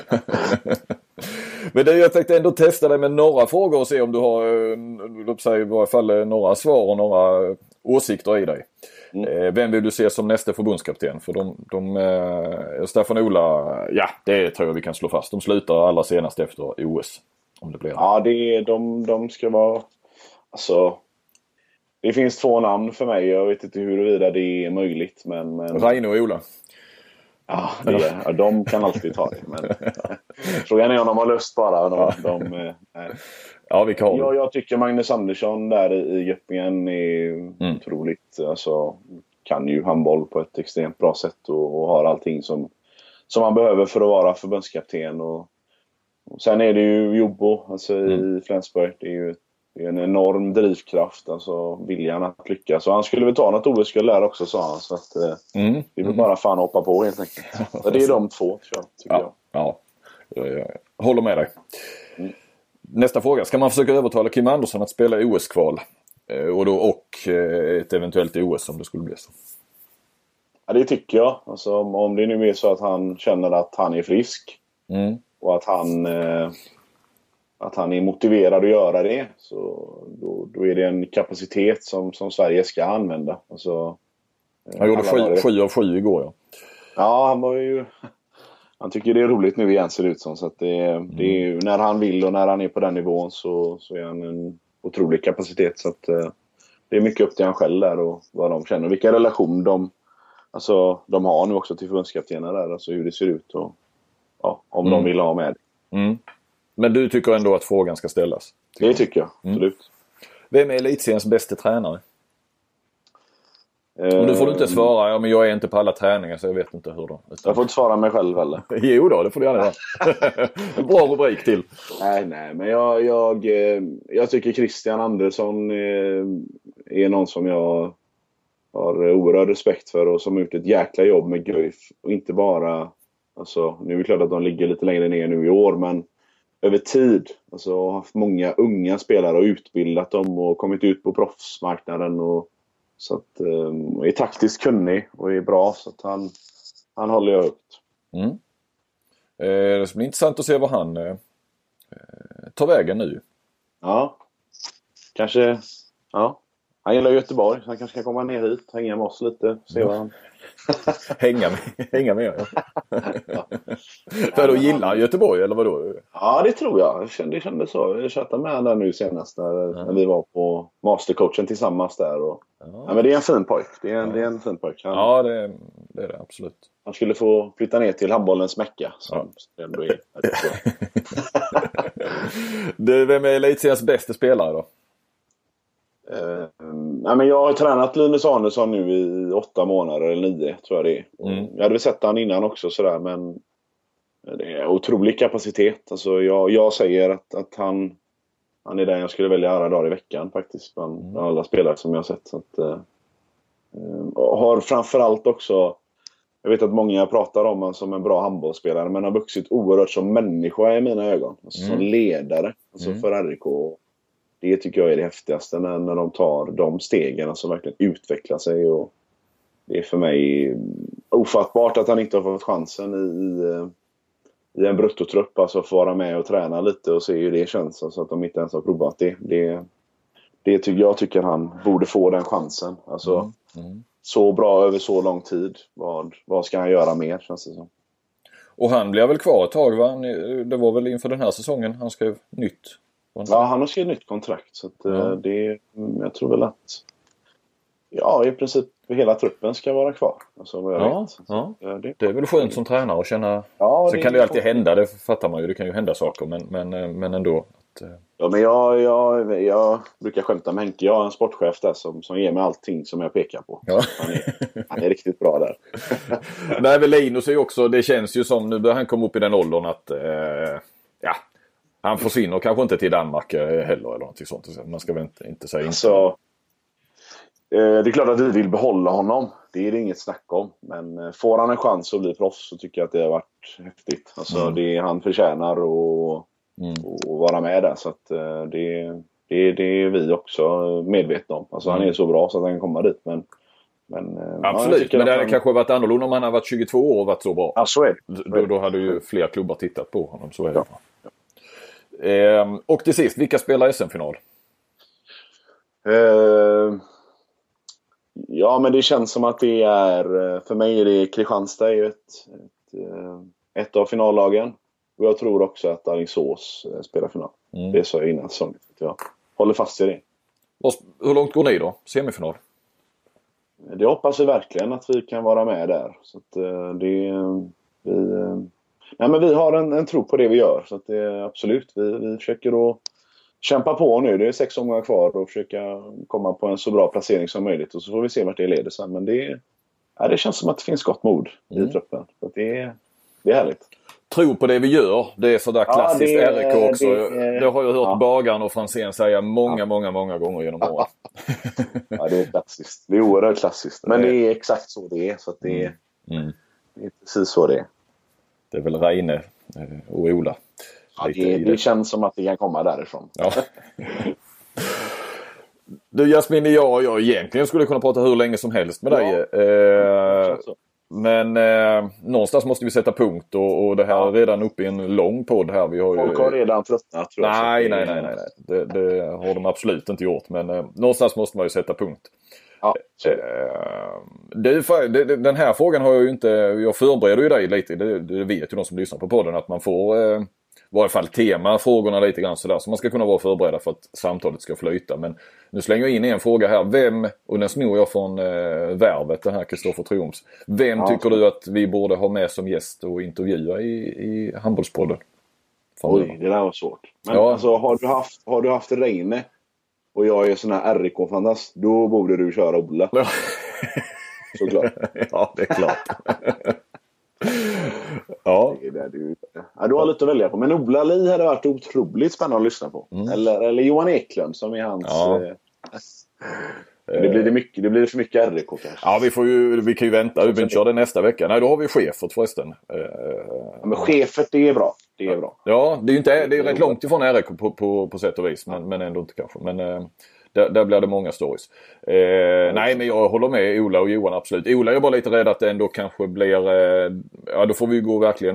Men det, jag tänkte ändå testa dig med några frågor och se om du har låt säga, i varje fall några svar och några åsikter i dig. Mm. Vem vill du se som nästa förbundskapten? För de, de eh, Staffan och Ola, ja det tror jag vi kan slå fast. De slutar allra senast efter O S. Om det blir. Ja, det är, de, de ska vara... Alltså... Det finns två namn för mig. Jag vet inte huruvida det är möjligt. Men, men... Reine och Ola. Ja, det, ja, de kan alltid ta det. Men... Frågan är om de har lust bara. De, de, nej. Ja, vi kan. Jag, jag tycker Magnus Andersson där i, i Göppingen är mm. otroligt. Alltså, kan ju handboll på ett extremt bra sätt. Och, och har allting som, som man behöver för att vara förbundskapten. Och, och sen är det ju Jobbo alltså, mm. i Flensburg. Det är ju Det är en enorm drivkraft, alltså viljan att lyckas. Så han skulle väl ta något O S-guld där också, sa han. Så att, mm. det är väl bara fan hoppa på helt enkelt. Så det är de två, tror jag, tycker ja, jag. Ja, jag, jag håller med dig. Mm. Nästa fråga. Ska man försöka övertala Kim Andersson att spela O S-kval? Och, då, och ett eventuellt O S om det skulle bli så? Ja, det tycker jag. Alltså, om, om det nu är så att han känner att han är frisk. Mm. Och att han... Eh, att han är motiverad att göra det, så då, då är det en kapacitet som, som Sverige ska använda. Alltså, han gjorde sju, sju av sju igår, ja. Ja, han var ju... Han tycker det är roligt nu igen, ser det ut som. Så att det, mm. det är ju, när han vill och när han är på den nivån så, så är han en otrolig kapacitet. Så att det är mycket upp till han själv där och vad de känner. Vilka relation de, alltså, de har nu också till förbundskaptenerna där. Alltså hur det ser ut och ja, om mm. de vill ha med. Mm. Men du tycker ändå att frågan ska ställas? Tycker det tycker jag, absolut. Mm. Vem är elitseriens bästa tränare? Uh, och nu får du inte svara, ja, men jag är inte på alla träningar så jag vet inte hur då. Utan... Jag får inte svara mig själv heller. Jo då, det får du gärna göra. En bra rubrik till. Nej, nej, men jag, jag, jag tycker Christian Andersson är, är någon som jag har oerhörd respekt för och som har gjort ett jäkla jobb med Guif. Och inte bara, alltså, nu är det klart att de ligger lite längre ner nu i år, men över tid. Alltså har haft många unga spelare och utbildat dem och kommit ut på proffsmarknaden. Och, så att, um, är taktiskt kunnig och är bra. Så att han, han håller jag högt. Mm. Eh, det blir intressant att se vad han eh, tar vägen nu. Ja. Kanske, ja. Han gillar Göteborg, så han kanske kan komma ner hit, hänga med oss lite, se vad han... hänga med, hänga med. Ja. För då gillar han Göteborg, eller vadå? Ja, det tror jag. Det kändes så. Jag chattade med honom där nu senast när, ja. när vi var på mastercoachen tillsammans där. Och... Ja. Ja, men det är en fin pojk. Det är en, ja. det är en fin pojk. Han... Ja, det, det är det absolut. Han skulle få flytta ner till handbollens Mecka. Som ja. ändå är. Du, vem är Elitseriens bästa spelare då? Uh, nej, men jag har tränat Linus Arnesson nu i åtta månader eller nio tror jag det är. Mm. Jag hade väl sett han innan också sådär, men det är otrolig kapacitet. Alltså jag, jag säger att, att han, han är den jag skulle välja alla dagar i veckan faktiskt bland mm. alla spelare som jag har sett. Så att, uh, har framförallt också, jag vet att många pratar om honom som en bra handbollsspelare, men har vuxit oerhört som människa i mina ögon. Alltså mm. som ledare alltså mm. för R I K. Det tycker jag är det häftigaste när, när de tar de stegen som verkligen utvecklar sig. Och det är för mig ofattbart att han inte har fått chansen i, i en bruttotrupp. Alltså få vara med och träna lite och se hur det känns. Alltså att de inte ens har provat det. Det, det tycker jag tycker han borde få den chansen. Alltså mm. Mm. så bra över så lång tid. Vad, vad ska han göra mer, känns det som. Och han blir väl kvar ett tag, va? Det var väl inför den här säsongen han skrev nytt. Ja, han har skrivit nytt kontrakt. Så att, ja. det, jag tror väl att ja, i princip hela truppen ska vara kvar. Alltså, vad jag ja, vet. ja. Så, det, det är väl skönt som tränare att känna... Ja, sen kan det ju alltid hända, det fattar man ju. Det kan ju hända saker, men, men, men ändå. Att, ja, men jag, jag, jag brukar skämta med Henke. Jag har en sportchef där som, som ger mig allting som jag pekar på. Ja. Han, är, han är riktigt bra där. Nej, men Linus är ju också... Det känns ju som... Nu börjar han komma upp i den åldern att... Eh, ja... Han försvinner kanske inte till Danmark heller eller någonting sånt. Man ska väl inte, inte säga inte. Så, eh, det är klart att vi vill behålla honom. Det är det inget snack om. Men får han en chans att bli proffs så tycker jag att det har varit häftigt. Alltså, mm. det han förtjänar att mm. vara med där. Så att, det, det, det är vi också medvetna om. Alltså, mm. han är så bra så att han kan komma dit. Men, men, absolut, ja, men det hade han... kanske varit annorlunda om han hade varit tjugotvå år och varit så bra. Ja, så är det. Då, då hade ju fler klubbar tittat på honom. Så är det. Ja. Eh, och till sist, vilka spelar S M-final? Eh, ja, men det känns som att det är, för mig är det Kristianstad är ett, ett, ett av finallagen. Och jag tror också att Alingsås spelar final. Mm. Det sa jag innan säsongen. Jag håller fast i det. Och hur långt går ni då? Semifinal? Det hoppas vi verkligen att vi kan vara med där. Så att det vi... Nej, men vi har en, en tro på det vi gör. Så att det, absolut, vi, vi försöker att kämpa på nu. Det är sex omgångar kvar och försöka komma på en så bra placering som möjligt. Och så får vi se vart det leder sen. Men det, ja, det känns som att det finns gott mod mm. i truppen. Så att det, det är härligt. Tro på det vi gör. Det är sådär klassiskt ja, det, R K också. Det, det har jag hört ja. Bagaren och Franzén säga många, ja. många, många gånger genom året. Ja, det är klassiskt. Det är oerhört klassiskt. Men det är exakt så det är. Så att det, mm. det är precis så det är. Det är väl Reine och Ola. Ja, det, det känns som att det kan komma därifrån. Ja. Du Jasmin, jag, jag egentligen skulle kunna prata hur länge som helst med ja. dig. Eh, men eh, någonstans måste vi sätta punkt. Och, och det här ja. är redan uppe i en lång podd här. Vi har ju... Folk har redan tröttnat. Tror jag. Nej, nej, nej, nej. nej. Det, det har de absolut inte gjort. Men eh, någonstans måste man ju sätta punkt. Ja, det, det, den här frågan har jag ju inte, jag förbereder ju dig lite, det, det vet ju de som lyssnar på podden, att man får eh, i varje fall tema frågorna lite grann sådär, så man ska kunna vara förberedd för att samtalet ska flyta. Men nu slänger jag in en fråga här, vem, och den snor jag från eh, Värvet, den här Kristoffer Triumfs, vem ja, tycker du att vi borde ha med som gäst och intervjua i, i handbollspodden? Oj, det där var svårt. Men ja. alltså, har du haft, har du haft Reine och jag är sån här R I K-fantast, då borde du köra Ola. Ja. Såklart. Ja, det är klart. Ja. Det är du, ja, du har lite att välja på. Men Ola Li hade varit otroligt spännande att lyssna på. Mm. Eller, eller Johan Eklund som är hans... Ja. Eh, det blir det mycket, det blir för mycket R I K kanske. Ja, vi får ju, vi kan ju vänta. Vi kör det nästa vecka. Nej, då har vi chefet förresten. Ja, men chefet, det är bra. Det är bra. Ja, det är ju inte, det är rätt långt ifrån R I K på, på, på sätt och vis. Men, men ändå inte kanske. Men eh, där, där blir det många stories. Eh, nej, men jag håller med Ola och Johan absolut. Ola är bara lite rädd att det ändå kanske blir... Eh, ja, då får vi gå verkligen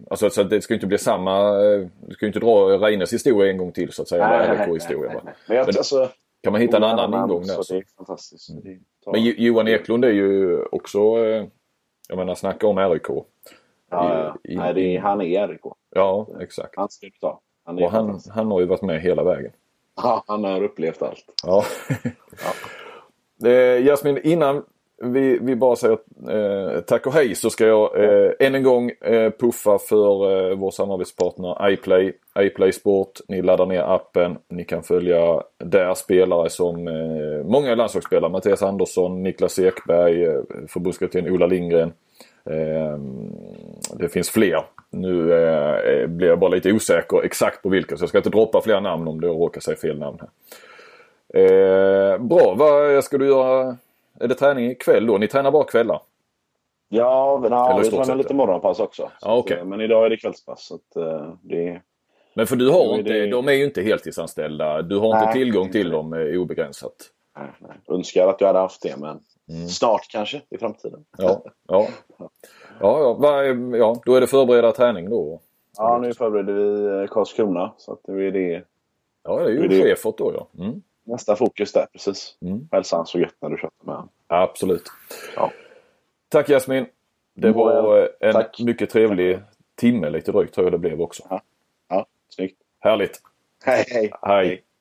alltså så att det ska inte bli samma, du ska ju inte dra Reines historia en gång till så att säga, nej, eller R I K-historia. Nej, nej, nej. Men jag, alltså, kan man hitta en annan ingång där? Så det är fantastiskt. Mm. Det tar... Men Johan Eklund är ju också, jag menar, snacka om R I K. Ja, I, i, nej, det är, han är R I K. Ja, exakt. Han ska ta. Han, är och han, han har ju varit med hela vägen. Ja, han har upplevt allt. Ja. ja. eh, Jasmin, innan vi, vi bara säger eh, tack och hej så ska jag eh, än en gång eh, puffa för eh, vår samarbetspartner iPlay. iPlay Sport. Ni laddar ner appen. Ni kan följa där spelare som eh, många landslagsspelare. Mattias Andersson, Niklas Ekberg, eh, förbundskapten Ola Lindgren. Eh, det finns fler. Nu eh, blir jag bara lite osäker exakt på vilka, så jag ska inte droppa fler namn om det råkar säga fel namn här. Eh, bra, vad ska du göra? Är det träning ikväll då? Ni tränar bara kvällar? Ja, na, vi tränar lite morgonpass också. Ja, okay. att, men idag är det kvällspass. Så att, uh, det, men för du har det, inte, det... de är ju inte heltidsanställda. Du har nej, inte tillgång till dem obegränsat. Nej, nej. Önskar att du hade haft det, men mm. snart kanske i framtiden. Ja, ja. ja, ja, va, ja då är det förbereda träning då. Ja, nu förbereder vi Karlskrona. Så att det är det. Ja, det är ju det... chefot då, ja. Mm. Nästa fokus där, precis. Mm. Hälsan så gött när du köpte med. Absolut. Ja. Tack Jasmin. Det var en Tack. mycket trevlig timme, lite drygt tror jag det blev också. Ja, ja snyggt. Härligt. Hej, hej. Hej.